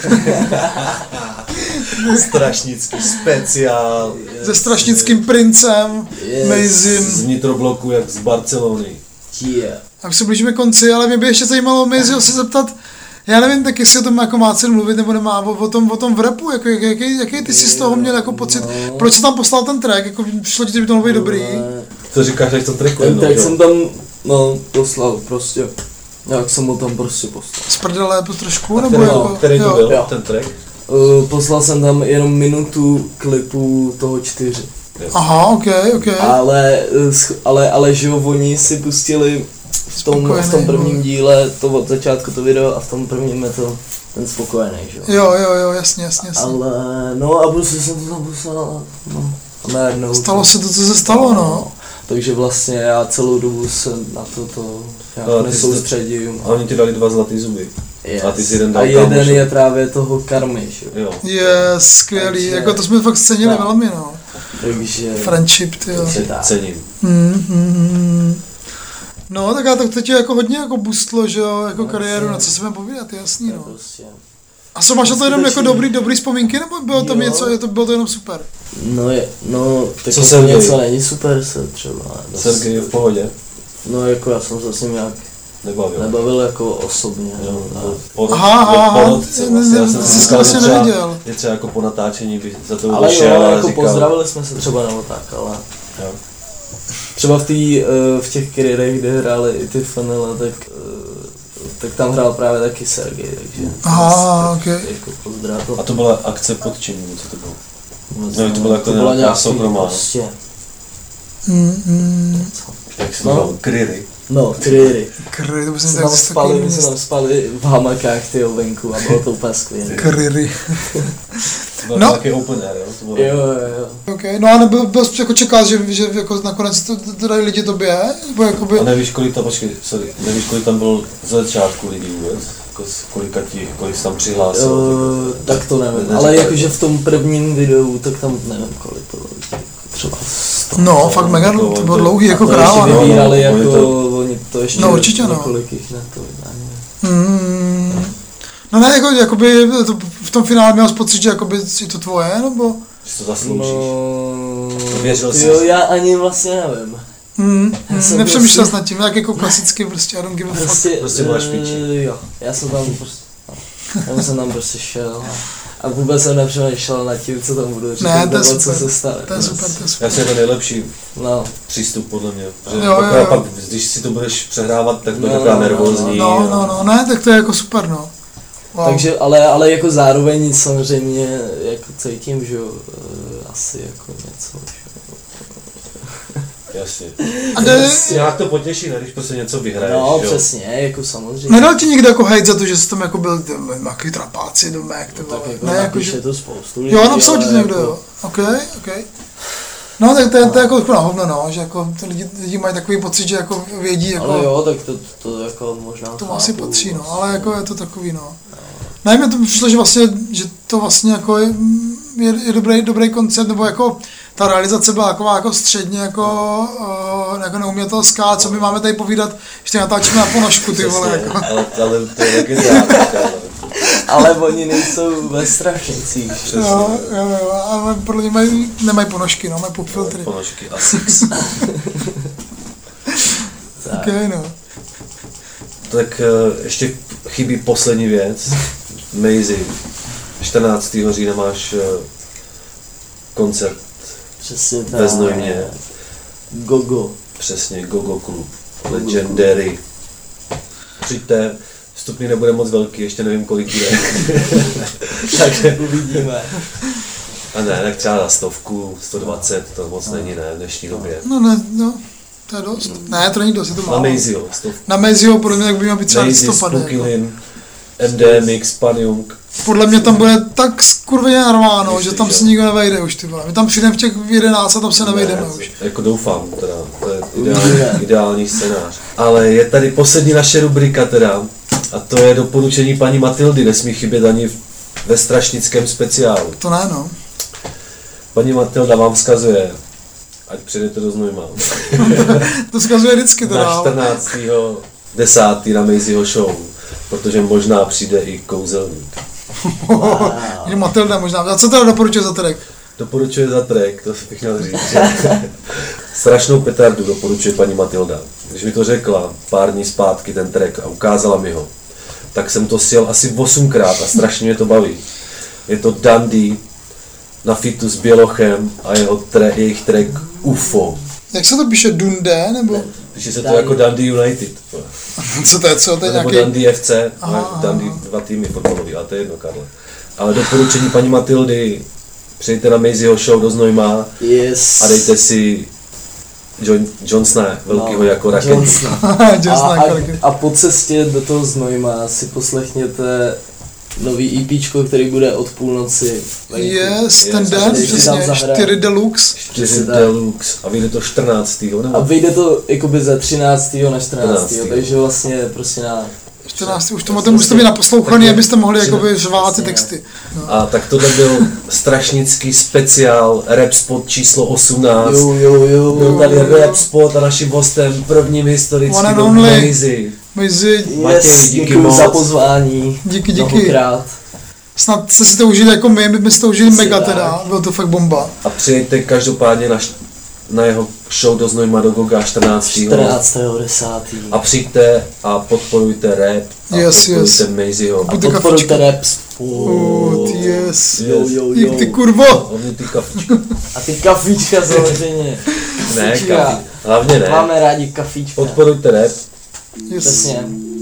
Strašnický speciál. Se strašnickým princem, yes. Mazym. Z vnitrobloku jak z Barcelony. Yeah. A my se blížíme konci, ale mě by ještě zajímalo Mazyho se zeptat, já nevím, tak jestli o tom jako má cenu mluvit nebo nemá, o, o, tom, o tom v rapu, jako, jaký, jaký ty jsi z toho měl jako pocit, no. Proč jsi tam poslal ten track, jako přišlo ti, že by to mohlo být dobrý? To říkáš, jak to tracku, ten track jsem tam, no, poslal prostě, jak jsem ho tam prostě poslal. Z prdele trošku, a nebo který, jako? Který to byl, jo. ten track? Uh, poslal jsem tam jenom minutu klipu toho čtyři. Aha, ok, ok. Ale, ale, ale že jo, oni si pustili v tom, v tom prvním díle to od začátku to video a v tom prvním je to ten spokojený, že jo. Jo, jo, jo, jasně, jasně, jasně. Ale, no a prostě jsem to tam poslal, no. A najednou... Stalo se to, co se stalo, no. Takže vlastně já celou dobu se na to, to No, nesoustředím. A oni ti dali dva zlatý zuby. Yes. A ty si jeden dal a jeden kámoši. je právě toho karmy, že jo. Je skvělý, takže, jako to jsme fakt cenili no. velmi, no. Takže... Friendship, ty jo. Cením. Mm, mm, mm. No, tak a tak to tě jako hodně jako boostlo, že jo, jako no, kariéru, na co se budeme povídat, jasný, no. Prostě. A co, máš na to jenom jako dobrý, dobrý vzpomínky, nebo bylo tam jo. něco, je to, bylo to jenom super? No, je, no, tak co jako se něco není super se třeba. Sergej je v pohodě? No, jako já jsem se s ním nějak nebavil, nebavil jako osobně. Jo, no, po, aha, aha, porodce, vlastně. Já jsem si říkal, že třeba, je třeba jako po natáčení by za to ale došel jo, a jako říkal... pozdravili jsme se třeba nebo tak, ale... Jo. Třeba v, tý, v těch kariérech, kde hráli i ty Fanele, tak, tak tam hrál právě taky Sergej, takže... Aha, okej. Okay. Jako pozdrav. A to byla akce pod čím, co to bylo? No, no, to bylo jako to byla nějaká soukromá. Prostě. Mm, mm. Jak se to no. Kryry. No, kryry. Kryry, to by jsme se tam spali, my jsme tam spali v hamakách, tyjo, venku a bylo to úplně skvělé. Kryry. Bylo no. to taky open air, jo? To bylo jo, jo, jo. Okay. No a nebyl, byl jako čekal, že, že jako nakonec to, to, to dají lidi tobě? Nebo jakoby... A nevíš, kolik tam, počkej, sorry, nevíš, kolik tam bylo z začátku lidí vůbec? Jako kolika ti, kolik jsi tam přihlásil? Uh, tak to nevím, ne, ale jakože v tom prvním videu, tak tam nevím, kolik to bylo. Třeba sto. No, fakt mega, to bylo dlouhý jako kráva. No, vybírali jako, to, oni to ještě no, určitě no. Několik jich na to vydání. Mm. No ne, jako, jakoby to, v tom finále měl pocit, že jakoby je to tvoje, nebo? Že to zasloužíš. No, věřil jsi. Jo, já ani vlastně nevím. Mm. Nepřemýšlel prostě... nad tím, jak jako klasicky prostě, I don't give a fuck. Prostě, prostě máš píči. Jo, já jsem tam prostě, já jsem tam prostě šel. A vůbec jsem nepřemýšlel nad tím, co tam budu říkat, ne, to nebo super, co se stane. To je super, to je super. Já jsem to nejlepší no. přístup podle mě. Že jo, jo, jo. Pak, když si to budeš přehrávat, tak to je no, taková no, nervózní. No, no, no, ne, tak to je jako super, no. Wow. Takže, ale, ale jako zároveň samozřejmě jako cítím, že asi jako něco, že Jasně. A ne... Nějak to potěší, ne, když prostě něco vyhraješ, no, jo? přesně, jako samozřejmě. Nedal ti někdo jako hejt za to, že jsi tam jako byl nějaký trapáci do Mac, ty vole. Tak jako ne, jako že... to spoustu lidí, jo, napsal ti to někdo, jako... jo. Ok, ok. No, tak to je, to je jako trochu na hovno, no, že jako ty lidi, lidi mají takový pocit, že jako vědí, jako... Ale jo, tak to, to jako možná to asi patří, no, ale jako je to takový, no. Ne, mě to přišlo, že vlastně, že to vlastně jako je, je, je dobrý, dobrý koncept, nebo jako ta realizace byla taková jako středně jako, uh, jako neumětelská, co my máme tady povídat, že natáčíme na ponožku, ty vole, jako. Ale, ale to je legendární. Ale oni nejsou ve strašnicích. Jo, jo, jo, ale podle mě mají, nemají ponožky, no, mají popfiltry. Ponožky a six. Ok, no. Tak uh, ještě chybí poslední věc. Maisie. čtrnáctého října máš uh, koncert. Přesně tak. Ve Znojmě. Gogo. Přesně, Gogo klub. Legendary. Přijďte, vstupný nebude moc velký, ještě nevím kolik bude. Takže uvidíme. A ne, tak třeba za stovku, sto dvacet, to moc není, ne, v dnešní době. No ne, no, to je dost. Ne, to není dost, je to málo. Na Maisieho, stovku. Na Maisieho, podle mě, tak by měl být třeba listopad. Maisieho, M D M X, Pan Jung. Podle mě tam bude tak skurveně narváno, že tam se nikdo nevejde už, ty vole. My tam přijdeme v těch jedenáct a tam se nevejdeme ne, už. Jako doufám, teda, to je ideální, ideální scénář. Ale je tady poslední naše rubrika teda, a to je doporučení paní Matildy, nesmí chybět ani ve strašnickém speciálu. To ne, no. Paní Matilda vám vzkazuje, ať přijdete do Znojma. To vzkazuje vždycky teda. Na čtrnáctého desátého na Maisieho show, protože možná přijde i kouzelník. Wow. Matilda možná. A co teda doporučuje za track? Doporučuje za track, to bych měl říct. Strašnou petardu doporučuje paní Matilda. Když mi to řekla pár dní zpátky ten track a ukázala mi ho, tak jsem to sjel asi osmkrát a strašně mě to baví. Je to Dundee na fitu s Bělochem a jeho tre, jejich track U F O. Jak se to píše, Dundee, nebo? Píše se to Dundee. Jako Dundee United. Co to je, co to je nebo nějaký... Dundee F C, aha, Dundee dva týmy fotbalový, ale to je jedno, Karle. Ale doporučení paní Matildy, přijďte na Maisieho show do Znojma yes. a dejte si John, Johnsona, velkýho No, jako rakety. Johnsona. Johnsona a, jako a, rakety. a po cestě do toho Znojma si poslechněte nový EPčko, který bude od půlnoci. venku. Yes, ten Yes, den, a teď přesně, tam zahraje. čtyři Deluxe. čtyři Deluxe a vyjde to čtrnáctého nebo? A vyjde to jakoby ze třináctého na čtrnáctého čtrnáctého takže vlastně prostě na... čtrnáct už to máte, musíte být naposlouchaný, abyste mohli jakoby řvát ty texty. A tak tohle byl strašnický speciál rap spot číslo osmnáct. Jo, jo, jo. Byl tady rap spot a naším hostem prvním historickým One and byl only. Mazy. Mazy, Matěj, Yes, díky děkuji moc. za pozvání. díky, díky. Mnohokrát. Snad jste si to užili jako my, my jsme si to užili Asi mega tak. teda, bylo to fakt bomba. A přijďte každopádně na, š- na jeho show do Znojma do Goga čtrnáctého čtrnáctého desátého A přijďte a podporujte rap a Yes, podporujte yes. Mazyho. A buďte Podporujte kafičko. rap Oh, sport. yes. Jo, jo, Dík, jo. ty kurvo. Hlavně ty kafička. A ty kafíčka samozřejmě. Ne, Kafička. kafi. Hlavně ne. Máme rádi kafíčka. Podporujte rap. Yes. Přesně.